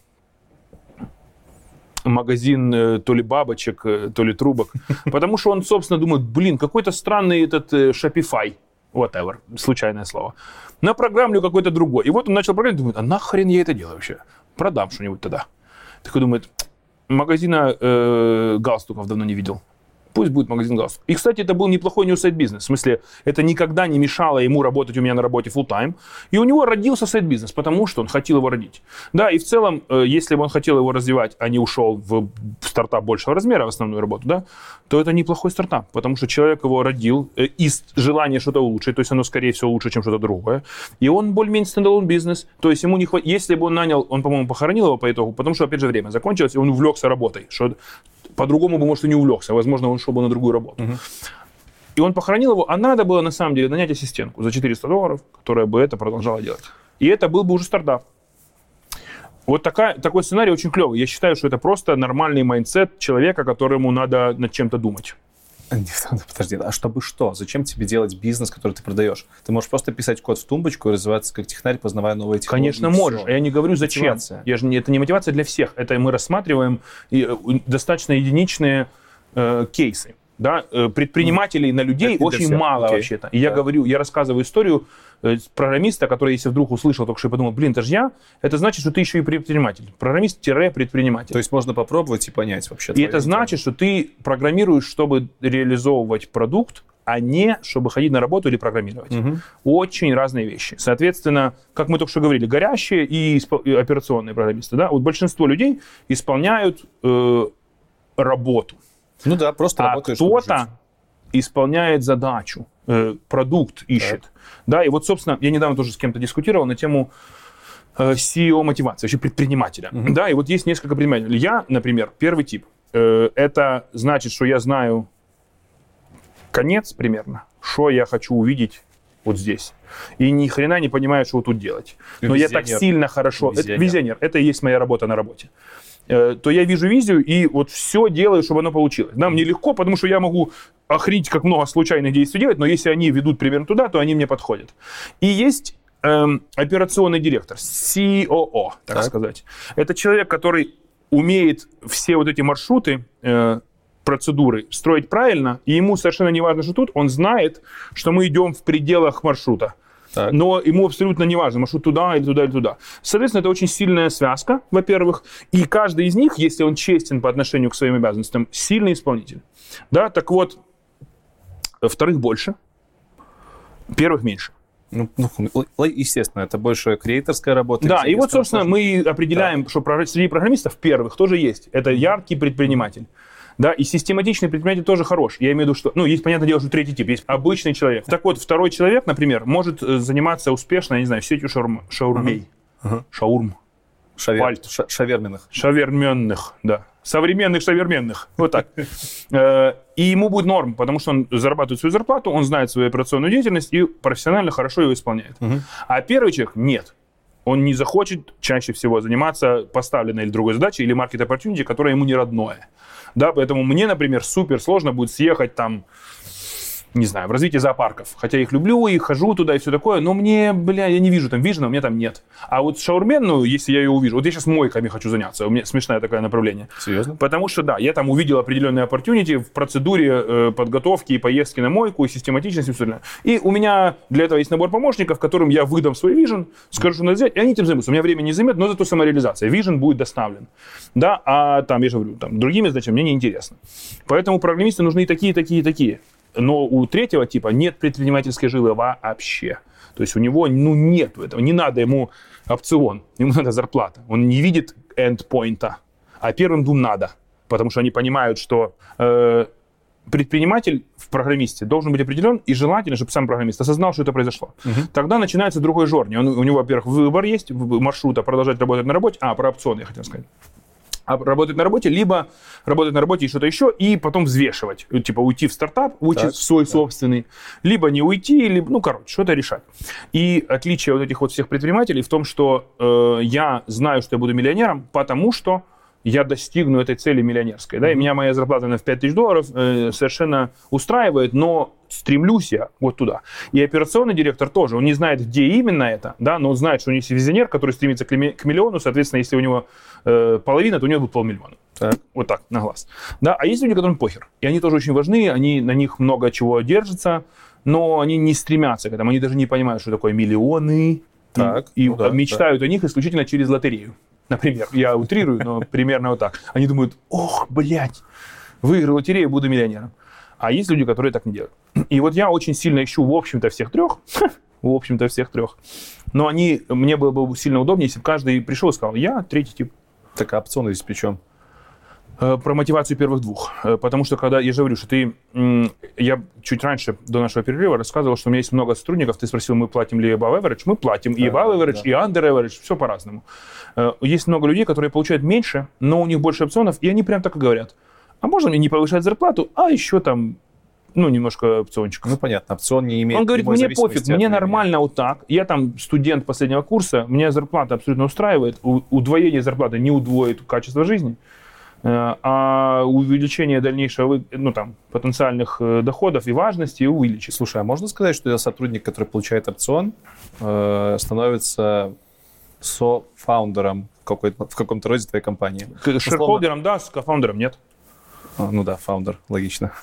магазин то ли бабочек, то ли трубок. Потому что он, собственно, думает, блин, какой-то странный этот Shopify, whatever, случайное слово. Напрограммлю какой-то другой. И вот он начал программировать, думает, а нахрен я это делаю вообще? Продам что-нибудь тогда. Такой думает, магазина э, галстуков давно не видел. Пусть будет магазин галстуков. И, кстати, это был неплохой new сайт-бизнес. В смысле, это никогда не мешало ему работать у меня на работе full-time. И у него родился сайт-бизнес, потому что он хотел его родить. Да, и в целом, если бы он хотел его развивать, а не ушел в стартап большего размера, в основную работу, да, то это неплохой стартап, потому что человек его родил из желания что-то улучшить, то есть оно, скорее всего, лучше, чем что-то другое. И он более-менее стендалон бизнес. То есть ему не хватит... Если бы он нанял, он, по-моему, похоронил его по итогу, потому что, опять же, время закончилось, и он увлекся работой, что... По-другому бы, может, и не увлекся. Возможно, он шел бы на другую работу. Uh-huh. И он похоронил его, а надо было, на самом деле, нанять ассистентку за четыреста долларов, которая бы это продолжала делать. И это был бы уже стартап. Вот такая, такой сценарий очень клевый. Я считаю, что это просто нормальный майндсет человека, которому надо над чем-то думать. Подожди, а чтобы что? Зачем тебе делать бизнес, который ты продаешь? Ты можешь просто писать код в тумбочку и развиваться как технарь, познавая новые технологии. Конечно, можешь. Я не говорю, зачем. Мотивация. Я же не, это не мотивация для всех. Это мы рассматриваем и, достаточно единичные э, кейсы. Да? Предпринимателей mm. на людей это очень мало okay. вообще-то. И да. я говорю, я рассказываю историю э, программиста, который, если вдруг услышал, только что и подумал, блин, это же я, это значит, что ты еще и предприниматель. Программист-предприниматель. То есть можно попробовать и понять вообще. И это значит, что ты программируешь, чтобы реализовывать продукт, а не чтобы ходить на работу или программировать. Mm-hmm. Очень разные вещи. Соответственно, как мы только что говорили, горящие и, испол- и операционные программисты. Да? Вот большинство людей исполняют э, работу. Ну да, просто а работаешь. кто-то исполняет задачу, э, продукт ищет. Так. Да, и вот, собственно, я недавно тоже с кем-то дискутировал на тему э, си и о-мотивации, вообще предпринимателя. Uh-huh. Да, и вот есть несколько предпринимателей. Я, например, первый тип. Э, это значит, что я знаю конец примерно, что я хочу увидеть вот здесь, и ни хрена не понимаю, что вот тут делать. Но я так сильно хорошо... Визионер. Это визионер. Это и есть моя работа на работе. То я вижу визию и вот все делаю, чтобы оно получилось. Да, мне легко, потому что я могу охренеть, как много случайных действий делать, но если они ведут примерно туда, то они мне подходят. И есть эм, операционный директор, си о о, так, так сказать. Это человек, который умеет все вот эти маршруты, э, процедуры строить правильно, и ему совершенно не важно, что тут, он знает, что мы идем в пределах маршрута. Так. Но ему абсолютно не важно, маршрут туда или туда или туда. Соответственно, это очень сильная связка, во-первых. И каждый из них, если он честен по отношению к своим обязанностям, сильный исполнитель. Да, так вот, вторых больше, первых меньше. Ну, ну, естественно, это больше креаторская работа. Да, и вот, собственно, мы определяем, да. что среди программистов первых тоже есть. Это яркий предприниматель. Да, и систематичный предприниматель тоже хорош. Я имею в виду, что, ну, есть, понятное дело, что третий тип, есть обычный человек. Так вот, второй человек, например, может заниматься успешно, я не знаю, сетью шаурм, шаурмей. Uh-huh. Шаурм. Шавер, ша, шаверменных. Шаверменных, да. Современных шаверменных. Вот так. И ему будет норм, потому что он зарабатывает свою зарплату, он знает свою операционную деятельность и профессионально хорошо ее исполняет. А первый человек нет. Он не захочет чаще всего заниматься поставленной или другой задачей, или маркет-оппортюнити, которая ему не родное. Да, поэтому мне, например, супер сложно будет съехать там, не знаю, в развитие зоопарков. Хотя я их люблю, и хожу туда, и все такое, но мне, бля, я не вижу там вижена, у меня там нет. А вот шаурменную, если я ее увижу, вот я сейчас мойками хочу заняться, у меня смешное такое направление. Серьезно? Потому что, да, я там увидел определенные opportunity в процедуре э, подготовки и поездки на мойку, и систематичности, и все остальное. И у меня для этого есть набор помощников, которым я выдам свой вижен, скажу, что надо взять, и они этим займутся. У меня времени не займет, но зато самореализация. Вижен будет доставлен. Да, а там, я же говорю, там, другими задачами мне неинтересно. Поэтому программисты нужны и такие, и такие, и такие. Но у третьего типа нет предпринимательской жилы вообще. То есть у него ну, нет этого. Не надо ему опцион, ему надо зарплата. Он не видит эндпоинта. А первым двум надо. Потому что они понимают, что э, предприниматель в программисте должен быть определен, и желательно, чтобы сам программист осознал, что это произошло. Угу. Тогда начинается другой жорни. Он, у него, во-первых, выбор есть маршрута, продолжать работать на работе. А, про опцион я хотел сказать. А работать на работе, либо работать на работе и что-то еще, и потом взвешивать. Типа уйти в стартап, уйти так, в свой так. собственный, либо не уйти, либо, ну, короче, что-то решать. И отличие вот этих вот всех предпринимателей в том, что э, я знаю, что я буду миллионером, потому что я достигну этой цели миллионерской. Да? И меня моя зарплата на пять тысяч долларов э, совершенно устраивает, но стремлюсь я вот туда. И операционный директор тоже, он не знает, где именно это, да, но он знает, что у него есть визионер, который стремится к, ли, к миллиону, соответственно, если у него э, половина, то у него будет полмиллиона. Так. Вот так, на глаз. Да? А есть люди, которым похер. И они тоже очень важны, они, на них много чего держится, но они не стремятся к этому, они даже не понимают, что такое миллионы. Так, и ну да, мечтают да. о них исключительно через лотерею. Например, я утрирую, но примерно вот так. Они думают, ох, блядь, выиграл лотерею, буду миллионером. А есть люди, которые так не делают. И вот я очень сильно ищу, в общем-то, всех трех. В общем-то, всех трех. Но они, мне было бы сильно удобнее, если бы каждый пришел и сказал, я третий тип. Так, а опционы здесь при чем? Про мотивацию первых двух. Потому что, когда, я же говорю, что ты... Я чуть раньше, до нашего перерыва, рассказывал, что у меня есть много сотрудников. Ты спросил, мы платим ли above average? Мы платим да, и above average, да. и under average. Все по-разному. Есть много людей, которые получают меньше, но у них больше опционов, и они прям так и говорят. А можно мне не повышать зарплату, а еще там, ну, немножко опциончиков. Ну, понятно, опцион не имеет... Он говорит, мне пофиг, мне нормально вот так. Я там студент последнего курса, меня зарплата абсолютно устраивает. Удвоение зарплаты не удвоит качество жизни. А увеличение дальнейшего, ну, там, потенциальных доходов и важности увеличить. Слушай, а можно сказать, что сотрудник, который получает опцион, становится со-фаундером в, какой-то, в каком-то роде твоей компании? Шерхолдером, да, с кофаундером нет. А, ну да, фаундер, логично.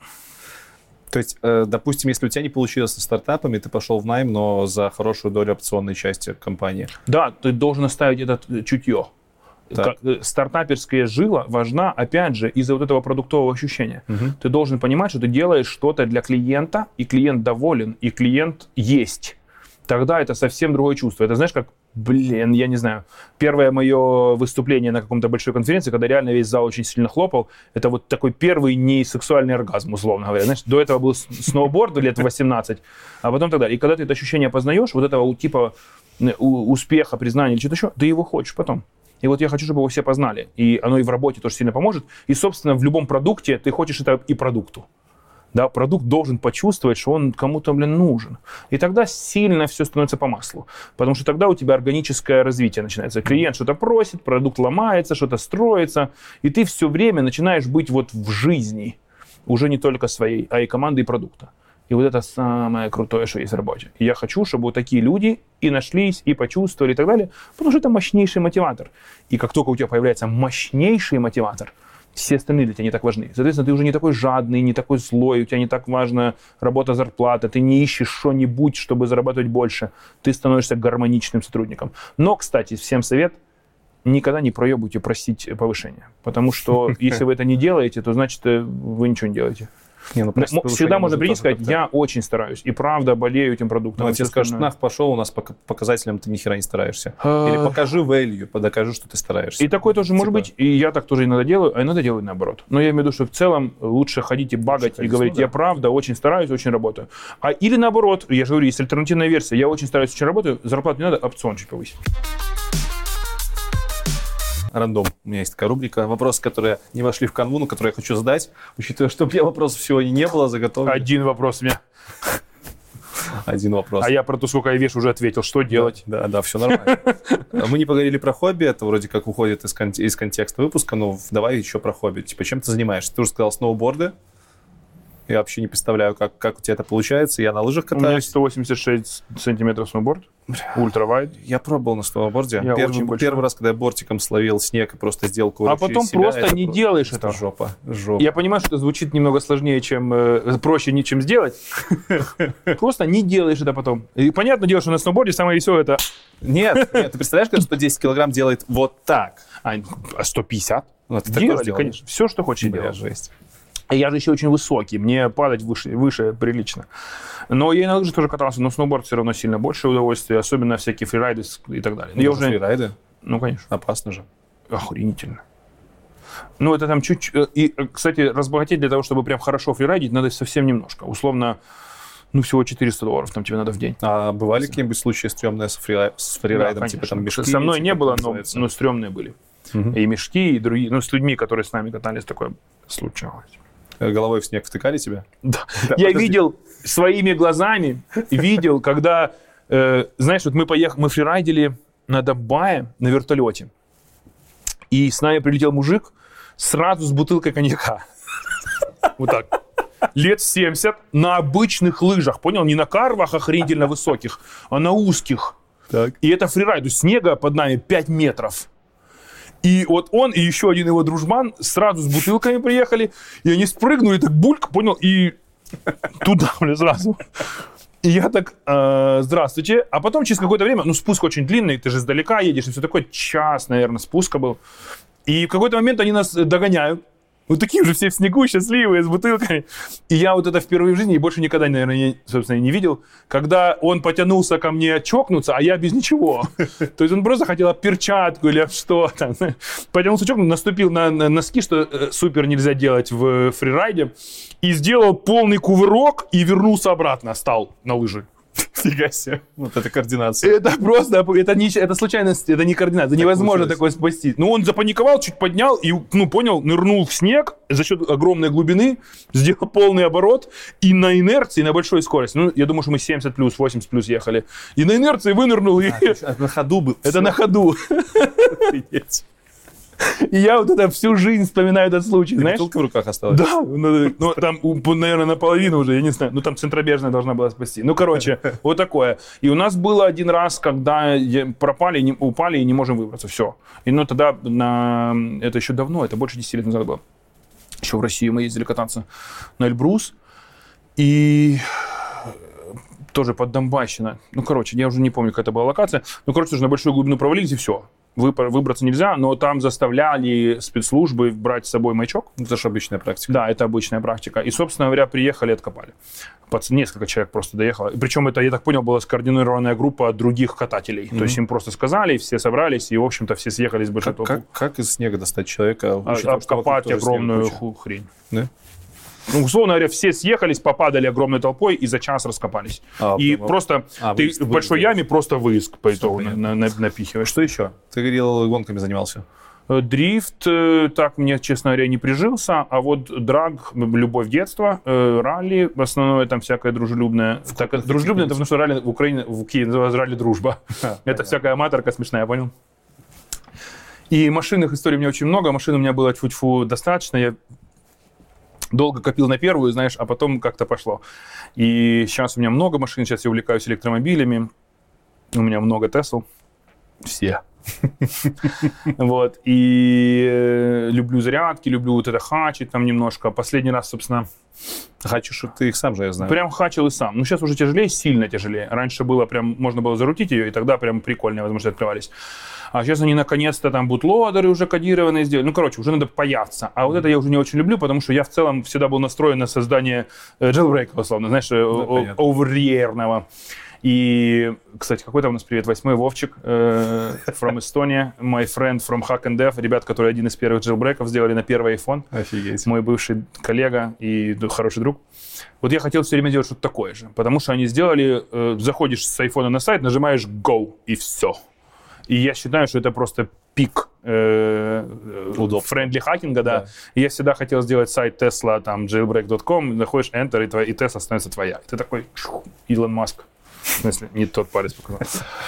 То есть, допустим, если у тебя не получилось со стартапами, ты пошел в найм, но за хорошую долю опционной части компании. Да, ты должен оставить это чутье. Как, стартаперская жила важна, опять же, из-за вот этого продуктового ощущения. Угу. Ты должен понимать, что ты делаешь что-то для клиента, и клиент доволен, и клиент есть. Тогда это совсем другое чувство. Это, знаешь, как, блин, я не знаю, первое мое выступление на каком-то большой конференции, когда реально весь зал очень сильно хлопал, это вот такой первый несексуальный оргазм, условно говоря. Знаешь, до этого был сноуборд лет восемнадцать, а потом так далее. И когда ты это ощущение познаешь, вот этого типа успеха, признания или что-то еще, ты его хочешь потом. И вот я хочу, чтобы его все познали. И оно и в работе тоже сильно поможет. И, собственно, в любом продукте ты хочешь это и продукту. Да, продукт должен почувствовать, что он кому-то, блин, нужен. И тогда сильно все становится по маслу. Потому что тогда у тебя органическое развитие начинается. Клиент что-то просит, продукт ломается, что-то строится. И ты все время начинаешь быть вот в жизни. Уже не только своей, а и команды, и продукта. И вот это самое крутое, что есть в работе. И я хочу, чтобы вот такие люди и нашлись, и почувствовали, и так далее. Потому что это мощнейший мотиватор. И как только у тебя появляется мощнейший мотиватор, все остальные для тебя не так важны. Соответственно, ты уже не такой жадный, не такой злой, у тебя не так важна работа, зарплата, ты не ищешь что-нибудь, чтобы зарабатывать больше. Ты становишься гармоничным сотрудником. Но, кстати, всем совет, никогда не проебывайте просить повышения. Потому что если вы это не делаете, то значит вы ничего не делаете. Не, ну, всегда можно прийти и сказать, я очень стараюсь, и правда болею этим продуктом. Ну, а тебе скажут, нах, пошел, у нас по показателям ты ни хера не стараешься. Или покажи value, докажи, что ты стараешься. И такое тоже может быть, и я так тоже иногда делаю, а иногда делаю наоборот. Но я имею в виду, что в целом лучше ходить и багать, и говорить, я правда очень стараюсь, очень работаю. А или наоборот, я же говорю, есть альтернативная версия, я очень стараюсь, очень работаю, зарплату не надо, опцион чуть повысить. Рандом. У меня есть такая рубрика. Вопросы, которые не вошли в канву, но которые я хочу задать, учитывая, что у меня вопросов сегодня не было, заготовлено. Один вопрос у меня. Один вопрос. А я про то, сколько я вешу, уже ответил. Что делать? Да, да, да, все нормально. Мы не поговорили про хобби, это вроде как уходит из, кон- из контекста выпуска, но давай еще про хобби. Типа, чем ты занимаешься? Ты уже сказал сноуборды. Я вообще не представляю, как, как у тебя это получается. Я на лыжах катаюсь. У меня сто восемьдесят шесть сантиметров сноуборд. Ультравайд. Я пробовал на сноуборде. Я Первый, первый раз, когда я бортиком словил снег и просто сделал кувырок А потом себя, просто это не просто делаешь это. Жопа, жопа. Я понимаю, что это звучит немного сложнее, чем э, проще, чем сделать. Просто не делаешь это потом. И понятное дело, что на сноуборде самое веселое это... Нет, нет, ты представляешь, как сто десять килограмм делает вот так? А сто пятьдесят? Ну, ты делали, конечно. Все, что хочешь, делать. Жесть. Я же еще очень высокий, мне падать выше, выше прилично. Но я и на лыжах тоже катался, но сноуборд все равно сильно больше удовольствия, особенно всякие фрирайды и так далее. Ну, я уже... Фрирайды? Ну, конечно. Опасно же. Охренительно. Ну, это там чуть-чуть... И, кстати, разбогатеть для того, чтобы прям хорошо фрирайдить, надо совсем немножко. Условно, ну, всего четыреста долларов там тебе надо в день. А бывали какие-нибудь случаи стрёмные с, фри... с фрирайдом? Да, типа там мешки? Со мной типа, не было, но, но стрёмные были. Угу. И мешки, и другие... Ну, с людьми, которые с нами катались, такое случалось. Головой в снег втыкали тебя? Да. да Я подожди. видел своими глазами, видел, когда, э, знаешь, вот мы поехали, мы фрирайдили на Дубае на вертолете, и с нами прилетел мужик сразу с бутылкой коньяка. Вот так. Лет семьдесят на обычных лыжах, понял? Не на карвах охренительно высоких, а на узких. Так. И это фрирайд, у снега под нами пять метров. И вот он и еще один его дружбан сразу с бутылками приехали, и они спрыгнули, так бульк, понял, и туда, бля, сразу. И я так, э, здравствуйте. А потом через какое-то время, ну, спуск очень длинный, ты же издалека едешь, и все такое, час, наверное, спуска был. И в какой-то момент они нас догоняют. Вот такие же все в снегу, счастливые, с бутылками. И я вот это впервые в жизни и больше никогда, наверное, не, собственно, не видел, когда он потянулся ко мне чокнуться, а я без ничего. То есть он просто хотел об перчатку или об что-то. Потянулся чокнуться, наступил на, на носки, что супер нельзя делать в фрирайде, и сделал полный кувырок и вернулся обратно, стал на лыжи. Фига себе. Вот это координация. Это просто, это, не, это случайность, это не координация, это невозможно такое спасти. Ну, он запаниковал, чуть поднял и, ну, понял, нырнул в снег за счет огромной глубины, сделал полный оборот и на инерции, на большой скорости. Ну, я думаю, что мы семьдесят плюс, восемьдесят плюс ехали. И на инерции вынырнул. И... А, на ходу был. Это на ходу. И я вот это всю жизнь вспоминаю этот случай, и знаешь? Бутылка в руках осталась? Да, ну, ну там, наверное, наполовину уже, я не знаю. Ну, там центробежная должна была спасти. Ну, короче, вот такое. И у нас было один раз, когда пропали, не, упали и не можем выбраться, все. И ну, тогда, на... это еще давно, это больше десяти лет назад было. Еще в Россию мы ездили кататься на Эльбрус. И... тоже под Донбащина. Ну, короче, я уже не помню, какая это была локация. Ну, короче, тоже на большую глубину провалились, и все. Выбраться нельзя, но там заставляли спецслужбы брать с собой маячок. Это же обычная практика. Да, это обычная практика. И, собственно говоря, приехали, откопали. Несколько человек просто доехало. Причем это, я так понял, была скоординированная группа других катателей. Mm-hmm. То есть им просто сказали, все собрались, и, в общем-то, все съехались с большой толпой. Как, как из снега достать человека? А, обкопать огромную хрень. Да? Ну, условно говоря, все съехались, попадали огромной толпой и за час раскопались. А, и ну, просто а, ты вы, в большой вы, яме просто выиск по итогу на, на, напихиваешь. Что еще? Ты говорил, гонками занимался. Дрифт, так мне, честно говоря, не прижился, а вот драг, любовь детства, ралли, основное там всякое дружелюбное. Так, дружелюбное, это потому что ралли в Украине, в Киеве называется ралли дружба. Это всякая аматорка смешная, понял? И машинных историй у меня очень много, машин у меня было тьфу-тьфу достаточно, я долго копил на первую, знаешь, а потом как-то пошло. И сейчас у меня много машин, сейчас я увлекаюсь электромобилями, у меня много Тесл, все. Вот, и э, люблю зарядки, люблю вот это хачить там немножко. Последний раз, собственно... Хачишь ты их сам же, я знаю. Прям хачил и сам. Ну, сейчас уже тяжелее, сильно тяжелее. Раньше было прям, можно было зарутить ее, и тогда прям прикольные возможности открывались. А сейчас они наконец-то там бутлодеры уже кодированные сделали. Ну, короче, уже надо паяться. А вот это я уже не очень люблю, потому что я в целом всегда был настроен на создание jailbreak, условно, знаешь, да, оверьерного. И, кстати, какой там у нас привет? Восьмой Вовчик э, from Estonia, my friend from Hack and Dev, ребят, которые один из первых jailbreakов сделали на первый iPhone. Офигеть. Мой бывший коллега и хороший друг. Вот я хотел все время делать что-то такое же, потому что они сделали, э, заходишь с айфона на сайт, нажимаешь Go, и все. И я считаю, что это просто пик э, френдли хакинга, да. да. И я всегда хотел сделать сайт Tesla, там, jailbreak точка ком, заходишь Enter, и, твоя, и Tesla становится твоя. И ты такой, Илон Маск. В смысле, не тот палец показал.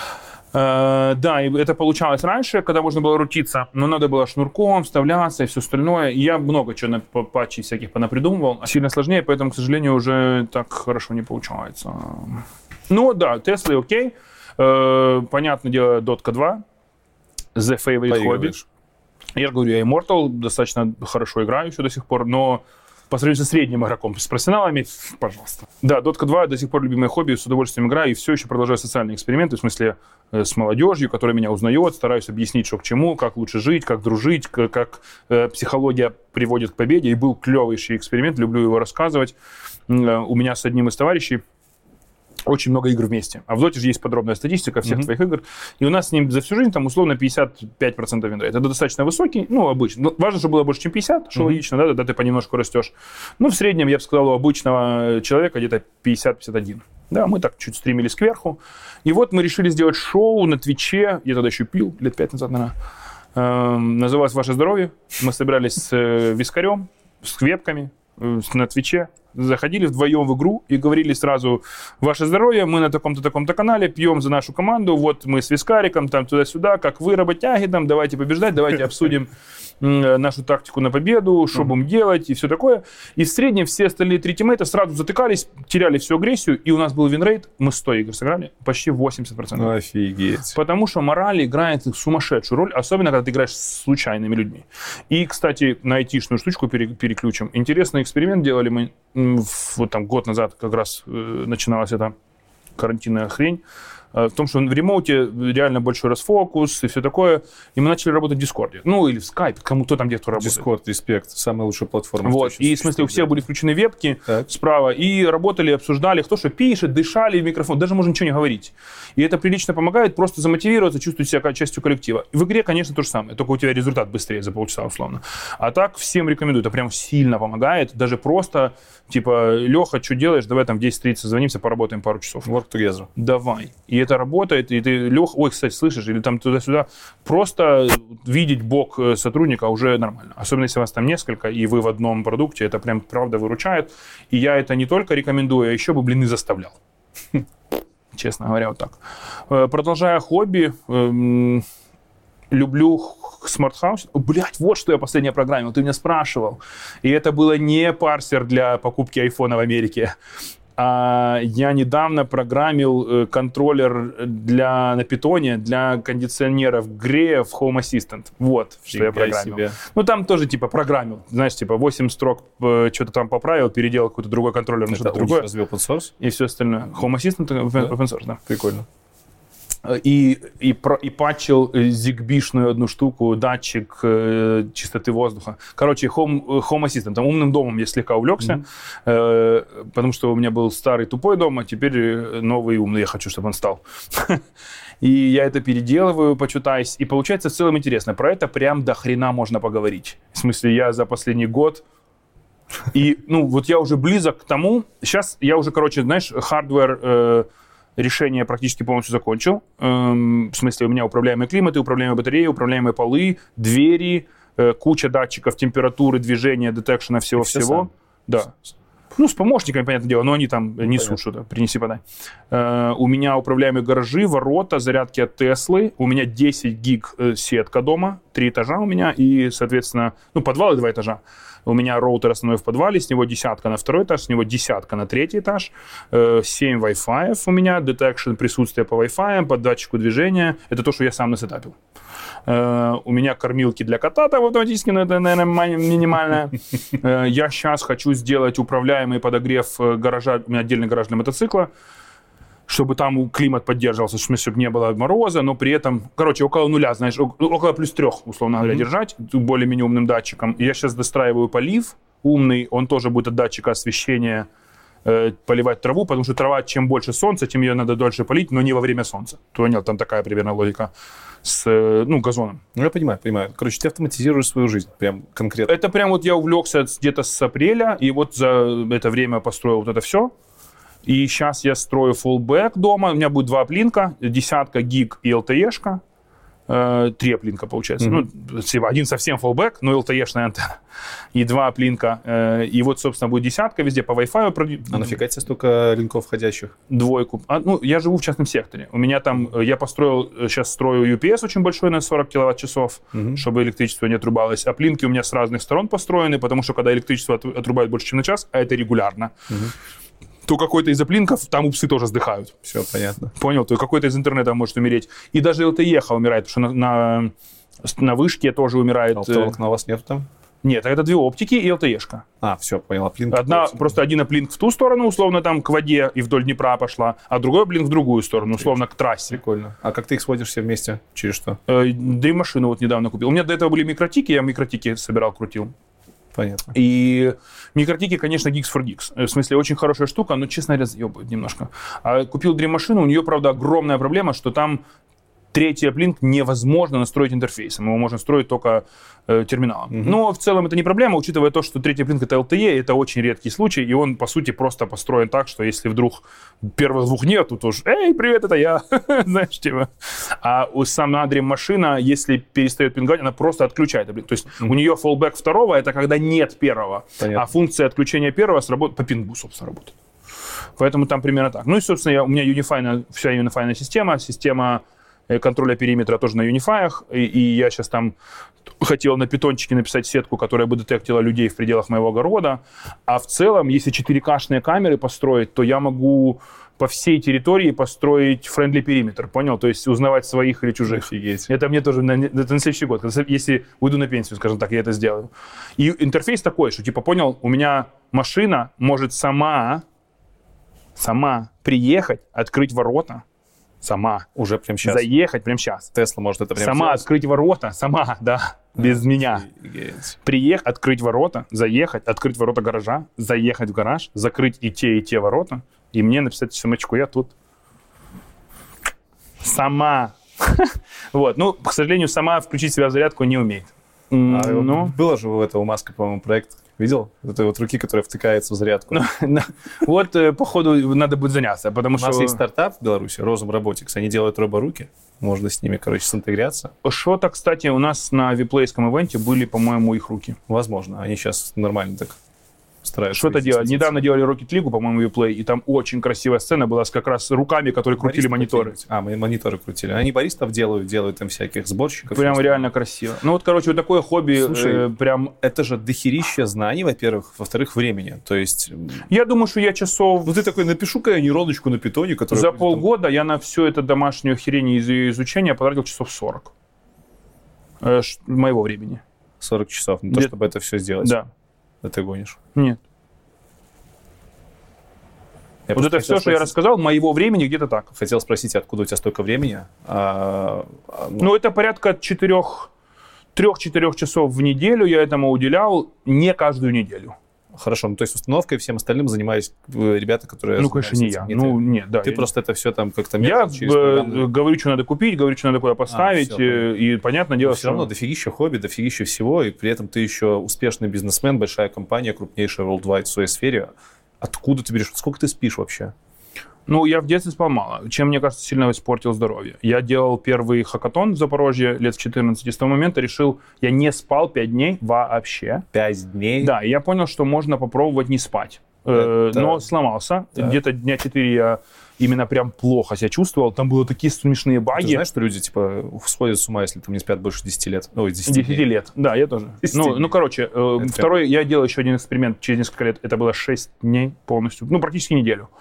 Uh, да, и это получалось раньше, когда можно было рутиться, но надо было шнурком вставляться и все остальное. И я много чего на патчей всяких понапридумывал. Сильно сложнее, поэтому, к сожалению, уже так хорошо не получается. Ну да, Теслы окей. Uh, понятное дело, Дотка два. The Favorite Hobby. Я же говорю, я Immortal достаточно хорошо играю еще до сих пор, но по сравнению со средним игроком, с профессионалами, пожалуйста. Да, Дотка два до сих пор любимое хобби, с удовольствием играю и все еще продолжаю социальные эксперименты, в смысле э, с молодежью, которая меня узнает, стараюсь объяснить, что к чему, как лучше жить, как дружить, как, как э, психология приводит к победе. И был клевейший эксперимент, люблю его рассказывать. Э, у меня с одним из товарищей очень много игр вместе. А в Доте же есть подробная статистика всех mm-hmm. твоих игр. И у нас с ним за всю жизнь там условно пятьдесят пять процентов винрейт. Это достаточно высокий, ну, обычно. Но важно, чтобы было больше, чем пятьдесят, что mm-hmm. логично, да, тогда ты понемножку растешь. Ну, в среднем, я бы сказал, у обычного человека где-то пятьдесят пятьдесят один. Да, мы так чуть стримились кверху. И вот мы решили сделать шоу на Твиче. Я тогда еще пил, лет пять назад, наверное. Эм, называлось «Ваше здоровье». Мы собирались с э, вискарем, с вебками э, на Твиче. Заходили вдвоем в игру и говорили сразу: ваше здоровье, мы на таком-то, таком-то канале, пьем за нашу команду, вот мы с вискариком, там туда-сюда, как вы, работяги, там, давайте побеждать, давайте обсудим нашу тактику на победу, что будем делать и все такое. И в среднем все остальные три тиммейта сразу затыкались, теряли всю агрессию, и у нас был винрейт, мы сто игр сыграли, почти восемьдесят процентов. Офигеть. Потому что мораль играет сумасшедшую роль, особенно когда ты играешь с случайными людьми. И, кстати, на айтишную штучку переключим. Интересный эксперимент делали мы вот там год назад, как раз э, начиналась эта карантинная хрень, э, в том, что в ремоуте реально большой расфокус и все такое, и мы начали работать в Дискорде, ну или в Skype, кому-то там где-то работает. Дискорд, респект, самая лучшая платформа. Вот, и в смысле у всех были включены вебки так. справа, и работали, обсуждали, кто что пишет, дышали в микрофон, даже можно ничего не говорить. И это прилично помогает просто замотивироваться, чувствовать себя частью коллектива. В игре, конечно, то же самое, только у тебя результат быстрее за полчаса условно. А так всем рекомендую, это прям сильно помогает, даже просто, типа, Леха, что делаешь, давай там в десять тридцать созвонимся, поработаем пару часов. Work together. Давай. И это работает, и ты, Леха, ой, кстати, слышишь, или там туда-сюда, просто видеть бок сотрудника уже нормально. Особенно, если вас там несколько, и вы в одном продукте, это прям правда выручает. И я это не только рекомендую, а еще бы, блин, и заставлял. Честно говоря, вот так. Продолжая хобби, эм, люблю смарт-хаус. Блять, вот что я последнее программил, ты меня спрашивал. И это было не парсер для покупки айфона в Америке. А я недавно программил контроллер для, на питоне для кондиционера в игре в Home Assistant. Вот, что Фига я программил. Себе. Ну, там тоже, типа, программил. Знаешь, типа, восемь строк что-то там поправил, переделал какой-то другой контроллер на что-то другое. Разве open source? И все остальное. Home Assistant open, да? open source, да. Прикольно. И, и, про, и патчил зигбишную одну штуку, датчик э, чистоты воздуха. Короче, Home, home Assistant. Там умным домом я слегка увлекся, mm-hmm. э, потому что у меня был старый тупой дом, а теперь новый умный я хочу, чтобы он стал. И я это переделываю, почитаюсь. И получается в целом интересно. Про это прям до хрена можно поговорить. В смысле, я за последний год... И, ну, вот я уже близок к тому... Сейчас я уже, короче, знаешь, hardware... Э, решение практически полностью закончил. Эм, в смысле, у меня управляемые климаты, управляемые батареи, управляемые полы, двери, э, куча датчиков температуры, движения, детекшена, всего-всего. Да. Ну, с помощниками, понятное дело, но они там ну, несут понятно. Что-то, принеси, подай. Э, у меня управляемые гаражи, ворота, зарядки от Теслы. У меня десять гиг э, сетка дома, три этажа у меня и, соответственно, ну, подвал и два этажа. У меня роутер основной в подвале, с него десятка на второй этаж, с него десятка на третий этаж, э, семь Wi-Fi у меня, детекшн присутствия по Wi-Fi, по датчику движения. Это то, что я сам насетапил. Uh, у меня кормилки для кота там автоматически, но это, наверное, минимальное. Uh, я сейчас хочу сделать управляемый подогрев гаража, у меня отдельный гараж для мотоцикла, чтобы там климат поддерживался, чтобы не было мороза, но при этом, короче, около нуля, знаешь, около плюс трех, условно говоря, mm-hmm. держать, более-менее умным датчиком. И я сейчас достраиваю полив умный, он тоже будет от датчика освещения э, поливать траву, потому что трава, чем больше солнца, тем ее надо дольше полить, но не во время солнца. Понял, там такая примерно логика. С, ну, газоном. Ну, я понимаю, понимаю. Короче, ты автоматизируешь свою жизнь, прям конкретно. Это прям вот я увлекся где-то с апреля, и вот за это время построил вот это все. И сейчас я строю фуллбэк дома. У меня будет два плинка, десятка гиг и эл ти и-шка. Э, три плинка, получается. Mm-hmm. Ну, один совсем фуллбэк, но эл ти и-шная антенна. И два плинка. Э, и вот, собственно, будет десятка везде по Wi-Fi. А нафига тебе столько линков входящих? Двойку. А, ну, я живу в частном секторе. У меня там, я построил, сейчас строю ю пи эс очень большой на сорок киловатт-часов, mm-hmm. чтобы электричество не отрубалось. А плинки у меня с разных сторон построены, потому что когда электричество отрубают больше, чем на час, а это регулярно, mm-hmm. то какой-то из оплинков, там у псы тоже сдыхают. Все понятно. Понял? То какой-то из интернета может умереть. И даже эл ти и-ха умирает, потому что на, на, на вышке тоже умирает. А оптоволокна у вас нет там? Нет, это две оптики и эл ти и-шка. А, все, понял. Оплинк. Одна, просто один оплинк в ту сторону, условно, там к воде и вдоль Днепра пошла, а другой оплинк в другую сторону, условно, к трассе. Прикольно. А как ты их сводишь все вместе? Через что? Э, дрим-машину вот недавно купил. У меня до этого были микротики, я микротики собирал, крутил. Понятно. И микротики, конечно, Geeks for Geeks. В смысле, очень хорошая штука, но, честно говоря, заебывает немножко. А купил дрим-машину, у нее, правда, огромная проблема, что там третий оплинк невозможно настроить интерфейсом. Его можно строить только э, терминалом. Mm-hmm. Но в целом это не проблема, учитывая то, что третий оплинк — это эл ти и, это очень редкий случай, и он, по сути, просто построен так, что если вдруг первых двух нету, то уж «Эй, привет, это я!» Знаешь, типа. А у сама дрим-машина, если перестает пинговать, она просто отключает оплинк. То есть mm-hmm. у нее fallback второго — это когда нет первого. Понятно. А функция отключения первого сработает по пингу, собственно, работает. Поэтому там примерно так. Ну и, собственно, я, у меня унифайная, вся унифайная система, система контроля периметра тоже на юнифаях, и, и я сейчас там хотел на питончике написать сетку, которая бы детектила людей в пределах моего огорода, а в целом, если четыре ка-шные камеры построить, то я могу по всей территории построить friendly периметр, понял? То есть узнавать своих или чужих. Офигеть. Это мне тоже на, это на следующий год, если уйду на пенсию, скажем так, я это сделаю. И интерфейс такой, что типа, понял, у меня машина может сама, сама приехать, открыть ворота, сама. Уже прямо сейчас. Заехать прямо сейчас. Тесла может это прямо сама сейчас. Открыть ворота, сама, да, без меня. Приехать, открыть ворота, заехать, открыть ворота гаража, заехать в гараж, закрыть и те, и те ворота, и мне написать смс-очку, я тут. Сама. Вот, ну, к сожалению, сама включить себя в зарядку не умеет. А ну, было же у этого Маска, по-моему, проект. Видел? Это вот руки, которые втыкаются в зарядку. Ну, вот, походу, надо будет заняться, потому что... У нас есть стартап в Беларуси, Rozum Robotics. Они делают роборуки. Можно с ними, короче, синтегрироваться. Что-то, кстати, у нас на виплейском ивенте были, по-моему, их руки. Возможно. Они сейчас нормально так стараются. Что-то делали. Недавно делали Rocket League, по-моему, виплей, и там очень красивая сцена была с как раз руками, которые крутили Баристов мониторы. Крутили. А, мониторы крутили. Они баристов делают, делают там всяких сборщиков. Прям реально красиво. Ну вот, короче, вот такое хобби. Слушай, э, прям... это же дохерища знаний, во-первых. Во-вторых, времени. То есть... Я думаю, что я часов... Ну ты такой, напишу-ка я нейроночку на питоне, которая... За полгода там... я на все это домашнее херение из ее изучения потратил часов сорок. Э, ш... моего времени. сорок часов. На то, чтобы это все сделать. Да. Да ты гонишь. Нет. Я вот это все, спросить, что я рассказал, моего времени где-то так. Хотел спросить, откуда у тебя столько времени? А, ну... ну, это порядка четырех, трех-четырех часов в неделю я этому уделял не каждую неделю. Хорошо, ну то есть установкой и всем остальным занимались ребята, которые... Ну, конечно, не я. Не ну, нет, да. Ты я... просто это все там как-то... Я э, говорю, что надо купить, говорю, что надо куда поставить, а, все, и, понятное дело, но все что... равно дофигища хобби, дофигища всего, и при этом ты еще успешный бизнесмен, большая компания, крупнейшая worldwide в своей сфере. Откуда ты берешь? Сколько ты спишь вообще? Ну, я в детстве спал мало, чем, мне кажется, сильно испортил здоровье. Я делал первый хакатон в Запорожье лет в четырнадцать, и с того момента решил, я не спал пять дней вообще. Пять дней? Да, и я понял, что можно попробовать не спать. Это... Но сломался. Да. Где-то дня четыре я именно прям плохо себя чувствовал. Там были такие смешные баги. Ты знаешь, что люди, типа, сходят с ума, если там не спят больше десяти лет? Ой, десяти десять лет. Да, я тоже. Ну, ну, короче, э, второй, я делал еще один эксперимент через несколько лет. Это было шесть дней полностью. Ну, практически неделю.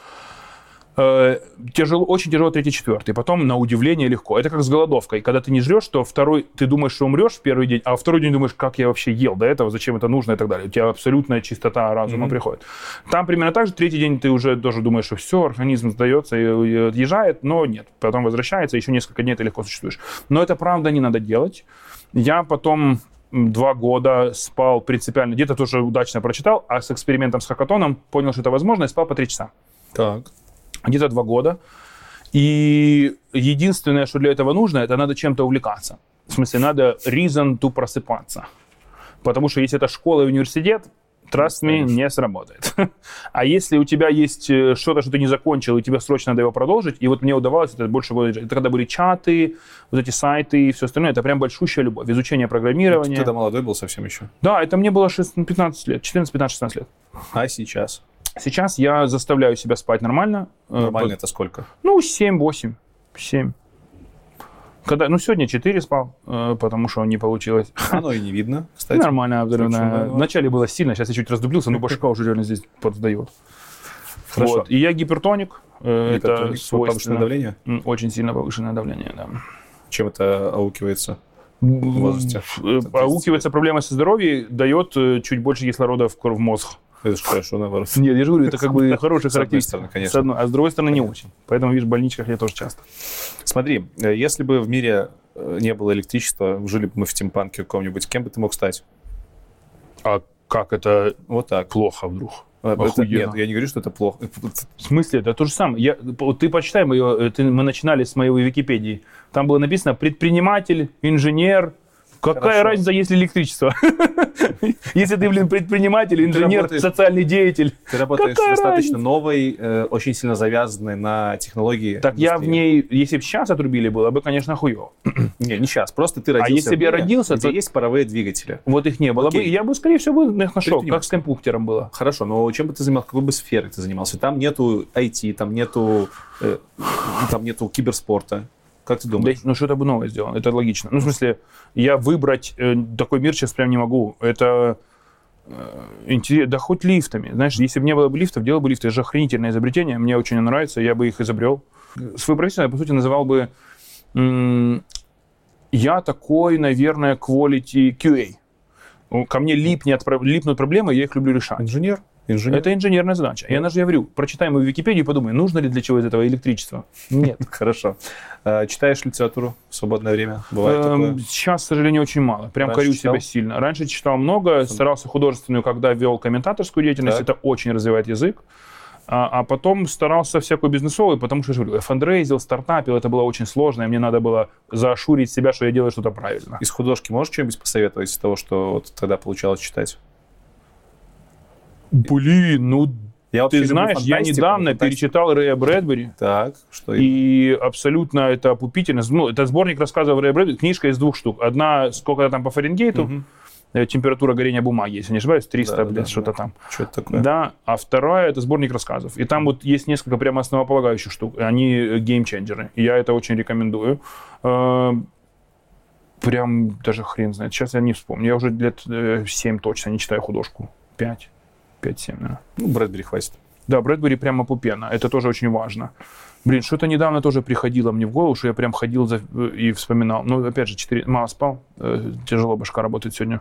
Э, тяжело, очень тяжело третий, четвертый. Потом, на удивление, легко. Это как с голодовкой. Когда ты не жрешь, то второй, ты думаешь, что умрешь в первый день, а во второй день думаешь, как я вообще ел до этого, зачем это нужно и так далее. У тебя абсолютная чистота разума mm-hmm. приходит. Там примерно так же. Третий день ты уже тоже думаешь, что все, организм сдается и, и отъезжает, но нет. Потом возвращается, еще несколько дней ты легко существуешь. Но это правда не надо делать. Я потом два года спал принципиально, где-то тоже удачно прочитал, а с экспериментом с хакатоном понял, что это возможно, и спал по три часа. Так. Где-то два года. И единственное, что для этого нужно, это надо чем-то увлекаться. В смысле, надо reason to просыпаться. Потому что если это школа и университет, trust me, не сработает. А если у тебя есть что-то, что ты не закончил, и тебе срочно надо его продолжить, и вот мне удавалось это больше года, это когда были чаты, вот эти сайты и все остальное, это прям большущая любовь. Изучение программирования. Ты тогда молодой был совсем еще? Да, это мне было пятнадцать лет, четырнадцать, пятнадцать, шестнадцать лет. А сейчас? Сейчас я заставляю себя спать нормально. Нормально это сколько? Ну, семь-восемь. семь. Когда, ну, сегодня четыре спал, потому что не получилось. Оно и не видно, кстати. Нормально. Да. Вначале было сильно, сейчас я чуть раздуплился, но башка уже реально здесь подсдает. Хорошо. Вот. И я гипертоник. Гипертоник. Это повышенное давление? Очень сильно повышенное давление, да. Чем это аукивается в возрасте? Аукивается проблема со здоровьем, дает чуть больше кислорода в, в мозг. Это же хорошо, наоборот. Нет, я же говорю, это как бы хорошая характеристика. С одной стороны, конечно. С одной, а с другой стороны, не очень. Поэтому, видишь, в больничках я тоже часто. Смотри, если бы в мире не было электричества, жили бы мы в стимпанке каком-нибудь, кем бы ты мог стать? А как это вот так. Плохо вдруг? Это, нет, я не говорю, что это плохо. В смысле? Это то же самое. Я, ты почитай, мое, ты, мы начинали с моей Википедии. Там было написано предприниматель, инженер. Какая Хорошо. разница, если электричество? Если ты, блин, предприниматель, инженер, социальный деятель. Ты работаешь в достаточно новой, очень сильно завязанной на технологии. Так я в ней, если бы сейчас отрубили, было бы, конечно, хуёво. Не, не сейчас, просто ты родился. А если бы я родился, то есть паровые двигатели. Вот их не было бы, я бы, скорее всего, их нашел, как с компьютером было. Хорошо, но чем бы ты занимался, какой бы сферой ты занимался? Там нету ай ти, там нету, там нету киберспорта. Как ты думаешь? Да, ну, что-то бы новое сделал, это логично. Ну, в смысле, я выбрать э, такой мир сейчас прям не могу. Это э, интересно, да хоть лифтами. Знаешь, если бы не было бы лифтов, делал бы лифты. Это же охренительное изобретение, мне очень нравится, я бы их изобрел. Свою профессию я, по сути, называл бы... М- я такой, наверное, quality кью эй. Ко мне липнет, липнут проблемы, я их люблю решать. Инженер? Инженер. Это инженерная задача. Я даже говорю, прочитай мою Википедию и подумай, нужно ли для чего из этого электричество? Нет. Хорошо. Читаешь литературу в свободное время? Бывает такое? Сейчас, к сожалению, очень мало. Прям корю себя сильно. Раньше читал много, старался художественную, когда вел комментаторскую деятельность. Это очень развивает язык. А потом старался всякую бизнесовую, потому что, я говорю, фандрейзил, стартапил, это было очень сложно, и мне надо было заошурить себя, что я делаю что-то правильно. Из художки можешь что-нибудь посоветовать из того, что вот тогда получалось читать? Блин, ну я ты знаешь, я недавно перечитал Рэя Брэдбери. Так, что и абсолютно это опупительно. Ну, это сборник рассказов Рэя Брэдбери, книжка из двух штук. Одна, сколько там по Фаренгейту, угу. температура горения бумаги, если не ошибаюсь, триста, да, блин, да, что-то да. там. Что это такое? Да, а вторая это сборник рассказов. И там вот есть несколько прямо основополагающих штук. Они геймченджеры. Я это очень рекомендую. Прям даже хрен знает. Сейчас я не вспомню. Я уже лет семь точно не читаю художку. Пять. пять-семь, наверное. Ну, Брэдбери хватит. Да, Брэдбери прямо пупенно. Это тоже очень важно. Блин, что-то недавно тоже приходило мне в голову, что я прям ходил за... и вспоминал. Ну, опять же, четыре... мало спал. Э, тяжело башка работает сегодня.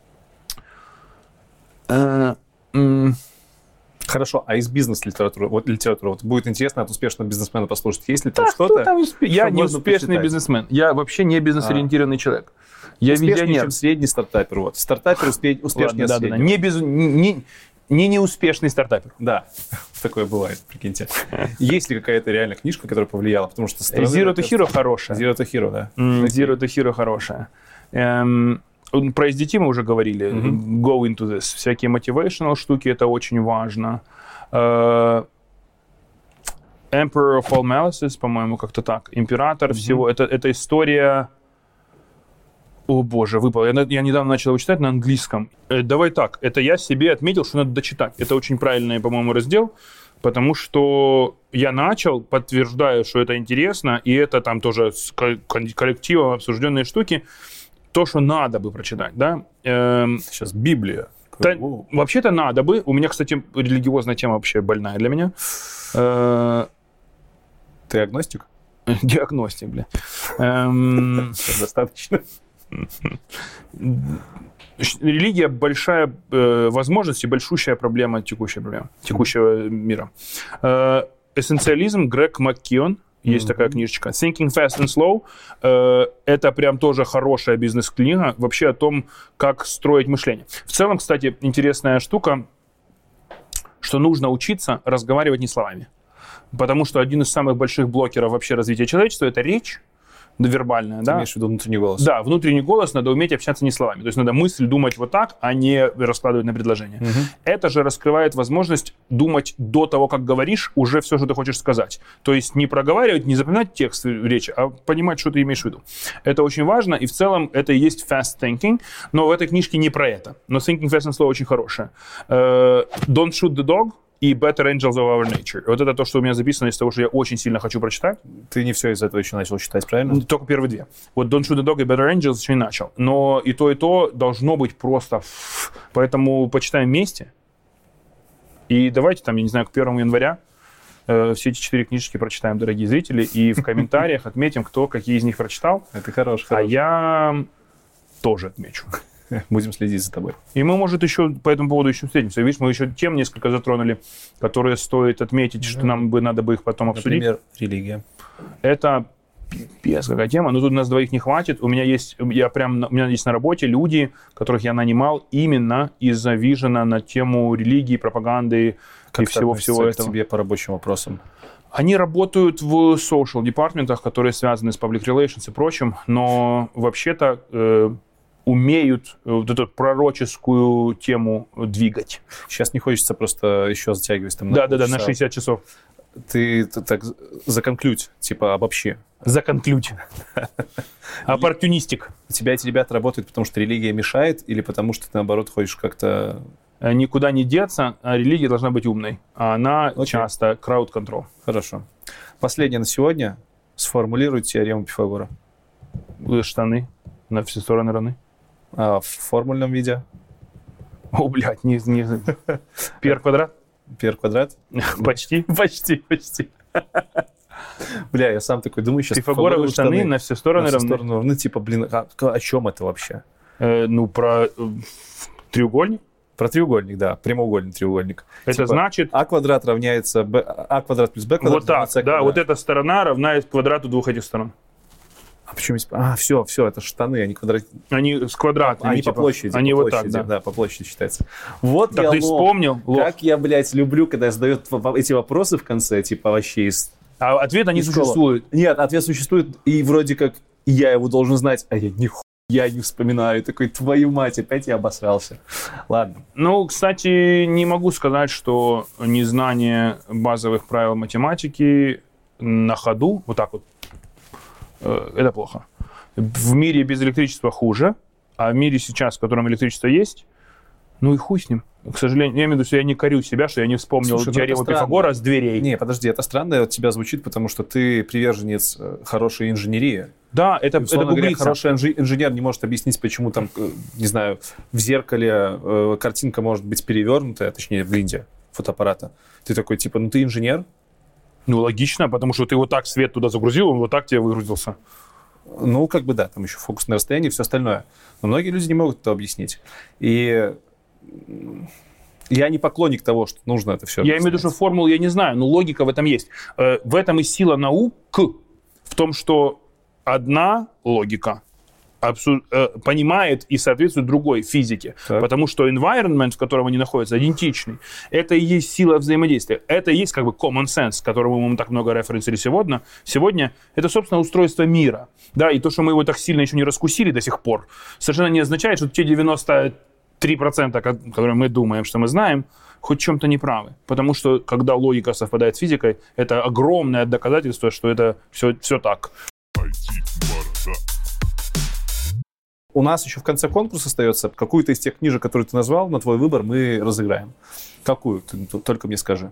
Э, м- Хорошо, а из бизнес-литературы? Вот литература. Вот будет интересно от успешного бизнесмена послушать. Есть ли там да, что-то? Там успе... Я не успешный почитать? Бизнесмен. Я вообще не бизнес-ориентированный а. человек. Я успешнее, чем средний стартапер. Вот. Стартапер успе... успешнее Ладно, да, да, да. Не, без... не, не неуспешный стартапер. Да, такое бывает, прикиньте. Есть ли какая-то реальная книжка, которая повлияла? Потому что Zero to Hero хорошая. Zero to Hero, да. Mm, Zero to Hero хорошая. Эм, про эс ди ти мы уже говорили. Mm-hmm. Go into this. Всякие motivational штуки, это очень важно. Э, Emperor of All Malices, по-моему, как-то так. Император mm-hmm. всего. Это, это история... О боже, выпал. Я, я недавно начал его читать на английском. Э, давай так, это я себе отметил, что надо дочитать. Это очень правильный, по-моему, раздел, потому что я начал, подтверждаю, что это интересно, и это там тоже с коллективом обсужденные штуки, то, что надо бы прочитать, да. Эм, Сейчас Библия. та, вообще-то надо бы. У меня, кстати, религиозная тема вообще больная для меня. Э, Ты агностик? Диагностик, бля. Эм, Достаточно. Религия большая э, возможность и большущая проблема, текущая проблема, текущего мира. Э, эссенциализм, Грег Маккион, есть mm-hmm. такая книжечка. Thinking Fast and Slow. Э, это прям тоже хорошая бизнес-книга вообще о том, как строить мышление. В целом, кстати, интересная штука, что нужно учиться разговаривать не словами. Потому что один из самых больших блокеров вообще развития человечества — это речь. Вербальная, Ты да? имеешь в виду внутренний голос? Да, внутренний голос, надо уметь общаться не словами. То есть надо мысль думать вот так, а не раскладывать на предложение. Угу. Это же раскрывает возможность думать до того, как говоришь, уже все, что ты хочешь сказать. То есть не проговаривать, не запоминать текст речи, а понимать, что ты имеешь в виду. Это очень важно, и в целом это и есть fast thinking, но в этой книжке не про это. Но thinking fast and slow очень хорошее. Uh, Don't shoot the dog и Better Angels of Our Nature. Вот это то, что у меня записано из того, что я очень сильно хочу прочитать. Ты не все из этого еще начал читать, правильно? Только первые две. Вот Don't Shoot the Dog и Better Angels еще не начал. Но и то, и то должно быть просто... Поэтому почитаем вместе. И давайте там, я не знаю, к первому января э, все эти четыре книжечки прочитаем, дорогие зрители, и в комментариях отметим, кто какие из них прочитал. Это хорошо. А я тоже отмечу. Будем следить за тобой. И мы, может, еще по этому поводу еще встретимся. Видишь, мы еще тем несколько затронули, которые стоит отметить, да. Что нам бы надо бы их потом обсудить. Например, религия. Это пипец какая тема. Но тут у нас двоих не хватит. У меня есть, я прям, у меня есть на работе люди, которых я нанимал именно из-за вижена на тему религии, пропаганды как и всего-всего этого. Как тебе по рабочим вопросам? Они работают в social департаментах, которые связаны с public relations и прочим, но вообще-то э, умеют вот эту пророческую тему двигать. Сейчас не хочется просто еще затягивать там на Да-да-да, на шестьдесят часов. Ты, ты так законклюдь, типа обобщи. Законклюдь. Оппортунистик. У тебя эти ребята работают, потому что религия мешает, или потому что ты, наоборот, ходишь как-то... Никуда не деться, а религия должна быть умной. А она Окей. часто крауд-контрол. Хорошо. Последнее на сегодня. Сформулируй теорему Пифагора. Штаны на все стороны равны. А в формульном виде? О, блядь, не... не... Пи квадрат? Пи квадрат? Почти. Почти, почти. Бля, я сам такой думаю, сейчас... Пифагоровы штаны, штаны на все стороны на равны. Все стороны равны. Типа, блин, а, о чем это вообще? Э, ну, про э, треугольник. Про треугольник, да. Прямоугольный треугольник. Это типа, значит... А квадрат равняется... Б, а квадрат плюс Б квадрат. Вот так, да. Квадрат. Вот эта сторона равна квадрату двух этих сторон. А почему... А, все, все, это штаны, они квадрат... Они с квадратами. Они типа. по площади. Они по вот площади, так, да. Да, по площади считается. Вот так я ты лох. вспомнил? Лох. Как я, блядь, люблю, когда задают эти вопросы в конце, типа, вообще из... А ответа не существует. Нет, ответ существует, и вроде как я его должен знать, а я нихуя я не вспоминаю. Такой, твою мать, опять я обосрался. Ладно. Ну, кстати, не могу сказать, что незнание базовых правил математики на ходу, вот так вот, э, это плохо. В мире без электричества хуже, а в мире сейчас, в котором электричество есть, ну и хуй с ним. К сожалению, я имею в виду, что я не корю себя, что я не вспомнил Слушай, теорему Пифагора с дверей. Не, подожди, это странно от тебя звучит, потому что ты приверженец хорошей инженерии. Да, это, это говоря, хороший инженер не может объяснить, почему там, не знаю, в зеркале э, картинка может быть перевернутая, точнее, в винде фотоаппарата. Ты такой, типа, ну ты инженер? Ну, логично, потому что ты вот так свет туда загрузил, он вот так тебе выгрузился. Ну, как бы да, там еще фокусное расстояние и все остальное. Но многие люди не могут это объяснить. И я не поклонник того, что нужно это все. Я имею в виду, что формулу я не знаю, но логика в этом есть. В этом и сила наук, в том, что одна логика абсу- э, понимает и соответствует другой физике. Так. Потому что environment, в котором они находятся, идентичный. Это и есть сила взаимодействия. Это и есть как бы common sense, к которому мы так много референсили сегодня. Сегодня это, собственно, устройство мира. Да, и то, что мы его так сильно еще не раскусили до сих пор, совершенно не означает, что те девяносто три процента, которые мы думаем, что мы знаем, хоть в чем-то неправы. Потому что, когда логика совпадает с физикой, это огромное доказательство, что это все, все так. У нас еще в конце конкурса остается какую-то из тех книжек, которые ты назвал, на твой выбор мы разыграем. Какую? Ты только мне скажи.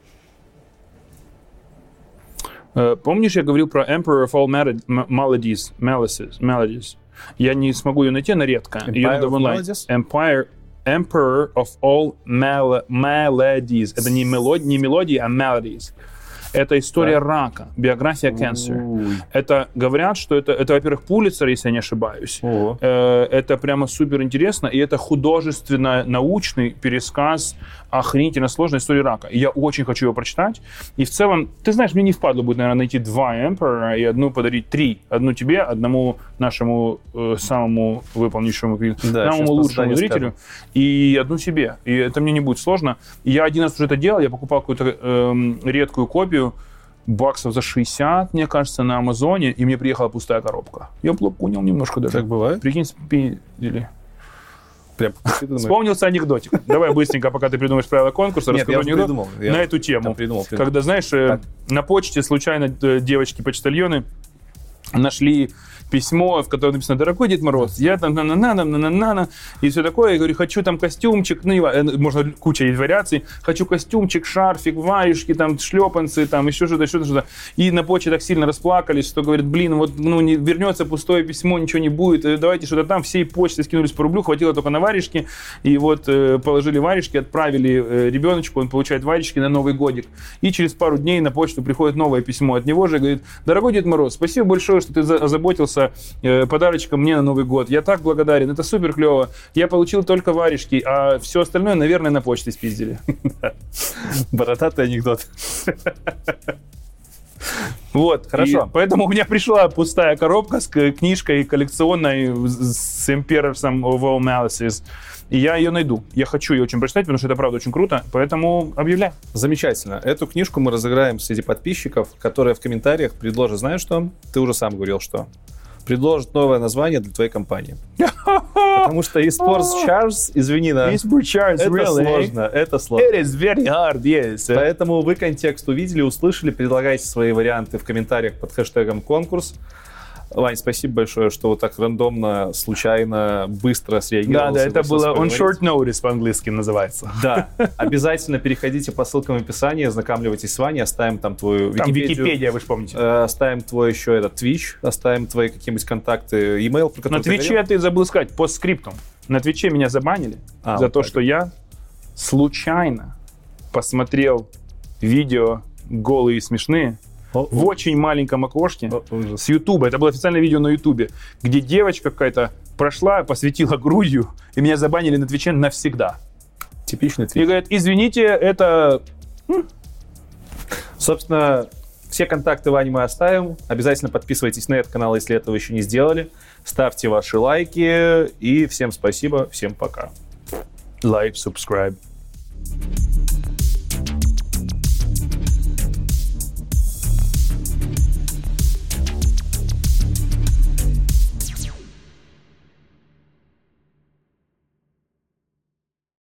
Uh, помнишь, я говорил про Emperor of All Melodies? Melodies? Melodies. Я не смогу ее найти, она редкая. Ее надо в онлайн. Empire, Emperor of All mel- Melodies. Это не, мелод, не мелодии, а melodies. Это история да. рака, биография cancer. Это говорят, что это, это, во-первых, Пулитцер, если я не ошибаюсь. Э, это прямо супер интересно, и это художественно-научный пересказ охренительно сложной истории рака. И я очень хочу его прочитать. И в целом, ты знаешь, мне не впадло будет, наверное, найти два Emperor и одну подарить три. Одну тебе, одному нашему э, самому выполнившему, да, самому лучшему зрителю, и одну себе. И это мне не будет сложно. И я один раз уже это делал, я покупал какую-то э, редкую копию, баксов за шестьдесят, мне кажется, на Амазоне, и мне приехала пустая коробка. Я блокунил немножко даже. Так бывает? Прикинь, спидили. Прям, вспомнился анекдотик. Давай быстренько, пока ты придумаешь правила конкурса, Нет, расскажу анекдот придумал, на эту тему. Придумал, придумал. Когда, знаешь, так. на почте случайно девочки-почтальоны нашли письмо, в котором написано: «Дорогой Дед Мороз, я там на-на-на-на-на-на-на», и все такое. Я говорю: хочу там костюмчик, ну, можно куча есть вариаций, хочу костюмчик, шарфик, варежки, там, шлепанцы, там, еще что-то, что-то, что-то. И на почте так сильно расплакались, что говорят: блин, вот, ну, не вернется пустое письмо, ничего не будет, давайте что-то там. Всей почты скинулись по рублю, хватило только на варежки, и вот э, положили варежки, отправили э, ребеночку, он получает варежки на Новый годик. И через пару дней на почту приходит новое письмо от него же, говорит: дорогой Дед Мороз, спасибо большое, что ты за- озаботился подарочком мне на Новый год. Я так благодарен, это супер клево. Я получил только варежки, а все остальное, наверное, на почте спиздили. Бородатый анекдот. Вот, хорошо. И поэтому у меня пришла пустая коробка с книжкой коллекционной с Emperor of All Melodies. И я ее найду. Я хочу ее очень прочитать, потому что это, правда, очень круто. Поэтому объявляю. Замечательно. Эту книжку мы разыграем среди подписчиков, которые в комментариях предложат, знаешь что? Ты уже сам говорил, что? Предложат новое название для твоей компании. Потому что eSports Charts, извини, да, eSports Charts, это really? сложно, это сложно. It is very hard, yes. Поэтому вы контекст увидели, услышали, предлагайте свои варианты в комментариях под хэштегом «Конкурс». Вань, спасибо большое, что вот так рандомно, случайно, быстро среагировал. Да, да, это было on short notice по-английски называется. Да, обязательно переходите по ссылкам в описании, ознакомливайтесь с Ваней, оставим там твою там Википедию. Википедия, вы же помните. Э, оставим твой еще этот Twitch, оставим твои какие-нибудь контакты, e-mail, про который На Твиче ты забыл сказать, по скрипту. На Твиче меня забанили а, за вот то, так. что я случайно посмотрел видео голые и смешные О, в очень маленьком окошке О, с Ютуба. Это было официальное видео на Ютубе, где девочка какая-то прошла, посветила грудью, и меня забанили на Твиче навсегда. Типичный Твич. И говорят: извините, это... Собственно, все контакты Вани мы оставим. Обязательно подписывайтесь на этот канал, если этого еще не сделали. Ставьте ваши лайки. И всем спасибо, всем пока. Like, subscribe.